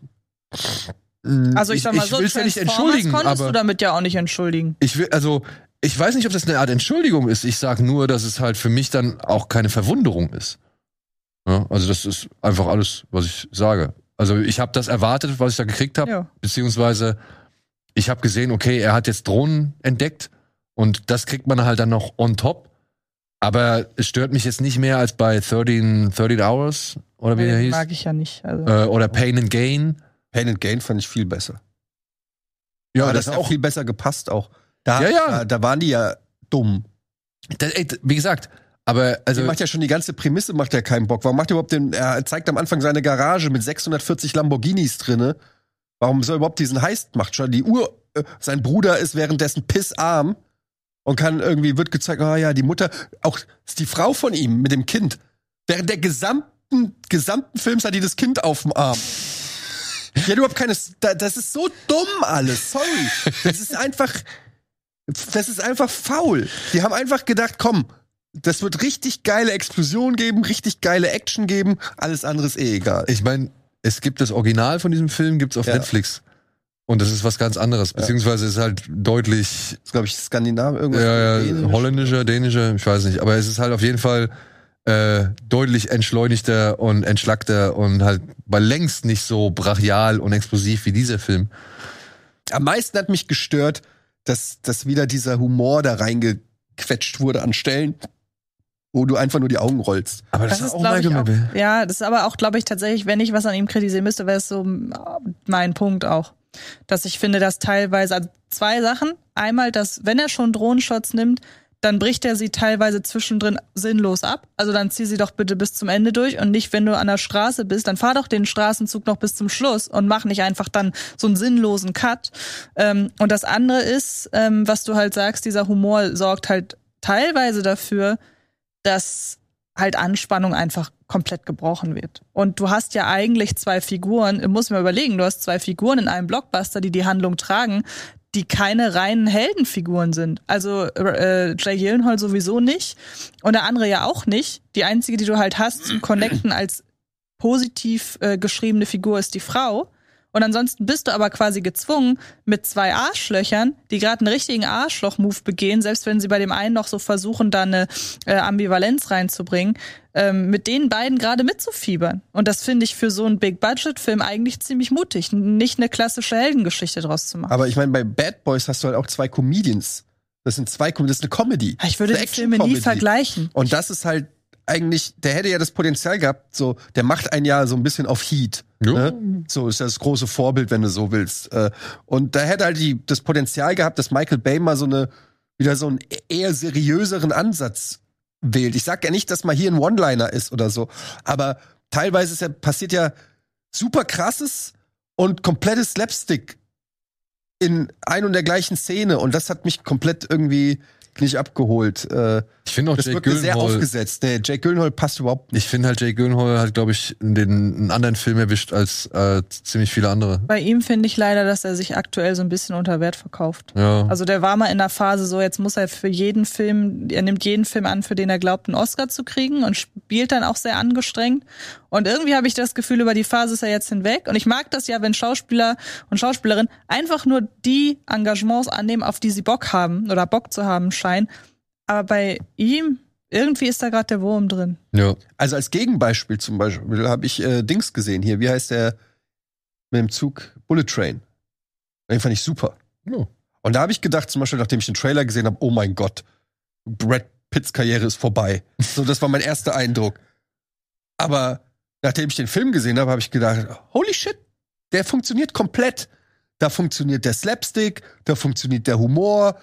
Also ich sag mal so, will's ja nicht entschuldigen, konntest aber du damit ja auch nicht entschuldigen. Ich weiß nicht, ob das eine Art Entschuldigung ist. Ich sag nur, dass es halt für mich dann auch keine Verwunderung ist. Ja, also das ist einfach alles, was ich sage. Also ich habe das erwartet, was ich da gekriegt habe, ja. Beziehungsweise ich habe gesehen, okay, er hat jetzt Drohnen entdeckt und das kriegt man halt dann noch on top. Aber es stört mich jetzt nicht mehr als bei 13 Hours, oder wie der hieß. Mag ich ja nicht. Also. Oder Pain and Gain. Pain and Gain fand ich viel besser. Ja, aber das hat auch viel besser gepasst auch. Da waren die ja dumm. Wie gesagt, aber also. Der macht ja schon die ganze Prämisse, macht ja keinen Bock. Warum macht er überhaupt er zeigt am Anfang seine Garage mit 640 Lamborghinis drinne. Warum soll er überhaupt diesen Heist machen? Schon sein Bruder ist währenddessen pissarm. Und wird gezeigt, die Mutter, auch ist die Frau von ihm mit dem Kind. Während der gesamten Films hat die das Kind auf dem Arm. Ja, überhaupt das ist so dumm alles, sorry. Das ist einfach faul. Die haben einfach gedacht, komm, das wird richtig geile Explosion geben, richtig geile Action geben, alles andere ist egal. Ich meine, es gibt das Original von diesem Film, gibt's auf Netflix. Und das ist was ganz anderes, beziehungsweise ist halt deutlich. Das ist, glaube ich, Skandinavisch, irgendwas. Ja, holländischer, dänischer, ich weiß nicht. Aber es ist halt auf jeden Fall deutlich entschleunigter und entschlackter und halt bei längst nicht so brachial und explosiv wie dieser Film. Am meisten hat mich gestört, dass wieder dieser Humor da reingequetscht wurde an Stellen, wo du einfach nur die Augen rollst. Aber das ist auch Michael. Ja, das ist aber auch, glaube ich, tatsächlich, wenn ich was an ihm kritisieren müsste, wäre es so mein Punkt auch. Dass ich finde, dass teilweise, also 2 Sachen. Einmal, dass, wenn er schon Drohnenshots nimmt, dann bricht er sie teilweise zwischendrin sinnlos ab. Also dann zieh sie doch bitte bis zum Ende durch und nicht, wenn du an der Straße bist, dann fahr doch den Straßenzug noch bis zum Schluss und mach nicht einfach dann so einen sinnlosen Cut. Und das andere ist, was du halt sagst, dieser Humor sorgt halt teilweise dafür, dass halt Anspannung einfach komplett gebrochen wird. Und du hast ja eigentlich 2 Figuren, muss man überlegen, du hast 2 Figuren in einem Blockbuster, die Handlung tragen, die keine reinen Heldenfiguren sind. Also Jake Gyllenhaal sowieso nicht und der andere ja auch nicht. Die einzige, die du halt hast zum Connecten als positiv geschriebene Figur ist die Frau. Und ansonsten bist du aber quasi gezwungen, mit 2 Arschlöchern, die gerade einen richtigen Arschloch-Move begehen, selbst wenn sie bei dem einen noch so versuchen, da eine Ambivalenz reinzubringen, mit den beiden gerade mitzufiebern. Und das finde ich für so einen Big-Budget-Film eigentlich ziemlich mutig, nicht eine klassische Heldengeschichte draus zu machen. Aber ich meine, bei Bad Boys hast du halt auch 2 Comedians. Das ist eine Comedy. Ich würde die Filme nie vergleichen. Und das ist halt eigentlich, der hätte ja das Potenzial gehabt, so, der macht ein Jahr so ein bisschen auf Heat. Ne? So ist das große Vorbild, wenn du so willst. Und da hätte halt das Potenzial gehabt, dass Michael Bay mal wieder so einen eher seriöseren Ansatz wählt. Ich sag ja nicht, dass mal hier ein One-Liner ist oder so, aber teilweise passiert ja super krasses und komplettes Slapstick in ein und der gleichen Szene und das hat mich komplett irgendwie nicht abgeholt. Ich finde auch das Jake wird sehr Gyllenhaal aufgesetzt. Nee, Jake Gyllenhaal passt überhaupt nicht. Ich finde halt, Jake Gyllenhaal hat, glaube ich, einen anderen Film erwischt als ziemlich viele andere. Bei ihm finde ich leider, dass er sich aktuell so ein bisschen unter Wert verkauft. Ja. Also der war mal in der Phase so, jetzt muss er für jeden Film, er nimmt jeden Film an, für den er glaubt, einen Oscar zu kriegen und spielt dann auch sehr angestrengt. Und irgendwie habe ich das Gefühl, über die Phase ist er jetzt hinweg. Und ich mag das ja, wenn Schauspieler und Schauspielerinnen einfach nur die Engagements annehmen, auf die sie Bock haben oder Bock zu haben scheinen. Aber bei ihm, irgendwie ist da gerade der Wurm drin. Ja. Also als Gegenbeispiel zum Beispiel habe ich Dings gesehen hier. Wie heißt der mit dem Zug? Bullet Train. Den fand ich super. Ja. Und da habe ich gedacht, zum Beispiel, nachdem ich den Trailer gesehen habe, oh mein Gott, Brad Pitts Karriere ist vorbei. So, das war mein erster Eindruck. Aber nachdem ich den Film gesehen habe, habe ich gedacht, holy shit, der funktioniert komplett. Da funktioniert der Slapstick, da funktioniert der Humor,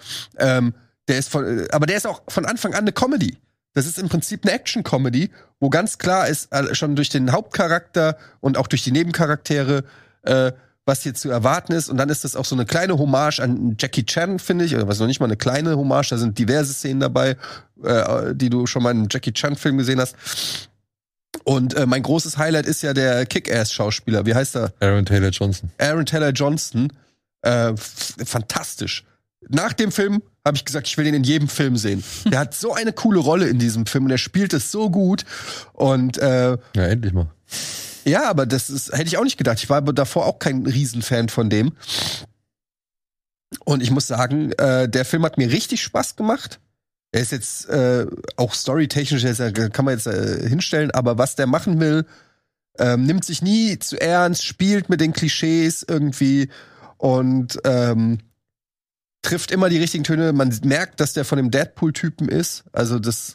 aber der ist auch von Anfang an eine Comedy. Das ist im Prinzip eine Action-Comedy, wo ganz klar ist, schon durch den Hauptcharakter und auch durch die Nebencharaktere, was hier zu erwarten ist. Und dann ist das auch so eine kleine Hommage an Jackie Chan, finde ich. Oder was noch nicht mal eine kleine Hommage, da sind diverse Szenen dabei, die du schon mal in einem Jackie Chan-Film gesehen hast. Und mein großes Highlight ist ja der Kick-Ass-Schauspieler. Wie heißt er? Aaron Taylor Johnson. Aaron Taylor Johnson. Fantastisch. Nach dem Film habe ich gesagt, ich will den in jedem Film sehen. Der hat so eine coole Rolle in diesem Film und er spielt es so gut. Und ja, endlich mal. Ja, aber hätte ich auch nicht gedacht. Ich war davor auch kein Riesenfan von dem. Und ich muss sagen, der Film hat mir richtig Spaß gemacht. Er ist jetzt auch storytechnisch, kann man jetzt hinstellen, aber was der machen will, nimmt sich nie zu ernst, spielt mit den Klischees irgendwie und trifft immer die richtigen Töne. Man merkt, dass der von dem Deadpool-Typen ist. Also das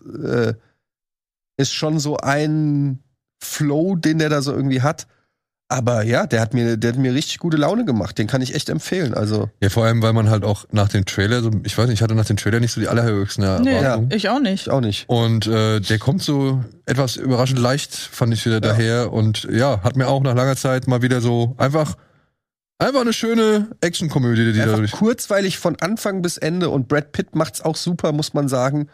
ist schon so ein Flow, den der da so irgendwie hat. Aber ja, der hat mir richtig gute Laune gemacht. Den kann ich echt empfehlen. Also ja, vor allem, weil man halt auch nach dem Trailer, ich weiß nicht, ich hatte nach dem Trailer nicht so die allerhöchsten Erwartungen. Nee, ich auch nicht. Ich auch nicht. Und der kommt so etwas überraschend leicht, fand ich wieder daher. Und ja, hat mir auch nach langer Zeit mal wieder so einfach eine schöne Actionkomödie, die einfach dadurch. Kurzweilig von Anfang bis Ende und Brad Pitt macht's auch super, muss man sagen.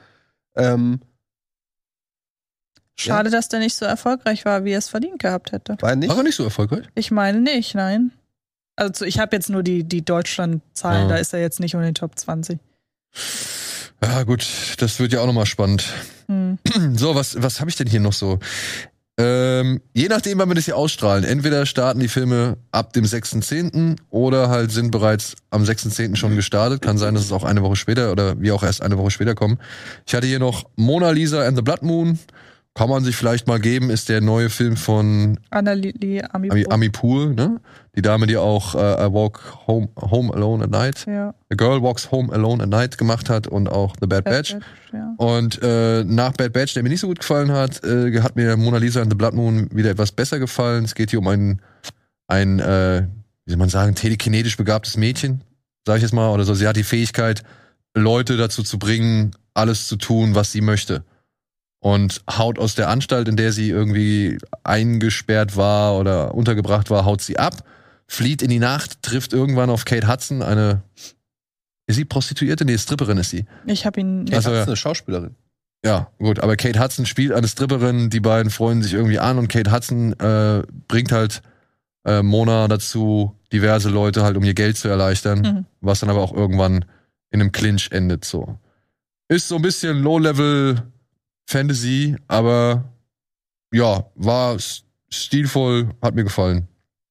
Schade, dass der nicht so erfolgreich war, wie er es verdient gehabt hätte. War War er nicht so erfolgreich? Ich meine nicht, nein. Also ich habe jetzt nur die Deutschland-Zahlen, da ist er jetzt nicht unter den Top 20. Ja gut, das wird ja auch nochmal spannend. So, was habe ich denn hier noch so? Je nachdem, wann wir das hier ausstrahlen. Entweder starten die Filme ab dem 6.10. oder halt sind bereits am 6.10. schon gestartet. Kann sein, dass es auch eine Woche später oder wir auch erst eine Woche später kommen. Ich hatte hier noch Mona Lisa and the Blood Moon. Kann man sich vielleicht mal geben, ist der neue Film von Annalili Amirpour, ne? Die Dame, die auch I Walk Home Alone at Night, ja. A Girl Walks Home Alone at Night gemacht hat und auch The Bad Batch. Ja. Und nach Bad Batch, der mir nicht so gut gefallen hat, hat mir Mona Lisa and the Blood Moon wieder etwas besser gefallen. Es geht hier um ein wie soll man sagen, telekinetisch begabtes Mädchen, sag ich jetzt mal, oder so. Sie hat die Fähigkeit, Leute dazu zu bringen, alles zu tun, was sie möchte. Und haut aus der Anstalt, in der sie irgendwie eingesperrt war oder untergebracht war, haut sie ab, flieht in die Nacht, trifft irgendwann auf Kate Hudson, ist sie Prostituierte? Nee, Stripperin ist sie. Ich habe ihn... Kate Hudson ist eine Schauspielerin. Ja, gut, aber Kate Hudson spielt eine Stripperin, die beiden freunden sich irgendwie an und Kate Hudson bringt halt Mona dazu, diverse Leute halt, um ihr Geld zu erleichtern, was dann aber auch irgendwann in einem Clinch endet, so. Ist so ein bisschen Low-Level Fantasy, aber ja, war stilvoll, hat mir gefallen.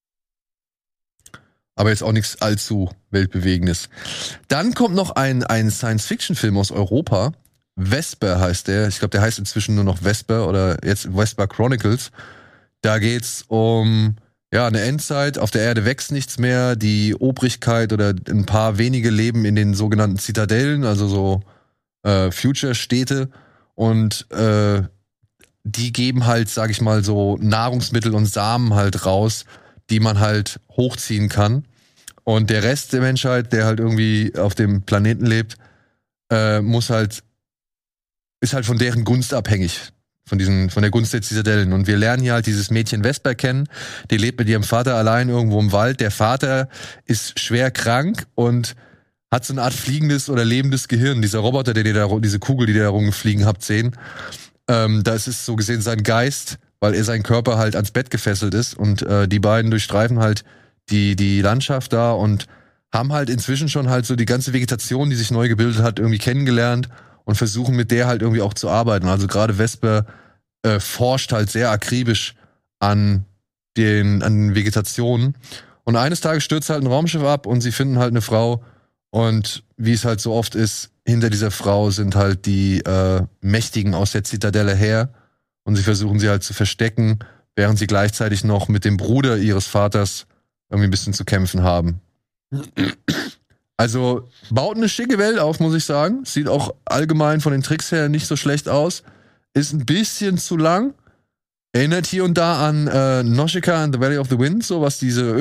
Aber jetzt auch nichts allzu weltbewegendes. Dann kommt noch ein Science-Fiction-Film aus Europa. Vesper heißt der. Ich glaube, der heißt inzwischen nur noch Vesper oder jetzt Vesper Chronicles. Da geht's um eine Endzeit. Auf der Erde wächst nichts mehr. Die Obrigkeit oder ein paar wenige leben in den sogenannten Zitadellen, also so Future-Städte. Und die geben halt, sag ich mal, so Nahrungsmittel und Samen halt raus, die man halt hochziehen kann. Und der Rest der Menschheit, der halt irgendwie auf dem Planeten lebt, ist halt von deren Gunst abhängig. Von der Gunst der Zitadellen. Und wir lernen hier halt dieses Mädchen Vesper kennen. Die lebt mit ihrem Vater allein irgendwo im Wald. Der Vater ist schwer krank und hat so eine Art fliegendes oder lebendes Gehirn. Dieser Roboter, diese Kugel, die da rumgefliegen habt, sehen. Da ist es so gesehen sein Geist, weil er sein Körper halt ans Bett gefesselt ist. Und die beiden durchstreifen halt die Landschaft da und haben halt inzwischen schon halt so die ganze Vegetation, die sich neu gebildet hat, irgendwie kennengelernt und versuchen mit der halt irgendwie auch zu arbeiten. Also gerade Vesper forscht halt sehr akribisch an den Vegetationen. Und eines Tages stürzt halt ein Raumschiff ab und sie finden halt eine Frau. Und wie es halt so oft ist, hinter dieser Frau sind halt die Mächtigen aus der Zitadelle her. Und sie versuchen sie halt zu verstecken, während sie gleichzeitig noch mit dem Bruder ihres Vaters irgendwie ein bisschen zu kämpfen haben. Also baut eine schicke Welt auf, muss ich sagen. Sieht auch allgemein von den Tricks her nicht so schlecht aus. Ist ein bisschen zu lang. Erinnert hier und da an Nausicaa and the Valley of the Wind, so was diese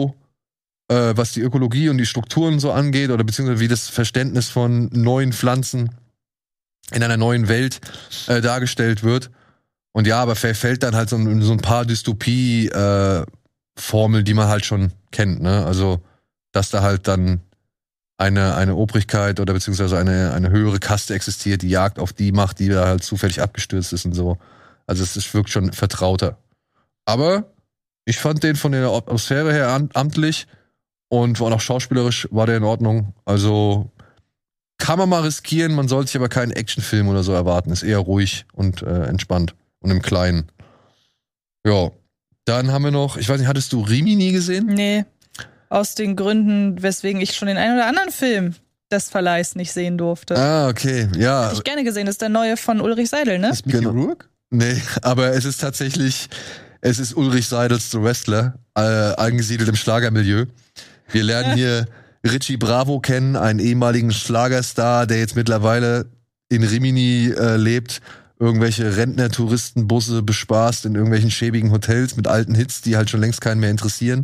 was die Ökologie und die Strukturen so angeht, oder beziehungsweise wie das Verständnis von neuen Pflanzen in einer neuen Welt dargestellt wird. Und ja, aber verfällt dann halt so ein paar Dystopie-Formeln, die man halt schon kennt, ne? Also, dass da halt dann eine Obrigkeit oder beziehungsweise eine höhere Kaste existiert, die Jagd auf die macht, die da halt zufällig abgestürzt ist und so. Also es wirkt schon vertrauter. Aber ich fand den von der Atmosphäre her amtlich und auch schauspielerisch war der in Ordnung. Also kann man mal riskieren, man sollte sich aber keinen Actionfilm oder so erwarten. Ist eher ruhig und entspannt und im Kleinen. Ja, dann haben wir noch, ich weiß nicht, hattest du Rimini gesehen? Nee, aus den Gründen, weswegen ich schon den einen oder anderen Film des Verleihs nicht sehen durfte. Ah, okay, ja. Hätte ich gerne gesehen, das ist der neue von Ulrich Seidel, ne? Ist Mickey Rourke? Nee, aber es ist tatsächlich, es ist Ulrich Seidels The Wrestler, angesiedelt im Schlagermilieu. Wir lernen hier Richie Bravo kennen, einen ehemaligen Schlagerstar, der jetzt mittlerweile in Rimini lebt, irgendwelche Rentner-Touristenbusse bespaßt in irgendwelchen schäbigen Hotels mit alten Hits, die halt schon längst keinen mehr interessieren.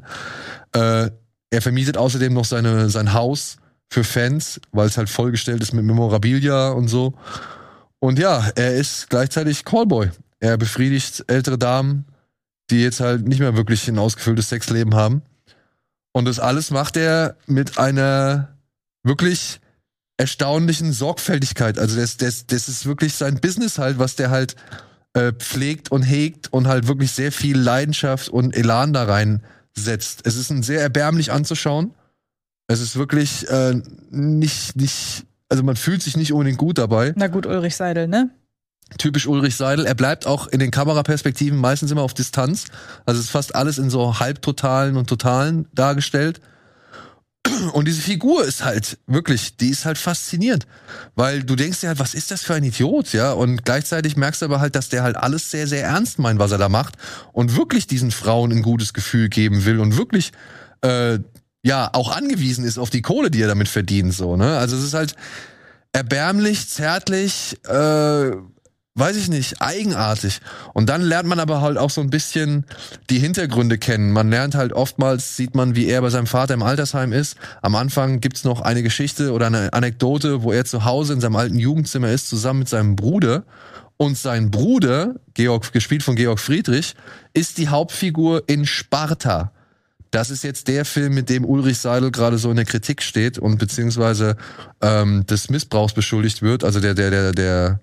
Er vermietet außerdem noch sein Haus für Fans, weil es halt vollgestellt ist mit Memorabilia und so. Und ja, er ist gleichzeitig Callboy. Er befriedigt ältere Damen, die jetzt halt nicht mehr wirklich ein ausgefülltes Sexleben haben. Und das alles macht er mit einer wirklich erstaunlichen Sorgfältigkeit. Also das ist wirklich sein Business halt, was der halt pflegt und hegt und halt wirklich sehr viel Leidenschaft und Elan da reinsetzt. Es ist ein sehr erbärmlich anzuschauen. Es ist wirklich also man fühlt sich nicht unbedingt gut dabei. Na gut, Ulrich Seidel, ne? Typisch Ulrich Seidel. Er bleibt auch in den Kameraperspektiven meistens immer auf Distanz. Also es ist fast alles in so halbtotalen und totalen dargestellt. Und diese Figur ist halt wirklich, die ist halt faszinierend. Weil du denkst dir halt, was ist das für ein Idiot, ja? Und gleichzeitig merkst du aber halt, dass der halt alles sehr, sehr ernst meint, was er da macht. Und wirklich diesen Frauen ein gutes Gefühl geben will und wirklich, auch angewiesen ist auf die Kohle, die er damit verdient, so, ne? Also es ist halt erbärmlich, zärtlich, weiß ich nicht, eigenartig. Und dann lernt man aber halt auch so ein bisschen die Hintergründe kennen. Man lernt halt oftmals, sieht man, wie er bei seinem Vater im Altersheim ist. Am Anfang gibt's noch eine Geschichte oder eine Anekdote, wo er zu Hause in seinem alten Jugendzimmer ist, zusammen mit seinem Bruder. Und sein Bruder, gespielt von Georg Friedrich, ist die Hauptfigur in Sparta. Das ist jetzt der Film, mit dem Ulrich Seidel gerade so in der Kritik steht und beziehungsweise des Missbrauchs beschuldigt wird, also der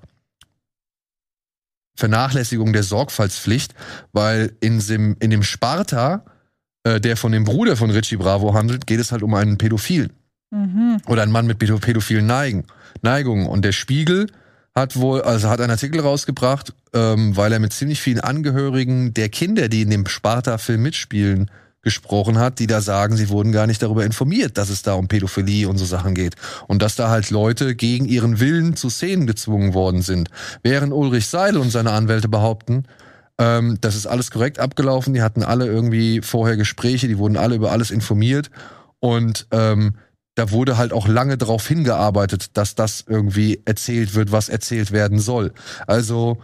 Vernachlässigung der Sorgfaltspflicht, weil in dem Sparta, der von dem Bruder von Richie Bravo handelt, geht es halt um einen Pädophilen. Mhm. Oder einen Mann mit pädophilen Neigungen. Und der Spiegel hat einen Artikel rausgebracht, weil er mit ziemlich vielen Angehörigen der Kinder, die in dem Sparta-Film mitspielen, gesprochen hat, die da sagen, sie wurden gar nicht darüber informiert, dass es da um Pädophilie und so Sachen geht. Und dass da halt Leute gegen ihren Willen zu Szenen gezwungen worden sind. Während Ulrich Seidel und seine Anwälte behaupten, das ist alles korrekt abgelaufen, die hatten alle irgendwie vorher Gespräche, die wurden alle über alles informiert und da wurde halt auch lange darauf hingearbeitet, dass das irgendwie erzählt wird, was erzählt werden soll. Also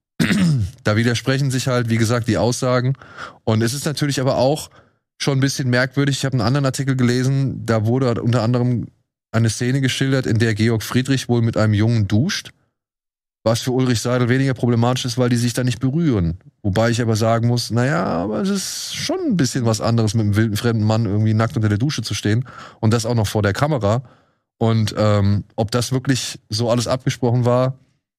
da widersprechen sich halt, wie gesagt, die Aussagen. Und es ist natürlich aber auch schon ein bisschen merkwürdig. Ich habe einen anderen Artikel gelesen, da wurde unter anderem eine Szene geschildert, in der Georg Friedrich wohl mit einem Jungen duscht, was für Ulrich Seidel weniger problematisch ist, weil die sich da nicht berühren. Wobei ich aber sagen muss, naja, aber es ist schon ein bisschen was anderes, mit einem wilden fremden Mann irgendwie nackt unter der Dusche zu stehen und das auch noch vor der Kamera. Und ob das wirklich so alles abgesprochen war,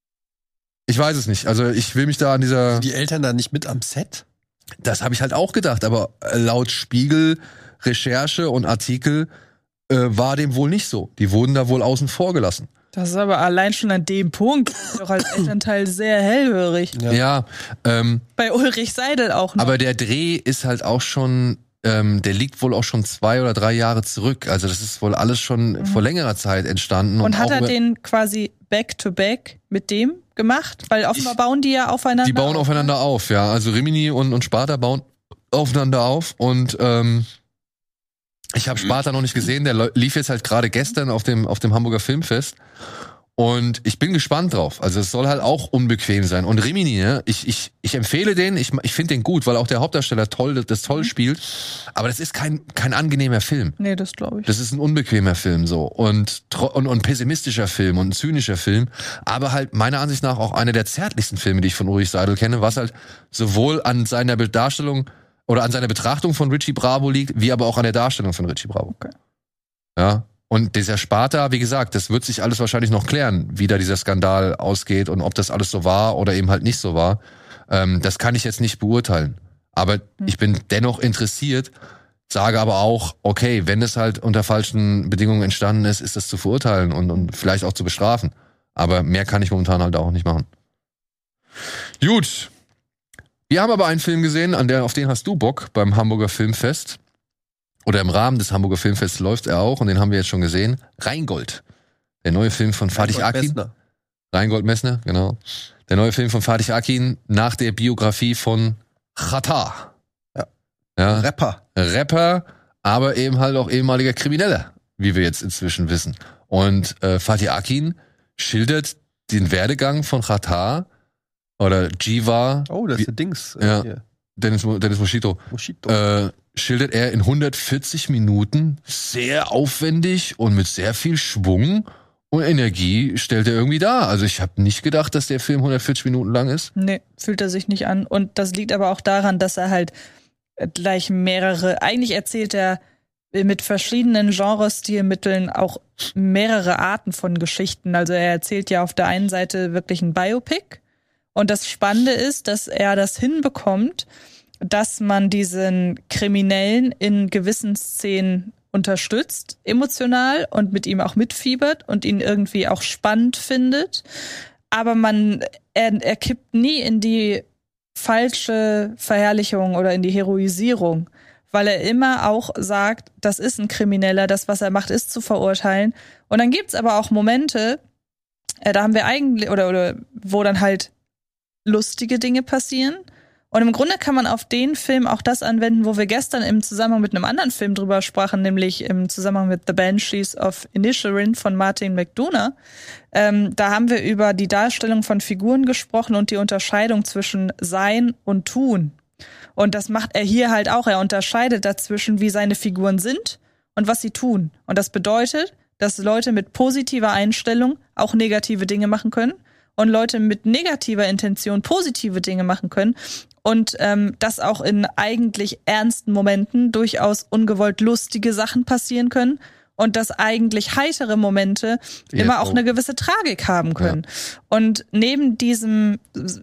ich weiß es nicht. Also ich will mich da an dieser... Sind die Eltern da nicht mit am Set? Das habe ich halt auch gedacht, aber laut Spiegel, Recherche und Artikel war dem wohl nicht so. Die wurden da wohl außen vor gelassen. Das ist aber allein schon an dem Punkt doch als Elternteil sehr hellhörig. Ja, Bei Ulrich Seidel auch noch. aber der Dreh ist halt auch schon, der liegt wohl auch schon 2 oder 3 Jahre zurück. Also das ist wohl alles schon vor längerer Zeit entstanden. Und hat auch er den quasi back-to-back mit dem gemacht? Weil offenbar bauen die ja aufeinander Die bauen aufeinander auf, ja. Also Rimini und Sparta bauen aufeinander auf und ich habe Sparta noch nicht gesehen, der lief jetzt halt gerade gestern auf dem Hamburger Filmfest und ich bin gespannt drauf. Also es soll halt auch unbequem sein. Und Rimini, ne, ich empfehle den, ich finde den gut, weil auch der Hauptdarsteller das toll spielt, aber das ist kein angenehmer Film. Nee, das glaube ich. Das ist ein unbequemer Film so und pessimistischer Film und ein zynischer Film, aber halt meiner Ansicht nach auch einer der zärtlichsten Filme, die ich von Ulrich Seidel kenne, was halt sowohl an seiner Darstellung oder an seiner Betrachtung von Richie Bravo liegt, wie aber auch an der Darstellung von Richie Bravo. Okay. Ja, und dieser Sparta, wie gesagt, das wird sich alles wahrscheinlich noch klären, wie da dieser Skandal ausgeht und ob das alles so war oder eben halt nicht so war. Das kann ich jetzt nicht beurteilen. Aber ich bin dennoch interessiert, sage aber auch, okay, wenn es halt unter falschen Bedingungen entstanden ist, ist das zu verurteilen und vielleicht auch zu bestrafen. Aber mehr kann ich momentan halt auch nicht machen. Gut. Wir haben aber einen Film gesehen, auf den hast du Bock beim Hamburger Filmfest. Oder im Rahmen des Hamburger Filmfests läuft er auch und den haben wir jetzt schon gesehen. Rheingold. Der neue Film von Fatih Akin. Rheingold Messner, genau. Der neue Film von Fatih Akin nach der Biografie von Xatar. Ja. Rapper, aber eben halt auch ehemaliger Krimineller, wie wir jetzt inzwischen wissen. Und Fatih Akin schildert den Werdegang von Xatar oder Jiva. Oh, das ist der Dings. Ja, hier. Dennis Moschito. Schildert er in 140 Minuten sehr aufwendig und mit sehr viel Schwung und Energie stellt er irgendwie dar. Also ich habe nicht gedacht, dass der Film 140 Minuten lang ist. Nee, fühlt er sich nicht an. Und das liegt aber auch daran, dass er halt gleich eigentlich erzählt er mit verschiedenen Genre-Stilmitteln auch mehrere Arten von Geschichten. Also er erzählt ja auf der einen Seite wirklich ein Biopic. Und das Spannende ist, dass er das hinbekommt, dass man diesen Kriminellen in gewissen Szenen unterstützt, emotional und mit ihm auch mitfiebert und ihn irgendwie auch spannend findet. Aber er kippt nie in die falsche Verherrlichung oder in die Heroisierung, weil er immer auch sagt, das ist ein Krimineller, das, was er macht, ist zu verurteilen. Und dann gibt's aber auch Momente, da haben wir eigentlich, oder wo dann halt lustige Dinge passieren. Und im Grunde kann man auf den Film auch das anwenden, wo wir gestern im Zusammenhang mit einem anderen Film drüber sprachen, nämlich im Zusammenhang mit The Banshees of Inisherin von Martin McDonagh. Da haben wir über die Darstellung von Figuren gesprochen und die Unterscheidung zwischen Sein und Tun. Und das macht er hier halt auch. Er unterscheidet dazwischen, wie seine Figuren sind und was sie tun. Und das bedeutet, dass Leute mit positiver Einstellung auch negative Dinge machen können und Leute mit negativer Intention positive Dinge machen können. Und dass auch in eigentlich ernsten Momenten durchaus ungewollt lustige Sachen passieren können und dass eigentlich heitere Momente immer auch eine gewisse Tragik haben können. Ja. Und neben diesem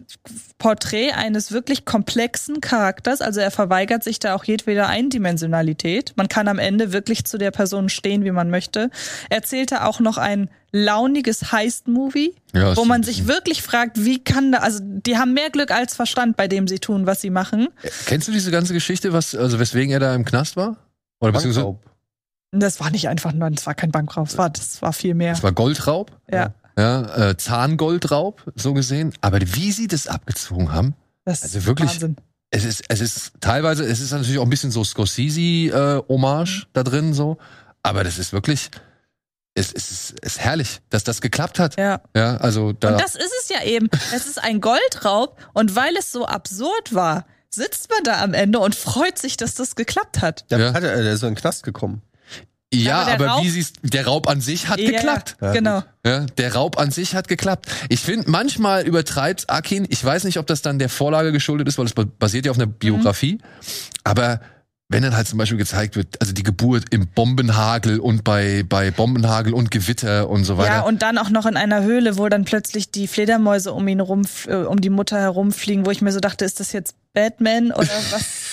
Porträt eines wirklich komplexen Charakters, also er verweigert sich da auch jedweder Eindimensionalität, man kann am Ende wirklich zu der Person stehen, wie man möchte, erzählt er auch noch ein launiges Heist-Movie, ja, wo man sich wirklich fragt, wie kann da, also die haben mehr Glück als Verstand bei dem sie tun, was sie machen. Kennst du diese ganze Geschichte, weswegen er da im Knast war? Oder beziehungsweise das war nicht einfach nur, das war kein Bankraub, das war viel mehr. Das war Goldraub? Ja. Zahngoldraub, so gesehen. Aber wie sie das abgezogen haben, das also wirklich, Wahnsinn. Es ist teilweise, es ist natürlich auch ein bisschen so Scorsese-Hommage da drin, so. Aber das ist wirklich, es ist herrlich, dass das geklappt hat. Ja. Ja, also da. Und das ist es ja eben. Es ist ein Goldraub und weil es so absurd war, sitzt man da am Ende und freut sich, dass das geklappt hat. Der ist so in den Knast gekommen. Ja, aber der Raub an sich hat geklappt. Ja, genau. Ja, der Raub an sich hat geklappt. Ich finde, manchmal übertreibt Akin, ich weiß nicht, ob das dann der Vorlage geschuldet ist, weil es basiert ja auf einer Biografie, aber wenn dann halt zum Beispiel gezeigt wird, also die Geburt im Bombenhagel und bei Bombenhagel und Gewitter und so weiter. Ja, und dann auch noch in einer Höhle, wo dann plötzlich die Fledermäuse um die Mutter herumfliegen, wo ich mir so dachte, ist das jetzt Batman oder was?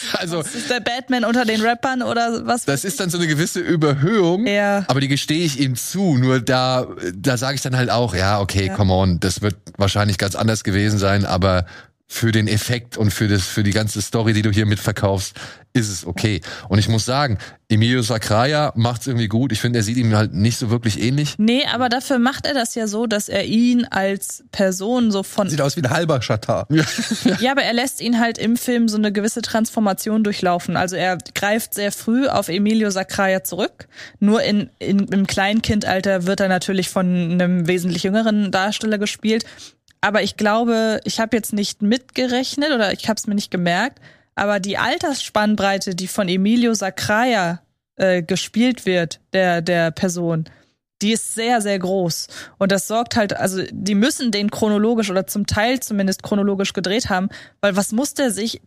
Also, Das ist der Batman unter den Rappern oder was? das ist dann so eine gewisse Überhöhung, Ja. aber die gestehe ich ihm zu. Nur da sage ich dann halt auch, ja, okay, come on, das wird wahrscheinlich ganz anders gewesen sein, aber für den Effekt und für die ganze Story, die du hier mitverkaufst, ist es okay. Und ich muss sagen, Emilio Sacraia macht's irgendwie gut. Ich finde, er sieht ihm halt nicht so wirklich ähnlich. Nee, aber dafür macht er das ja so, dass er ihn als Person so von... Sieht aus wie ein halber Schatar. Ja, aber er lässt ihn halt im Film so eine gewisse Transformation durchlaufen. Also er greift sehr früh auf Emilio Sacraia zurück. Nur im Kleinkindalter wird er natürlich von einem wesentlich jüngeren Darsteller gespielt. Aber ich glaube, ich habe jetzt nicht mitgerechnet oder ich habe es mir nicht gemerkt, aber die Altersspannbreite, die von Emilio Sacraia gespielt wird, der Person, die ist sehr, sehr groß. Und das sorgt halt, also die müssen den chronologisch oder zum Teil zumindest chronologisch gedreht haben, weil was muss der sich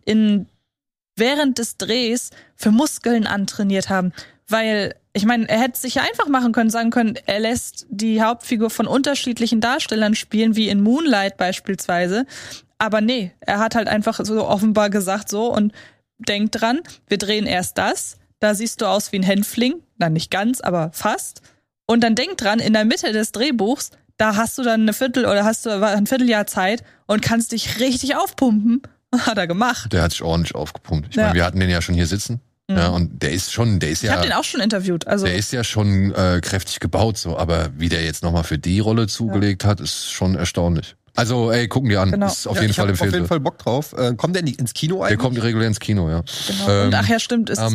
während des Drehs für Muskeln antrainiert haben? Weil, ich meine, er hätte sich ja einfach machen können, sagen können, er lässt die Hauptfigur von unterschiedlichen Darstellern spielen, wie in Moonlight beispielsweise. Aber nee, er hat halt einfach so offenbar gesagt so und denkt dran, wir drehen erst das, da siehst du aus wie ein Hänfling, na nicht ganz, aber fast. Und dann denk dran, in der Mitte des Drehbuchs, da hast du dann ein Vierteljahr Zeit und kannst dich richtig aufpumpen. Hat er gemacht. Der hat sich ordentlich aufgepumpt. Ich meine, wir hatten den ja schon hier sitzen. Ja, und der ist ja. Ich habe den auch schon interviewt. Also der ist ja schon kräftig gebaut, so, aber wie der jetzt nochmal für die Rolle zugelegt hat, ist schon erstaunlich. Also, ey, gucken die an. Genau. Ist auf jeden Fall empfehlenswert. Auf jeden Fall Bock drauf. Kommt der ins Kino eigentlich? Der kommt regulär ins Kino, ja. Genau. Und ach ja, stimmt. Am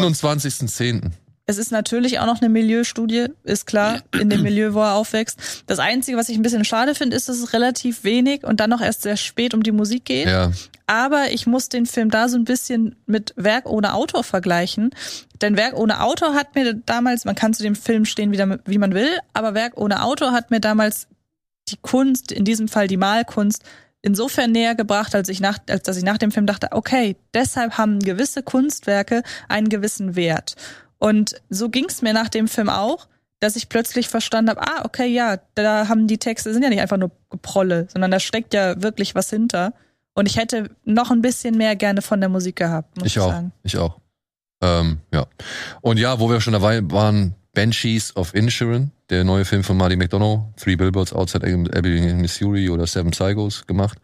27.10. Es ist natürlich auch noch eine Milieustudie, ist klar, in dem Milieu, wo er aufwächst. Das Einzige, was ich ein bisschen schade finde, ist, dass es relativ wenig und dann noch erst sehr spät um die Musik geht. Ja. Aber ich muss den Film da so ein bisschen mit Werk ohne Autor vergleichen. Denn Werk ohne Autor hat mir damals, man kann zu dem Film stehen, wie man will, aber Werk ohne Autor hat mir damals die Kunst, in diesem Fall die Malkunst, insofern näher gebracht, als dass ich nach dem Film dachte, okay, deshalb haben gewisse Kunstwerke einen gewissen Wert. Und so ging's mir nach dem Film auch, dass ich plötzlich verstanden habe, okay, ja, da haben die Texte, sind ja nicht einfach nur Geprolle, sondern da steckt ja wirklich was hinter. Und ich hätte noch ein bisschen mehr gerne von der Musik gehabt, muss ich sagen. Ich auch. Ja. Und ja, wo wir schon dabei waren, Banshees of Inisherin, der neue Film von Marty McDonough, Three Billboards Outside Ebbing, Missouri oder Seven Psychos gemacht.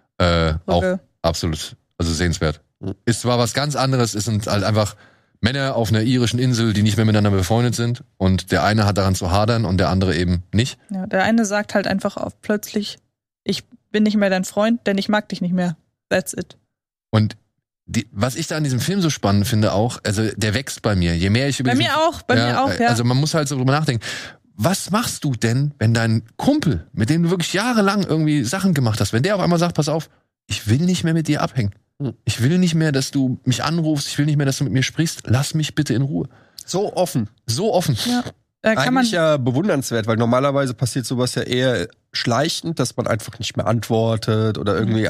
Auch absolut, also sehenswert. Ist zwar was ganz anderes, es sind halt einfach Männer auf einer irischen Insel, die nicht mehr miteinander befreundet sind und der eine hat daran zu hadern und der andere eben nicht. Ja, der eine sagt halt einfach plötzlich, ich bin nicht mehr dein Freund, denn ich mag dich nicht mehr. That's it. Und was ich da an diesem Film so spannend finde auch, also der wächst bei mir, je mehr ich über Bei mir auch, ja. Also man muss halt so drüber nachdenken, was machst du denn, wenn dein Kumpel, mit dem du wirklich jahrelang irgendwie Sachen gemacht hast, wenn der auf einmal sagt, pass auf, ich will nicht mehr mit dir abhängen. Ich will nicht mehr, dass du mich anrufst, ich will nicht mehr, dass du mit mir sprichst, lass mich bitte in Ruhe. So offen. Ja. Eigentlich ja bewundernswert, weil normalerweise passiert sowas ja eher schleichend, dass man einfach nicht mehr antwortet oder irgendwie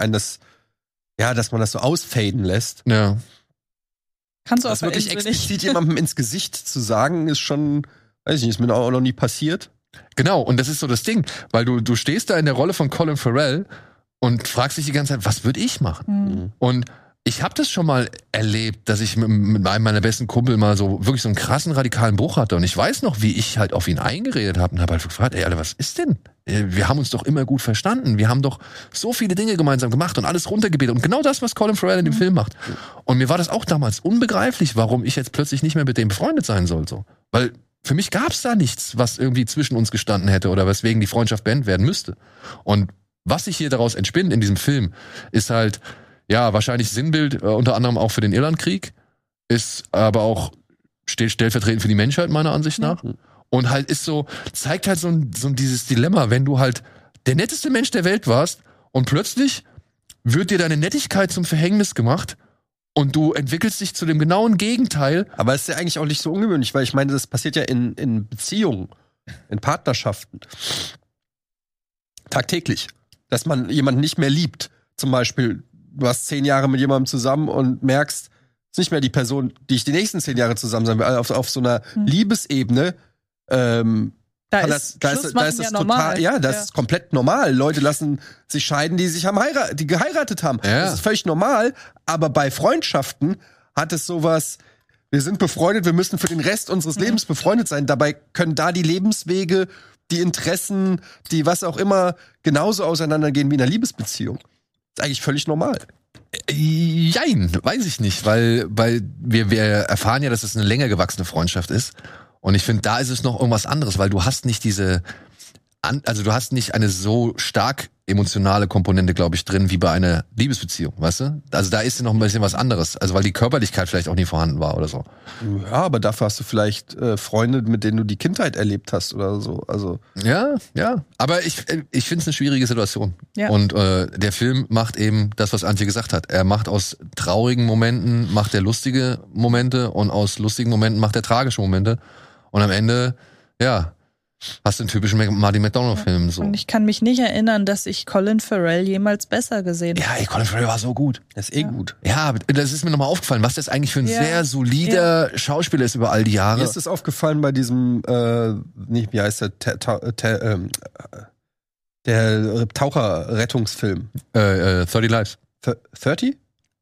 dass man das so ausfaden lässt. Ja. Kannst du das auch wirklich explizit jemandem ins Gesicht zu sagen, ist schon, weiß ich nicht, ist mir auch noch nie passiert. Genau, und das ist so das Ding, weil du stehst da in der Rolle von Colin Farrell und fragst dich die ganze Zeit, was würde ich machen? Und ich habe das schon mal erlebt, dass ich mit einem meiner besten Kumpel mal so wirklich so einen krassen radikalen Bruch hatte. Und ich weiß noch, wie ich halt auf ihn eingeredet habe und habe halt gefragt, ey, Alter, was ist denn? Wir haben uns doch immer gut verstanden. Wir haben doch so viele Dinge gemeinsam gemacht und alles runtergebetet. Und genau das, was Colin Farrell in dem Film macht. Und mir war das auch damals unbegreiflich, warum ich jetzt plötzlich nicht mehr mit dem befreundet sein soll. So. Weil für mich gab's da nichts, was irgendwie zwischen uns gestanden hätte oder weswegen die Freundschaft beendet werden müsste. Und was sich hier daraus entspinnt in diesem Film, ist halt, ja, wahrscheinlich Sinnbild, unter anderem auch für den Irlandkrieg, ist aber auch stellvertretend für die Menschheit, meiner Ansicht nach. Und halt ist so, zeigt halt so dieses Dilemma, wenn du halt der netteste Mensch der Welt warst und plötzlich wird dir deine Nettigkeit zum Verhängnis gemacht und du entwickelst dich zu dem genauen Gegenteil. Aber es ist ja eigentlich auch nicht so ungewöhnlich, weil ich meine, das passiert ja in Beziehungen, in Partnerschaften. Tagtäglich. Dass man jemanden nicht mehr liebt. Zum Beispiel, du hast 10 Jahre mit jemandem zusammen und merkst, es ist nicht mehr die Person, die ich die nächsten 10 Jahre zusammen sein will. Auf so einer Liebesebene, da ist das total, das ist komplett normal. Leute lassen sich scheiden, die geheiratet haben. Ja. Das ist völlig normal. Aber bei Freundschaften hat es sowas, wir sind befreundet, wir müssen für den Rest unseres Lebens befreundet sein. Dabei können da die Lebenswege, die Interessen, die was auch immer genauso auseinandergehen wie in einer Liebesbeziehung. Ist eigentlich völlig normal. Jein, weiß ich nicht, weil wir erfahren ja, dass es eine länger gewachsene Freundschaft ist. Und ich finde, da ist es noch irgendwas anderes, weil du hast nicht du hast nicht eine so stark emotionale Komponente, glaube ich, drin, wie bei einer Liebesbeziehung, weißt du? Also da ist noch ein bisschen was anderes. Also weil die Körperlichkeit vielleicht auch nie vorhanden war oder so. Ja, aber dafür hast du vielleicht Freunde, mit denen du die Kindheit erlebt hast oder so. Also Ja. Aber ich finde es eine schwierige Situation. Ja. Und der Film macht eben das, was Antje gesagt hat. Er macht aus traurigen Momenten, macht er lustige Momente und aus lustigen Momenten macht er tragische Momente. Und am Ende, hast du einen typischen Marty McDonagh-Film. So. Und ich kann mich nicht erinnern, dass ich Colin Farrell jemals besser gesehen habe. Ja, Colin Farrell war so gut. das ist gut. Ja, das ist mir nochmal aufgefallen, was das eigentlich für ein sehr solider Schauspieler ist über all die Jahre. Mir ist es aufgefallen bei diesem, wie heißt der Taucher-Rettungsfilm. 30 Lives. 30?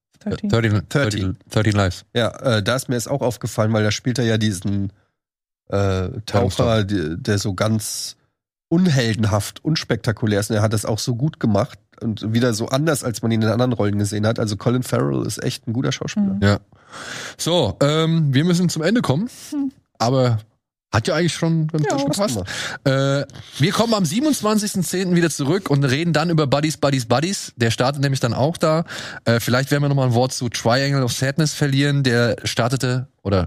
30 Lives. Ja, da ist mir es auch aufgefallen, weil da spielt er ja diesen Taucher, der so ganz unheldenhaft, unspektakulär ist. Und er hat das auch so gut gemacht und wieder so anders, als man ihn in anderen Rollen gesehen hat. Also Colin Farrell ist echt ein guter Schauspieler. Ja. So, wir müssen zum Ende kommen. Aber hat ja eigentlich schon gepasst. Wir kommen am 27.10. wieder zurück und reden dann über Buddies. Der startet nämlich dann auch da. Vielleicht werden wir nochmal ein Wort zu Triangle of Sadness verlieren. Der startet am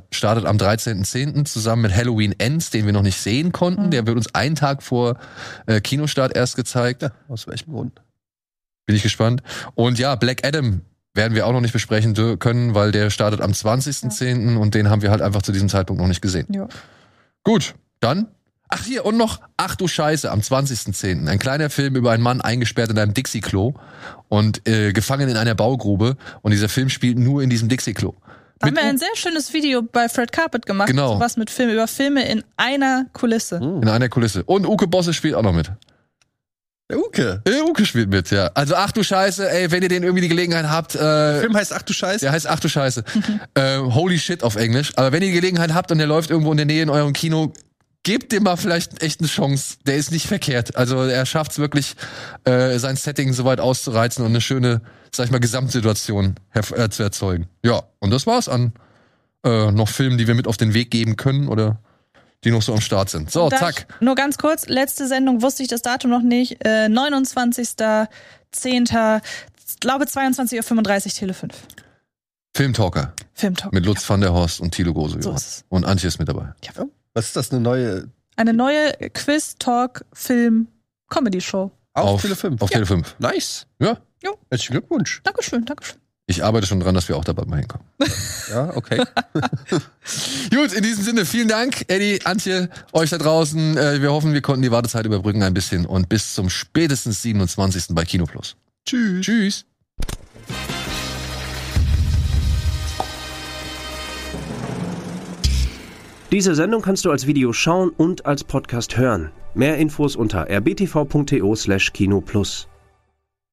13.10. zusammen mit Halloween Ends, den wir noch nicht sehen konnten. Der wird uns einen Tag vor Kinostart erst gezeigt. Ja, aus welchem Grund? Bin ich gespannt. Und ja, Black Adam werden wir auch noch nicht besprechen können, weil der startet am 20.10. und den haben wir halt einfach zu diesem Zeitpunkt noch nicht gesehen. Ja. Gut, dann. Ach hier, und noch, ach du Scheiße, am 20.10. Ein kleiner Film über einen Mann eingesperrt in einem Dixie-Klo und gefangen in einer Baugrube. Und dieser Film spielt nur in diesem Dixie-Klo. Da haben wir ein sehr schönes Video bei Fred Carpet gemacht. Genau. Was mit über Filme in einer Kulisse. In einer Kulisse. Und Uke Bosse spielt auch noch mit. Der Uke. Uke spielt mit, ja. Also ach du Scheiße, ey, wenn ihr den irgendwie die Gelegenheit habt. Der Film heißt Ach du Scheiße? Der heißt Ach du Scheiße. Holy shit auf Englisch. Aber wenn ihr die Gelegenheit habt und der läuft irgendwo in der Nähe in eurem Kino, gebt dem mal vielleicht echt eine Chance. Der ist nicht verkehrt. Also er schafft es wirklich, sein Setting so weit auszureizen und eine schöne, sag ich mal, Gesamtsituation zu erzeugen. Ja, und das war's an noch Filmen, die wir mit auf den Weg geben können oder die noch so am Start sind. So, zack. Nur ganz kurz, letzte Sendung, wusste ich das Datum noch nicht. 29.10. Ich glaube 22.35 Uhr, Tele 5. Filmtalker. Mit Lutz van der Horst und Thilo Gose. So ist es. Und Antje ist mit dabei. Ja. Was ist das, eine neue? Eine neue Quiz-Talk-Film-Comedy-Show. Auf Tele 5. Auf Tele 5. Nice. Ja. Jo. Herzlichen Glückwunsch. Dankeschön. Ich arbeite schon dran, dass wir auch dabei mal hinkommen. Ja, okay. Gut, in diesem Sinne, vielen Dank, Eddie, Antje, euch da draußen. Wir hoffen, wir konnten die Wartezeit überbrücken ein bisschen und bis zum spätestens 27. bei Kino Plus. Tschüss. Diese Sendung kannst du als Video schauen und als Podcast hören. Mehr Infos unter rbtv.to/kinoplus.